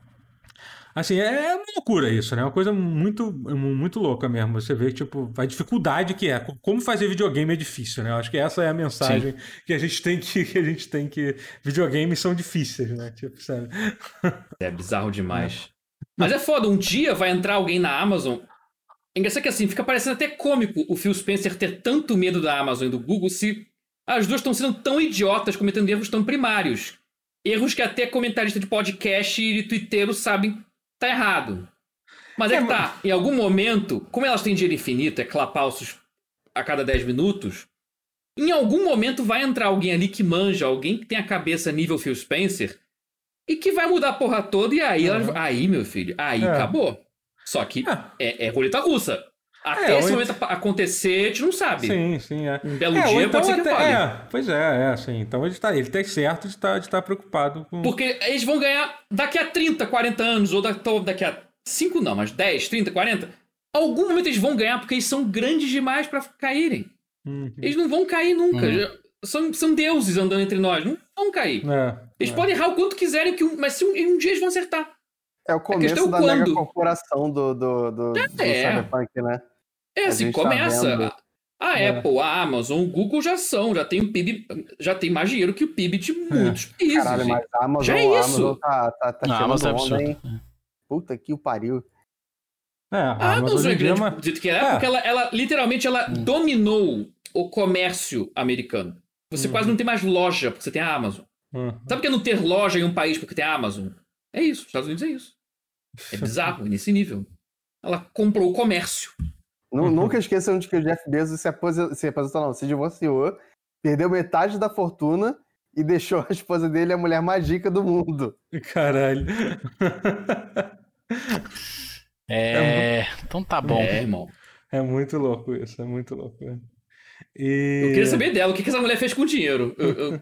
Assim, é uma loucura isso, né? É uma coisa muito, muito louca mesmo. Você vê, tipo, a dificuldade que é. Como fazer videogame é difícil, né? Eu acho que essa é a mensagem que a gente tem que, que a gente tem que... Videogames são difíceis, né? Tipo, sabe? É bizarro demais. Mas é foda, um dia vai entrar alguém na Amazon. É engraçado que assim, fica parecendo até cômico o Phil Spencer ter tanto medo da Amazon e do Google se as duas estão sendo tão idiotas, cometendo erros tão primários. Erros que até comentarista de podcast e twitteiro sabem tá errado. Mas é, É, que tá, em algum momento, como elas têm dinheiro infinito, é clapausos a cada dez minutos, em algum momento vai entrar alguém ali que manja, alguém que tem a cabeça nível Phil Spencer e que vai mudar a porra toda e aí, elas- aí meu filho, aí É. acabou. Só que é, é roleta russa. Até É, esse ou momento ap- acontecer, a gente não sabe. Sim, sim, é. Um belo É, ou dia então pode ser que até- role. É, pois é, é, assim. Então ele tá, ele tá certo de estar de estar preocupado com... Porque eles vão ganhar daqui a trinta, quarenta anos, ou da- ou daqui a cinco não, mas dez, trinta, quarenta. Algum momento eles vão ganhar porque eles são grandes demais pra caírem. Uhum. Eles não vão cair nunca. Uhum. Já- São, são deuses andando entre nós. Não vão cair. É, Eles é. podem errar o quanto quiserem, que um- mas se um, um dia eles vão acertar. É o começo questão da quando? mega corporação do, do, do, do É. Cyberpunk, né? É A assim, gente tá começa. vendo. A É. Apple, a Amazon, o Google já são, já tem o P I B, já tem mais dinheiro que o P I B de muitos países. Caralho, gente. mas a Amazon, Já é a isso. Amazon tá, tá, tá Não, a tirando Amazon é onda, absurdo. hein? Puta que o pariu. É, a A Amazon Amazon hoje é em dia é grande uma... do jeito que ela é, É. porque ela, ela literalmente ela dominou o comércio americano. Você Uhum. quase não tem mais loja porque você tem a Amazon. Uhum. Sabe o que é não ter loja em um país porque tem a Amazon? É isso, os Estados Unidos é isso. É bizarro, nesse nível. Ela comprou o comércio. Nu- Nunca esqueçam de que o Jeff Bezos se aposentou, se aposentou não, se divorciou, perdeu metade da fortuna e deixou a esposa dele a mulher mais rica do mundo. Caralho. É. Então tá bom. É, irmão. É muito louco isso, é muito louco. E... Eu queria saber dela, o que que essa mulher fez com o dinheiro. Eu, eu...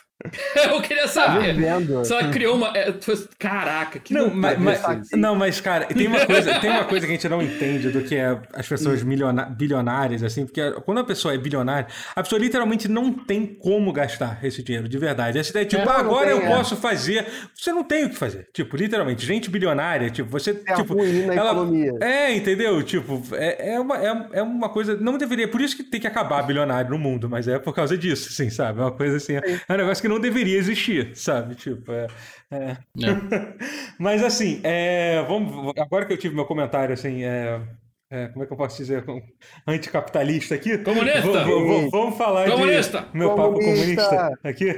eu queria saber. Vivendo. Se ela criou uma... é, Caraca, que Não, loucura. mas, mas- não, mas, cara, tem uma, coisa, tem uma coisa que a gente não entende do que é as pessoas miliona- bilionárias, assim, porque quando a pessoa é bilionária, a pessoa literalmente não tem como gastar esse dinheiro, de verdade. Essa ideia, tipo, É, não, ah, não agora tem, eu é. posso fazer. Você não tem o que fazer. Tipo, literalmente, gente bilionária, tipo, você. É tipo, ruim na economia. É, entendeu? Tipo, é, é, uma, é, é uma coisa. Não deveria. Por isso que tem que acabar bilionário no mundo, mas é por causa disso, assim, sabe? É uma coisa assim. É um negócio que não deveria existir, sabe? Tipo, é. é. É. Mas assim, é, vamos, agora que eu tive meu comentário, assim, é, é, como é que eu posso dizer? Anticapitalista aqui. Comunista! V- v- v- vamos falar Comunista! de. Meu papo Comunista! comunista aqui.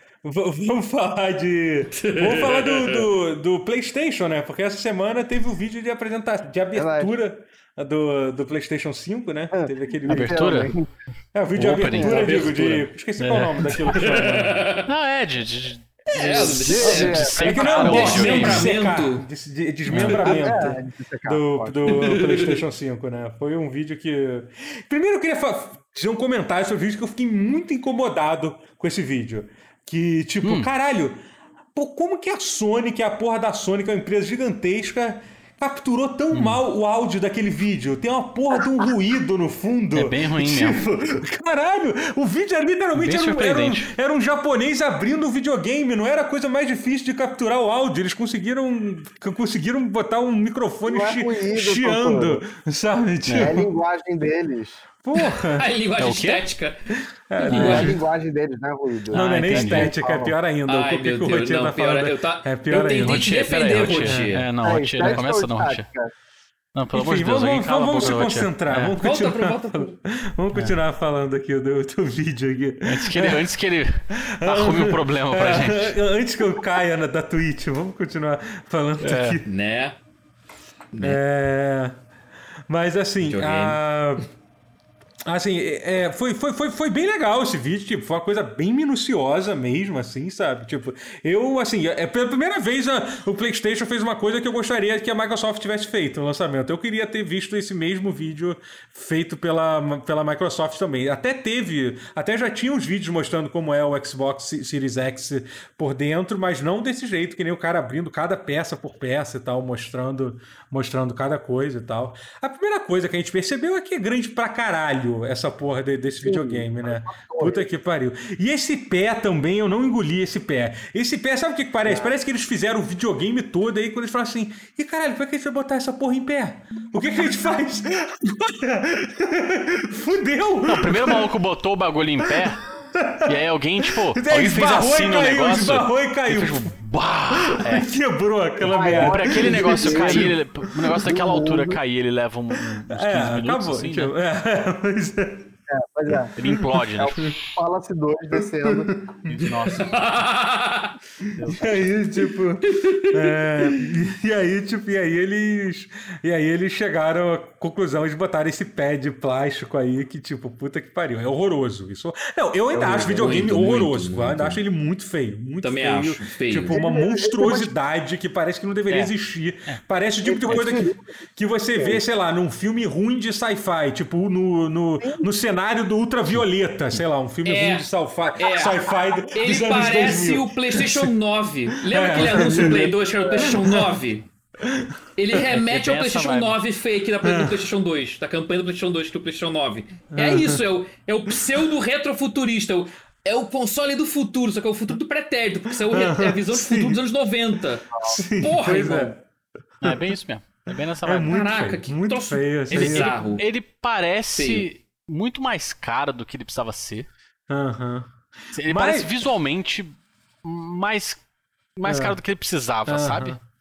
V- vamos falar de. Vamos falar do, do, do PlayStation, né? Porque essa semana teve o vídeo de apresentação, de abertura do, do PlayStation cinco, né? Teve aquele vídeo. Abertura? É, o vídeo de Opening. abertura, digo, de. Abertura. Esqueci qual é o nome daquilo que chama. Não, é, de. de, de É, de, é, de É sem que não é cara, um o desmembramento. desmembramento. Des- de- Desmembramento. É, de dissecar, do, pode. do PlayStation cinco, né? Foi um vídeo que... Primeiro eu queria fa- dizer um comentário sobre o vídeo que eu fiquei muito incomodado com esse vídeo. Que, tipo, caralho, pô, como que a Sony, que é a porra da Sony, que é uma empresa gigantesca, capturou tão mal o áudio daquele vídeo? Tem uma porra de um ruído no fundo. É bem ruim tipo, caralho, o vídeo é literalmente Bem era um, era, um, surpreendente. era um japonês abrindo um videogame, não era a coisa mais difícil de capturar o áudio. Eles conseguiram conseguiram botar um microfone Não é chi- ruído, chiando, sabe? Tipo, É a linguagem deles. porra. A linguagem É o quê? estética. É, É a linguagem deles, não é ruído. Não, não é Ah, nem entendi. estética, é pior ainda. Ai, o que, meu que o Deus, Rotier não, tá pior, falando? eu tá- É eu pior tentei ainda. te Rotier, defender, peraí, Rotier. Rotier. É, não, É, Rotier, não estética começa ou não, Rotier. tática? Não, pelo amor Enfim, de Deus, vamos, alguém cala a vamos, boca vamos do se Rotier. concentrar. É. Vamos Volta continuar, pro- volta pro- falando, vamos continuar falando aqui do, do vídeo aqui. Antes que ele, antes que ele arrume um problema pra gente. É, antes que eu caia na, da Twitch, vamos continuar falando É. aqui. Né? É, mas assim, Videogame. a, assim é, foi, foi, foi, foi bem legal esse vídeo, tipo, foi uma coisa bem minuciosa mesmo, assim, sabe? Tipo, eu, assim, é pela primeira vez a, o PlayStation fez uma coisa que eu gostaria que a Microsoft tivesse feito no lançamento. Eu queria ter visto esse mesmo vídeo feito pela, pela Microsoft também. Até teve, até já tinha uns vídeos mostrando como é o Xbox Series X por dentro, mas não desse jeito, que nem o cara abrindo cada peça por peça e tal, mostrando, mostrando cada coisa e tal. A primeira coisa que a gente percebeu é que é grande pra caralho essa porra de- desse videogame, né? Puta que pariu. E esse pé também, eu não engoli esse pé. Esse pé, sabe o que que parece? Parece que eles fizeram o videogame todo aí, quando eles falam assim, e caralho, como é que a gente vai botar essa porra em pé? O que que a gente faz? Fudeu! Não, primeiro o maluco botou o bagulho em pé. E aí alguém, tipo, alguém fez Esbarrou assim e no caiu, negócio. esbarrou e caiu. E fez, tipo, bah! É. Quebrou aquela Ai, merda. Pra aquele negócio Sim. cair, ele- o negócio daquela altura cair, ele leva um, uns quinze É, minutos, acabou. assim, tipo, né? é, mas é. É, pois é. Ele implode, né? É o Fala-se dois descendo. Nossa. E aí, tipo. é, e, e aí, tipo, e aí eles. E aí eles chegaram à conclusão de botar esse pé de plástico aí, que, tipo, puta que pariu. É horroroso. Isso... Não, eu ainda acho o videogame muito, horroroso. muito, eu ainda muito. acho ele muito feio. Muito Também feio. acho feio. Tipo, uma Ele- ele- monstruosidade que parece que não deveria É. existir. Parece o tipo de coisa que, que você vê, sei lá, num filme ruim de sci-fi, tipo, no, no, no cenário do Ultravioleta, sei lá, um filme É. ruim de sci-fi É. sci-fi dos Ele anos parece dois mil. o PlayStation nove. Lembra É. aquele anúncio do Play dois que era o PlayStation nove? Ele remete bem ao essa PlayStation vibe. nove fake da, do PlayStation dois, da campanha do PlayStation dois que é o PlayStation nove. É isso, é o, é o pseudo-retrofuturista, é o, é o console do futuro, só que é o futuro do pretérito, porque isso é, o, é a visão do Sim. futuro dos anos noventa. Sim, Porra, pois irmão. é. É bem isso mesmo. É bem nessa É vibe. muito Caraca, feio, que muito troço feio. Assim, Ele, bizarro. ele, ele parece Feio. muito mais caro do que ele precisava ser. Aham. Ele Mas- parece visualmente mais, mais É. caro do que ele precisava, Aham. sabe?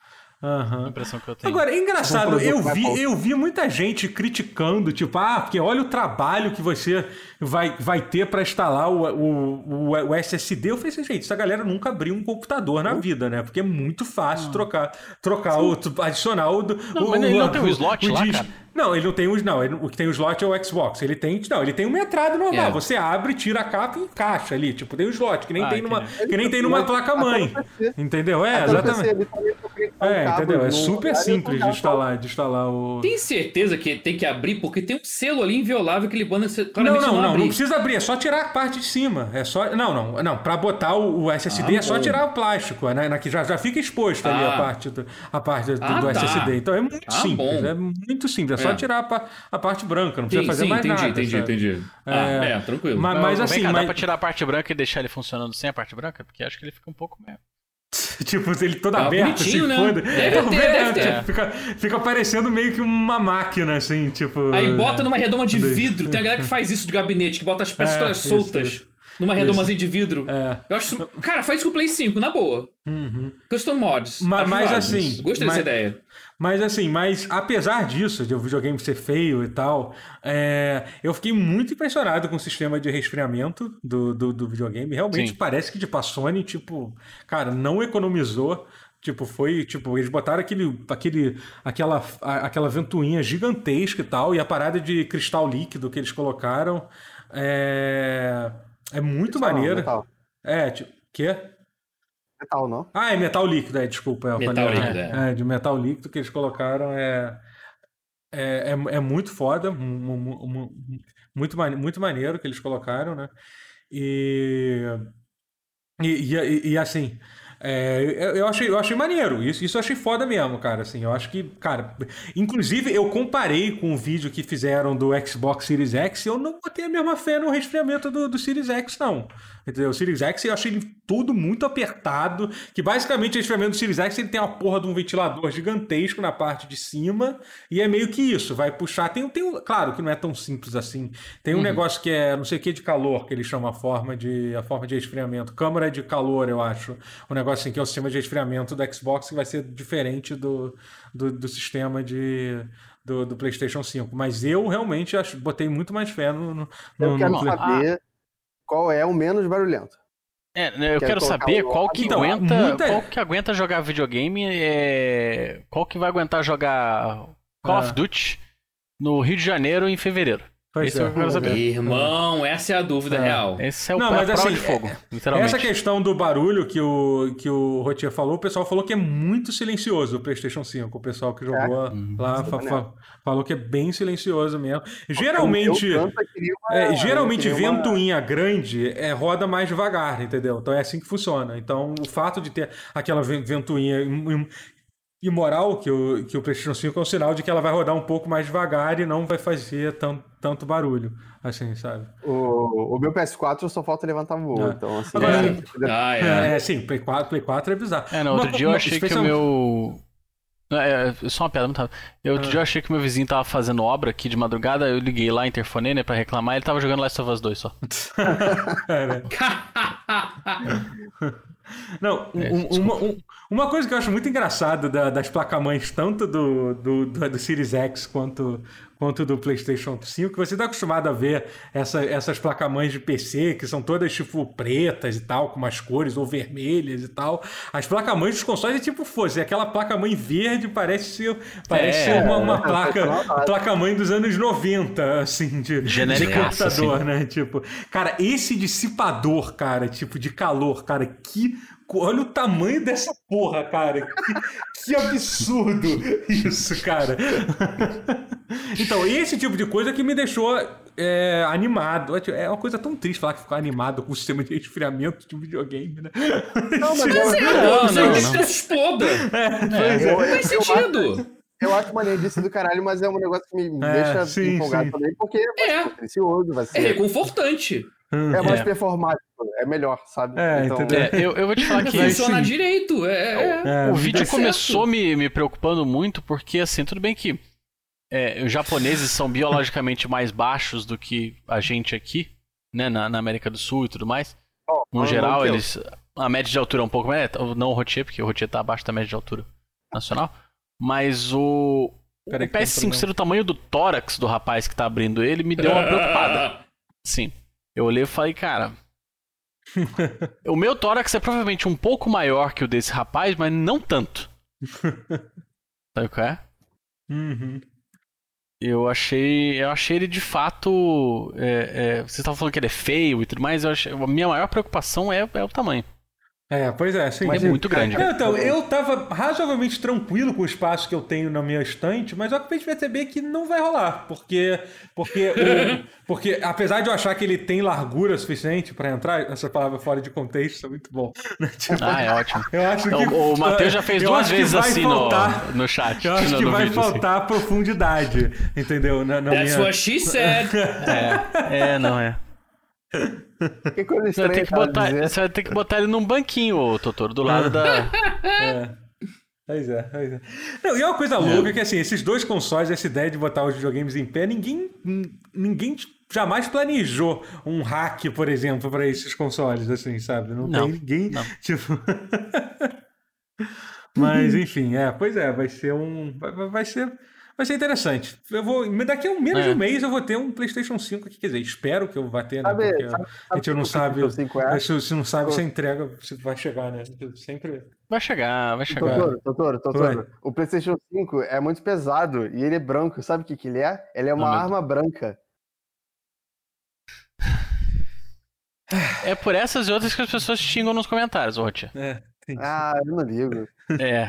Uhum. A impressão que eu tenho. Agora, é engraçado, eu vi, eu vi muita gente criticando, tipo, ah, porque olha o trabalho que você vai, vai ter para instalar o, o, o S S D. Eu falei assim, gente, essa galera nunca abriu um computador na vida, né? Porque é muito fácil trocar, trocar o, adicionar o... Não, o, mas ele o, não tem um o, slot o lá, disco. cara? Não, ele não tem os. Não, ele, o que tem o slot é o Xbox. Ele tem. Não, ele tem uma entrada normal. É. Você abre, tira a capa e encaixa ali. Tipo, tem o slot, que nem Ah, tem numa, entendi. que nem tem numa placa-mãe. Entendeu? É, Até no P C, exatamente. ele também só conectar um É, cabo entendeu? É no- super Aí eu simples tô- de instalar, de instalar o. Tem certeza que tem que abrir? Porque tem um selo ali inviolável que ele manda você Não, claramente não, não, abrir. não precisa abrir, é só tirar a parte de cima. É só. Não, não, não. Pra botar o, o S S D Ah, é só bom. tirar o plástico, né? Na, que já, já fica exposto ali Ah. a parte do, a parte do, Ah, do tá. S S D. Então é muito Ah, simples. bom. É muito simples. É só É. tirar a, pa- a parte branca, não precisa Sim, fazer sim, mais entendi, nada. entendi, sabe? entendi. Ah, É. é, tranquilo. Mas, Mas, mas vem assim. cá, mas... dá pra tirar a parte branca e deixar ele funcionando sem a parte branca? Porque acho que ele fica um pouco mesmo. Tipo, ele todo Ah, aberto, bonitinho, assim, né? foda. Deve Então, ter, é, deve tipo, ter. Fica, fica parecendo meio que uma máquina, assim, tipo... Aí bota numa redoma de Daí. vidro. Tem a galera que faz isso de gabinete, que bota as peças É, todas isso, soltas isso. numa redomazinha de vidro. É. Eu acho. isso- Cara, faz isso com o Play cinco, na boa. Uhum. Custom mods. Ma- acho mas válidos. assim, Gostei mas- dessa ideia. Mas assim, mas apesar disso, de o videogame ser feio e tal, é, eu fiquei muito impressionado com o sistema de resfriamento do, do, do videogame. Realmente Sim. parece que tipo, a Sony, tipo, cara, não economizou. Tipo, foi, tipo, eles botaram aquele, aquele, aquela, a- aquela ventoinha gigantesca e tal, e a parada de cristal líquido que eles colocaram é, é muito Metal, maneiro. Metal, É, tipo, quê? metal, não? Ah, é metal líquido, é, desculpa. Eu Metal falei, líquido, é, é, de metal líquido que eles colocaram é, é, é, é muito foda, mu- mu- mu- muito, mane- muito maneiro que eles colocaram, né? E, e, e, e, assim, é, eu, eu achei, eu achei maneiro, isso, isso eu achei foda mesmo, cara, assim, eu acho que, cara, inclusive eu comparei com o vídeo que fizeram do Xbox Series X e eu não botei a mesma fé no resfriamento do, do Series X, não. Entendeu? O Series X eu achei ele tudo muito apertado, que basicamente o resfriamento do Series X ele tem uma porra de um ventilador gigantesco na parte de cima, e é meio que isso, vai puxar, tem, tem um, claro que não é tão simples assim, tem um Uhum. negócio que é não sei o que de calor, que eles chamam a forma de, a forma de resfriamento, câmara de calor, eu acho, um negócio assim que é o sistema de resfriamento do Xbox que vai ser diferente do, do, do sistema de... Do, do PlayStation cinco, mas eu realmente acho, botei muito mais fé no, no, Eu no- quero no Play- saber qual é o menos barulhento. É, né, eu Quero quero colocar saber o- qual que Então, aguenta, muita- qual que aguenta jogar videogame, é... qual que vai aguentar jogar Call Ah. of Duty no Rio de Janeiro em fevereiro. Pois Esse é. eu quero saber. Irmão, essa é a dúvida real. Esse é o Não, é a mas prova assim, de fogo, é- literalmente. Essa questão do barulho que o, que o Rotier falou, o pessoal falou que é muito silencioso o PlayStation cinco. O pessoal que jogou Uhum. lá fa- fa- falou que é bem silencioso mesmo. O Geralmente, meu tanto, eu queria uma- é, eu geralmente queria uma- ventoinha grande é, roda mais devagar, entendeu? Então é assim que funciona. Então o fato de ter aquela ven- ventoinha im- im- imoral que o, que o PlayStation cinco é um sinal de que ela vai rodar um pouco mais devagar e não vai fazer tão, tanto barulho, assim, sabe? O, o meu P S quatro só falta levantar voo, É. então assim... Agora- é- Ah, é. É, sim, Play quatro, Play quatro é bizarro. É, no outro Uma- dia eu uma- achei que o especial- meu... É, é, só uma piada, muito rápido. Eu, outro Ah. dia eu achei que o meu vizinho tava fazendo obra aqui de madrugada, eu liguei lá, interfonei, né, pra reclamar, ele tava jogando Last of Us dois só. É, né? Não, um- É, um- uma, um- uma coisa que eu acho muito engraçada da- das placas-mães, tanto do, do, do, do Series X quanto, quanto do PlayStation cinco, que você está acostumado a ver essa, essas placas-mães de P C, que são todas tipo pretas e tal, com umas cores, ou vermelhas e tal. As placas-mães dos consoles é tipo fosse, aquela placa-mãe verde parece ser, parece É, ser uma, uma é, placa, é, placa-mãe dos anos noventa, assim, de, de Genericaça, computador, assim. né? Tipo, cara, esse dissipador, cara, tipo, de calor, cara, que. Olha o tamanho dessa porra, cara. Que, que absurdo isso, cara. Então, esse tipo de coisa que me deixou é, animado. É uma coisa tão triste falar que ficou animado com o sistema de resfriamento de um videogame, né? Não, mas eu, Mas é, Não, você não, quer não. que isso exploda. Pois é. eu, Faz eu, sentido. acho, eu acho maneiríssimo do caralho, mas é um negócio que me É, deixa sim, empolgado sim. também, porque é É. mais precioso, vai É ser... reconfortante. É mais É. performático, é melhor, sabe? É, entendeu? É, eu, eu vou te falar que Mas Funciona sim. direito. É, é. É, o vídeo tá certo. começou me, me preocupando muito porque, assim, tudo bem que é, os japoneses são biologicamente mais baixos do que a gente aqui, né, na, na América do Sul e tudo mais. Ó, No não, geral, não, eles... A média de altura é um pouco mais... Não o Rotier, porque o Rotier tá abaixo da média de altura. nacional. Mas o, Peraí o que P S cinco tem um ser do tamanho do tórax do rapaz que tá abrindo ele me deu uma preocupada. Sim. Eu olhei e falei, cara... o meu tórax é provavelmente um pouco maior que o desse rapaz, mas não tanto. Sabe o que é? Uhum. Eu achei, eu achei ele de fato. É, é, vocês estavam falando que ele é feio e tudo mais. Eu achei, a minha maior preocupação é, é o tamanho. É, pois é, sim. É sim. muito grande. Não, então, eu tava razoavelmente tranquilo com o espaço que eu tenho na minha estante, mas eu acabei de perceber que não vai rolar, porque porque, o, porque apesar de eu achar que ele tem largura suficiente pra entrar, essa palavra fora de contexto é muito bom. Né? Tipo, Ah, é ótimo. eu acho Então, que, o Matheus já fez eu duas acho que vezes vai assim faltar, no, no chat. Eu acho no, que no vai vídeo, faltar assim. profundidade, entendeu? Na, na That's minha... what she said. É, é, não é. Que coisa Você vai, ter estranha que ela botar, dizer. você vai ter que botar ele num banquinho, ô, Totoro, do lado da. É. Pois é, pois é. Não, e uma coisa louca é que assim, esses dois consoles, essa ideia de botar os videogames em pé, ninguém, ninguém jamais planejou um hack, por exemplo, para esses consoles, assim, sabe? Não, Não, tem ninguém. não. Tipo... Mas, enfim, é, pois é, vai ser um. Vai, vai- vai ser. Vai ser interessante. Eu vou, daqui a um, menos É. de um mês eu vou ter um PlayStation cinco aqui. Quer dizer, espero que eu vá ter, né? Sabe- Porque sabe- a gente sabe não o sabe. PlayStation cinco é? Se, se não sabe se a entrega se vai chegar, né? Sempre. Vai chegar, vai chegar. Totoro, Totoro, Totoro. O PlayStation cinco é muito pesado e ele é branco. Sabe o que, que ele é? Ele é uma Ah, meu arma branca. É por essas e outras que as pessoas xingam nos comentários, Rotia. É, tem. Ah, eu não ligo. É.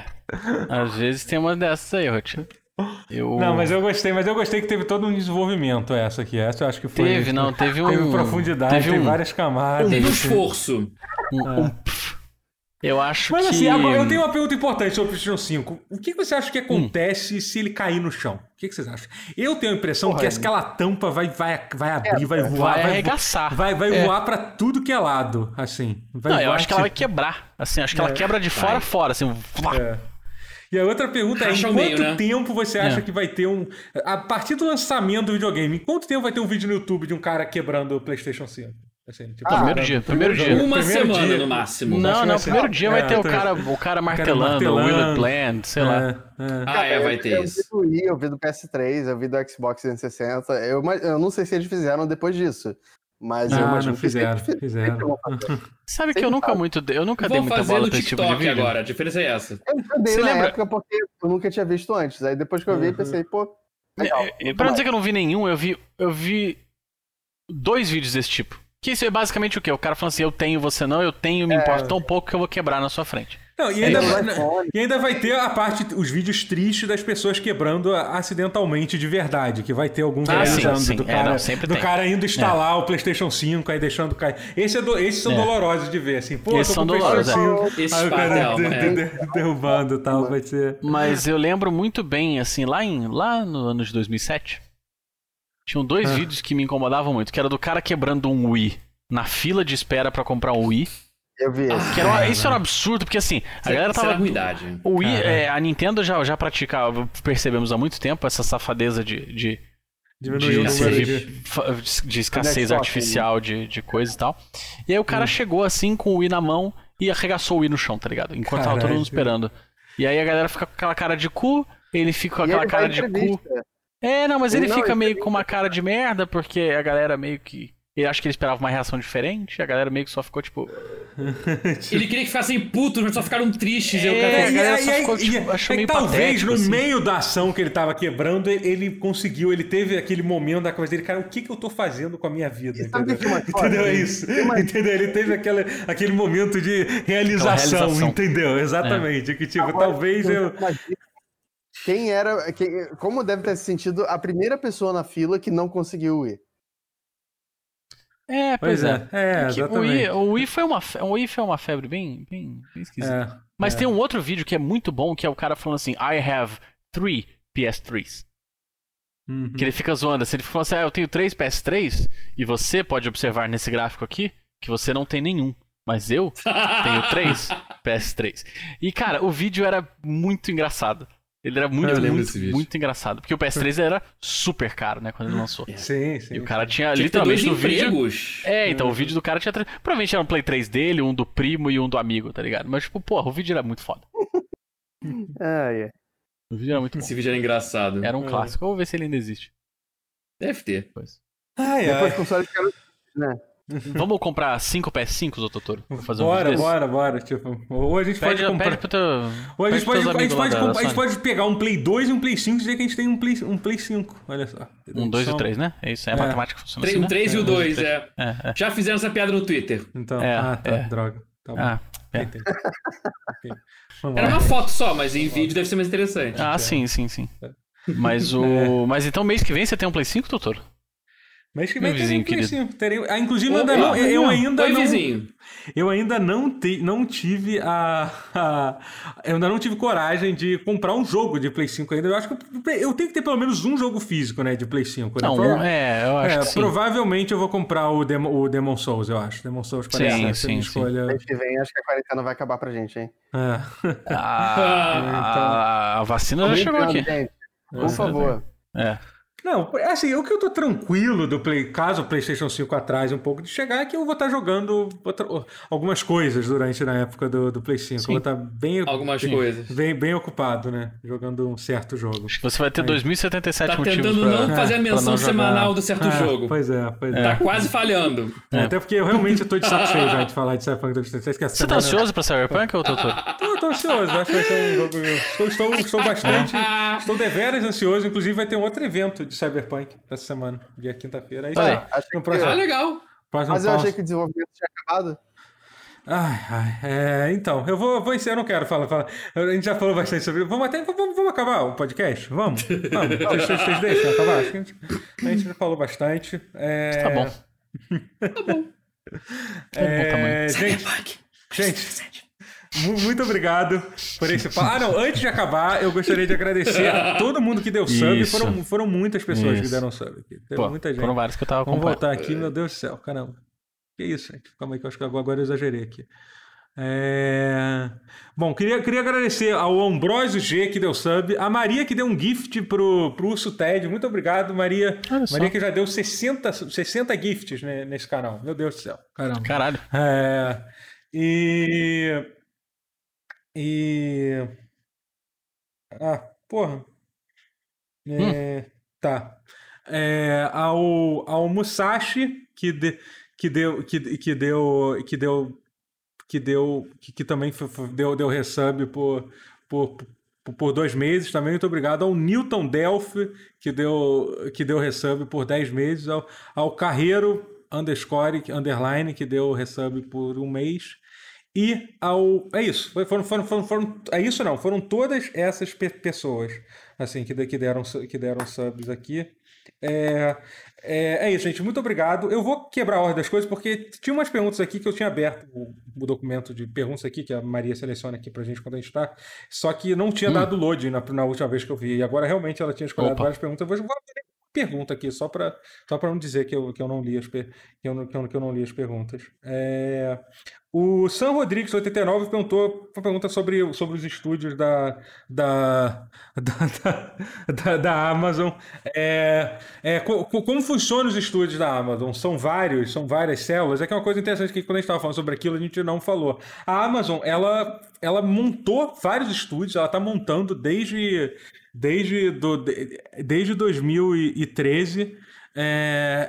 Às vezes tem uma dessas aí, Rotia. Eu... Não, mas eu gostei, mas eu gostei que teve todo um desenvolvimento essa aqui. Essa eu acho que foi. Teve, não, teve um. Teve profundidade, teve teve um, várias camadas. Um assim. esforço. um, um pf. Eu acho Mas que. assim, agora eu tenho uma pergunta importante sobre o PlayStation cinco. O que você acha que Hum. acontece se ele cair no chão? O que vocês acham? Eu tenho a impressão Porra, que aquela tampa vai, vai, vai abrir, vai voar, vai vai, arregaçar. vai, vai É. voar pra tudo que é lado, assim. Vai Não, eu voar, acho que ela vai tipo- quebrar. Assim, acho que ela É. quebra de fora a fora, assim. Vlap. É. E a outra pergunta é, em Racha quanto ao meio, né? tempo você acha É. que vai ter um... A partir do lançamento do videogame, em quanto tempo vai ter um vídeo no YouTube de um cara quebrando o PlayStation cinco? Assim, tipo, Ah, primeiro cara, dia, primeiro jogo, dia. Uma primeiro semana dia. no máximo. Acho Não, que não, vai o ser- primeiro dia vai É, ter o tá. cara, o cara martelando, o martelando. Will Plant, sei lá. É, Ah, é, vai ter eu isso. vi do Wii, eu vi do P S três, eu vi do Xbox trezentos e sessenta. Eu, ima- eu não sei se eles fizeram depois disso. Mas eu Ah, imagino não que fizeram, sempre- fizeram. sempre vão fazer. Sabe que eu Sempre nunca falo. muito, eu nunca dei Vou muita fazer bola no pra esse tipo de TikTok vídeo. agora. A diferença é essa. Eu também Você na lembra- época porque eu nunca tinha visto antes. Aí depois que eu vi, Uhum. pensei, pô, legal. É, é, muito Pra não mais. dizer que eu não vi nenhum, eu vi, eu vi dois vídeos desse tipo. Que isso é basicamente o quê? O cara falando assim, eu tenho, você não, eu tenho, me importa tão pouco que eu vou quebrar na sua frente. Não, e ainda, É, vai, mas olha- e ainda vai ter a parte, os vídeos tristes das pessoas quebrando acidentalmente de verdade, que vai ter alguns Ah, sim, realizando sim. do É, cara, não, sempre do tem. cara indo instalar o PlayStation cinco, aí deixando cair. Esse é do- esses são É. dolorosos de ver, assim, pô, Esses tô com são o PlayStation dolorosos, cinco, Esse aí o parte cara da alma, de- é. de- de- derrubando e tal, vai ser... Mas eu lembro muito bem, assim, lá, em, lá no ano de dois mil e sete, tinham dois Ah. vídeos que me incomodavam muito, que era do cara quebrando um Wii na fila de espera pra comprar um Wii. Eu vi esse. Que era, uma- isso era um absurdo, porque assim, a galera Isso era tava... ruindade. O Wii, Caralho. é, a Nintendo já, já praticava, percebemos há muito tempo, essa safadeza de, de, Diminuiu o de, número de, de... fa- de escassez Xbox, artificial de, de coisa e tal. E aí o cara chegou assim com o Wii na mão e arregaçou o Wii no chão, tá ligado? Enquanto tava todo Caralho. mundo esperando. E aí a galera fica com aquela cara de cu, ele fica com E aquela ele cara vai de em cu. entrevista. É, não, mas Ele ele não, fica ele meio tem- com uma cara de merda, porque a galera meio que. Ele acha que ele esperava uma reação diferente, a galera meio que só ficou tipo. Ele queria que ficassem putos, mas só ficaram tristes. e o É, cara a E, galera aí- só e aí- ficou, tipo, e- achou é meio que talvez patético, no assim. meio da ação que ele tava quebrando, ele, ele conseguiu, ele teve aquele momento da coisa dele, cara, o que que eu tô fazendo com a minha vida? E sabe o Entendeu? que é mais foda? Entendeu? É isso. Entendeu? Ele teve aquele, aquele momento de realização, realização. entendeu? Exatamente. Que tipo, Agora, talvez eu. imagina Quem era. Quem, como deve ter sentido a primeira pessoa na fila que não conseguiu ir? É, pois, Pois é, é, É que o, exatamente. Wii, o, Wii foi uma, fe- o Wii foi uma febre bem, bem, bem esquisita. É, Mas é. tem um outro vídeo que é muito bom, que é o cara falando assim, I have three P S três. Uhum. Que ele fica zoando assim, ele fala assim, ah, eu tenho três P S três, e você pode observar nesse gráfico aqui que você não tem nenhum. Mas eu tenho três P S três. E, cara, o vídeo era muito engraçado. Ele era muito, Eu lembro muito, desse vídeo. muito engraçado. Porque o P S três era super caro, né, quando ele lançou. Sim, sim. E o cara tinha, Tinha que ter dois literalmente, no vídeo... empregos. É, então, o vídeo do cara tinha... três- Provavelmente era um Play três dele, um do primo e um do amigo, tá ligado? Mas, tipo, porra, o vídeo era muito foda. Ah, é. O vídeo era muito bom. Esse vídeo era engraçado. Era um clássico. Vou ver se ele ainda existe. Deve ter. Depois. Ai, Depois ai. console ficaram, né? Vamos comprar cinco P S cinco, doutor Totoro? Pra fazer um Bora, vídeo desse? bora, bora. Tipo, ou a gente Pede, pode comprar... pede pro teu, Ou a gente pede pros pode, teus a gente amigos lá pode, da- comp- da a gente Sony. pode pegar um Play dois e um Play cinco e dizer que a gente tem um Play, um Play cinco. Olha só. Um, dois e São- o três, né? É isso, é a É. matemática que funciona Tre- assim, O né? três e o É, dois, três. é. É, é. Já fizeram essa piada no Twitter. Então, É, ah, tá, é. droga. Tá bom. Ah, é. Entendi. Ok. Vamos Era lá. uma foto só, mas em vídeo deve ser mais interessante. Ah, sim, sim, sim. É. Mas o. Mas então mês que vem você tem um Play cinco, doutor? Mas que Meu vai ter vizinho um Play querido. cinco. Terei... Ah, inclusive, eu Ô, ainda ô, não, eu ainda Oi, não, vizinho. eu ainda não, te, não tive a, a- eu ainda não tive coragem de comprar um jogo de Play cinco ainda. Eu acho que eu, eu tenho que ter pelo menos um jogo físico, né, de Play cinco. Né? Não, Prova- um, é, eu acho é, que sim. provavelmente eu vou comprar o, Demo, o Demon Souls, eu acho. Demon Souls parece Sim, ser a sim, minha sim. escolha. Mês que vem, acho que a quarentena vai acabar pra gente, hein? É. A, a vacina já chegou aqui. Gente, por É. favor. É. Não, assim, o que eu tô tranquilo do Play, caso o PlayStation cinco atrase um pouco de chegar, é que eu vou estar jogando outra- algumas coisas durante na época do, do Play cinco. Sim. Eu vou estar bem, Algumas bem, coisas. Bem, bem ocupado, né? Jogando um certo jogo. Acho que você vai ter Aí. dois mil e setenta e sete Tá motivos tentando pra... não fazer a pra menção não jogar. semanal do certo Ah, jogo. Pois é, pois é. Tá quase falhando. É, Até porque eu realmente tô de saco cheio já de falar de Cyberpunk dois mil e setenta e sete. Você tá ansioso pra Cyberpunk, ou doutor? Tô, tô ansioso, acho que vai ser um jogo. Estou, estou, estou bastante. Estou deveras ansioso. Inclusive, vai ter um outro evento de Cyberpunk essa semana, dia quinta-feira. Aí, Olha tá. Achei No que- próximo, Ah, legal. próximo Mas eu passo. achei que o desenvolvimento tinha acabado. Ai, ai, é, então, eu vou, vou encerrar, eu não quero falar, falar. A gente já falou bastante sobre. Vamos até. Vamos, vamos acabar o podcast? Vamos? Vamos. Vocês, vocês, vocês deixam acabar? Acho que a gente, a gente já falou bastante. É... Tá bom. É, bom tamanho. gente, gente, mu- muito obrigado por esse papo. Ah, não, antes de acabar, eu gostaria de agradecer a todo mundo que deu sub. Isso. Foram, foram muitas pessoas que Isso. deram sub aqui. Teve Pô, muita gente. foram vários que eu tava Vamos acompanhando. voltar aqui, meu Deus do céu, caramba. Que isso, gente? Calma aí, que eu acho que agora eu exagerei aqui. É... Bom, queria, queria agradecer ao Ambrosio G que deu sub, a Maria que deu um gift pro, pro Urso Ted. Muito obrigado, Maria. Olha só. Maria que já deu sessenta, sessenta gifts né, nesse canal. Meu Deus do céu. Caramba. Caralho. É, e. E. Ah, porra. É, Tá. É, ao, ao Musashi, que, de, que deu. Que, que deu. Que deu. Que deu. Que, que também foi- foi- deu, deu resub por. por por- por dois meses também, muito obrigado ao Newton Delphi, que deu, que deu resub por dez meses, ao, ao Carreiro underscore, underline, que deu resub por um mês, e ao... É isso, Foi- foram, foram, foram, foram, é isso não, foram todas essas pe- pessoas, assim, que, de- que, deram, su- que deram subs aqui. É, é, é isso, gente. Muito obrigado. Eu vou quebrar a ordem das coisas, porque tinha umas perguntas aqui que eu tinha aberto o, o documento de perguntas aqui, que a Maria seleciona aqui pra gente quando a gente tá. Só que não tinha dado load na, na última vez que eu vi. E agora realmente ela tinha escolhido Opa. várias perguntas. Eu vou vou abrir uma pergunta aqui, só pra, só pra não dizer que eu, que eu não li as, per- que eu, não- que eu, que eu não li as perguntas. É, o Sam Rodrigues oitenta e nove perguntou uma pergunta sobre, sobre os estúdios da, da, da, da, da- da Amazon. É, é, co- co- como funcionam os estúdios da Amazon? São vários, são várias células. É que é uma coisa interessante que quando a gente estava falando sobre aquilo, a gente não falou. A Amazon, ela, ela montou vários estúdios, ela está montando desde, desde, do, de- desde dois mil e treze. É,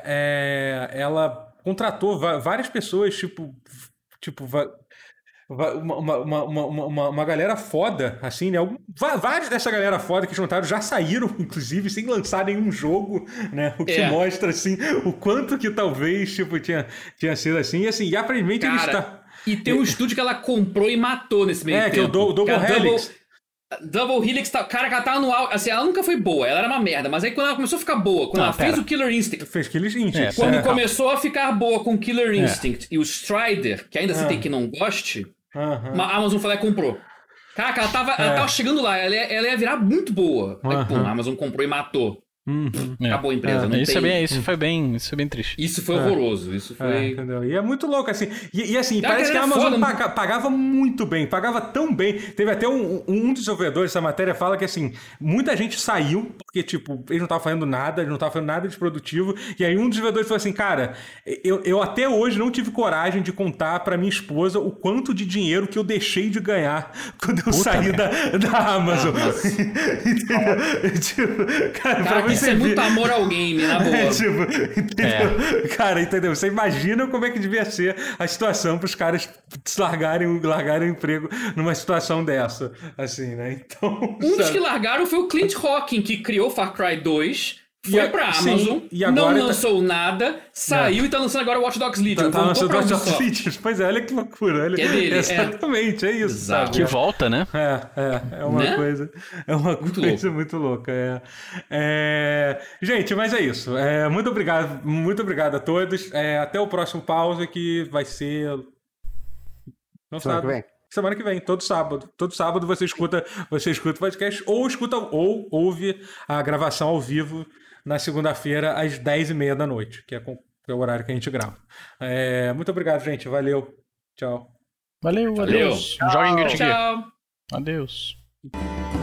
é, ela contratou va- várias pessoas, tipo, tipo va- va- uma, uma, uma, uma, uma- uma galera foda, assim, né? Algum- va- vários dessa galera foda que juntaram já saíram, inclusive, sem lançar nenhum jogo, né? O que É. mostra, assim, o quanto que talvez, tipo, tinha, tinha sido assim. E, assim, e aparentemente eles Cara, estão... e tem um estúdio que ela comprou e matou nesse meio É, tempo. que é o Do- Double Que a Helix. Double Helix, tá, cara, que ela tava no auge. Assim, ela nunca foi boa, ela era uma merda. Mas aí quando ela começou a ficar boa, quando Não, ela fez pera. o Killer Instinct, Fez Killer Instinct. É, quando é. começou a ficar boa com Killer Instinct e o Strider, que ainda assim Ah. tem que não goste, Aham. a Amazon foi lá e comprou. Caraca, ela tava, ela É. tava chegando lá, ela ia, ela ia virar muito boa. Aí, pô, Aham. a Amazon comprou e matou. Uhum. Acabou a empresa. É, não isso, tem... é bem, isso foi bem, isso foi bem triste. Isso foi horroroso. Isso foi. É, entendeu? E é muito louco, assim. E, e assim, Ah, parece que a cara, Amazon foda, paga- pagava muito bem, pagava tão bem. Teve até um, um dos desenvolvedores dessa matéria fala que, assim, muita gente saiu, porque, tipo, eles não estavam fazendo nada, eles não estavam fazendo nada de produtivo. E aí um dos desenvolvedores falou assim, cara, eu, eu até hoje não tive coragem de contar pra minha esposa o quanto de dinheiro que eu deixei de ganhar quando eu Puta saí da, da Amazon. Ah, mas- Entendeu? Tipo, cara, pra Cara, isso você é ver... muito amor ao game, na boa. É, tipo, entendeu? Cara, entendeu? Você imagina como é que devia ser a situação para os caras largarem, largarem o emprego numa situação dessa, assim, né? Então, Um dos sabe? que largaram foi o Clint Hawking, que criou Far Cry dois, foi E a- pra sim, Amazon, e agora não tá- lançou nada, saiu e tá lançando agora o Watch Dogs Legion. Tá, tá Voltou lançando pra Watch Ubisoft. Dogs Legion. Pois é, olha que loucura. Olha. Que é dele, é. Exatamente, é, isso. Bizarro. Sabe? Que volta, né? É, é, é uma Né? coisa, é uma Muito coisa muito louca. É. É, gente, mas é isso. É, muito obrigado, muito obrigado a todos. É, até o próximo pause que vai ser não Semana que sabe. vem. Semana que vem, todo sábado. Todo sábado você escuta, você escuta o podcast ou escuta ou ouve a gravação ao vivo na segunda-feira às dez e meia da noite, que é, com, que é o horário que a gente grava. É, muito obrigado, gente. Valeu. Tchau. Valeu, Valeu. adeus. Joguem Guilty Gear. Tchau. Adeus.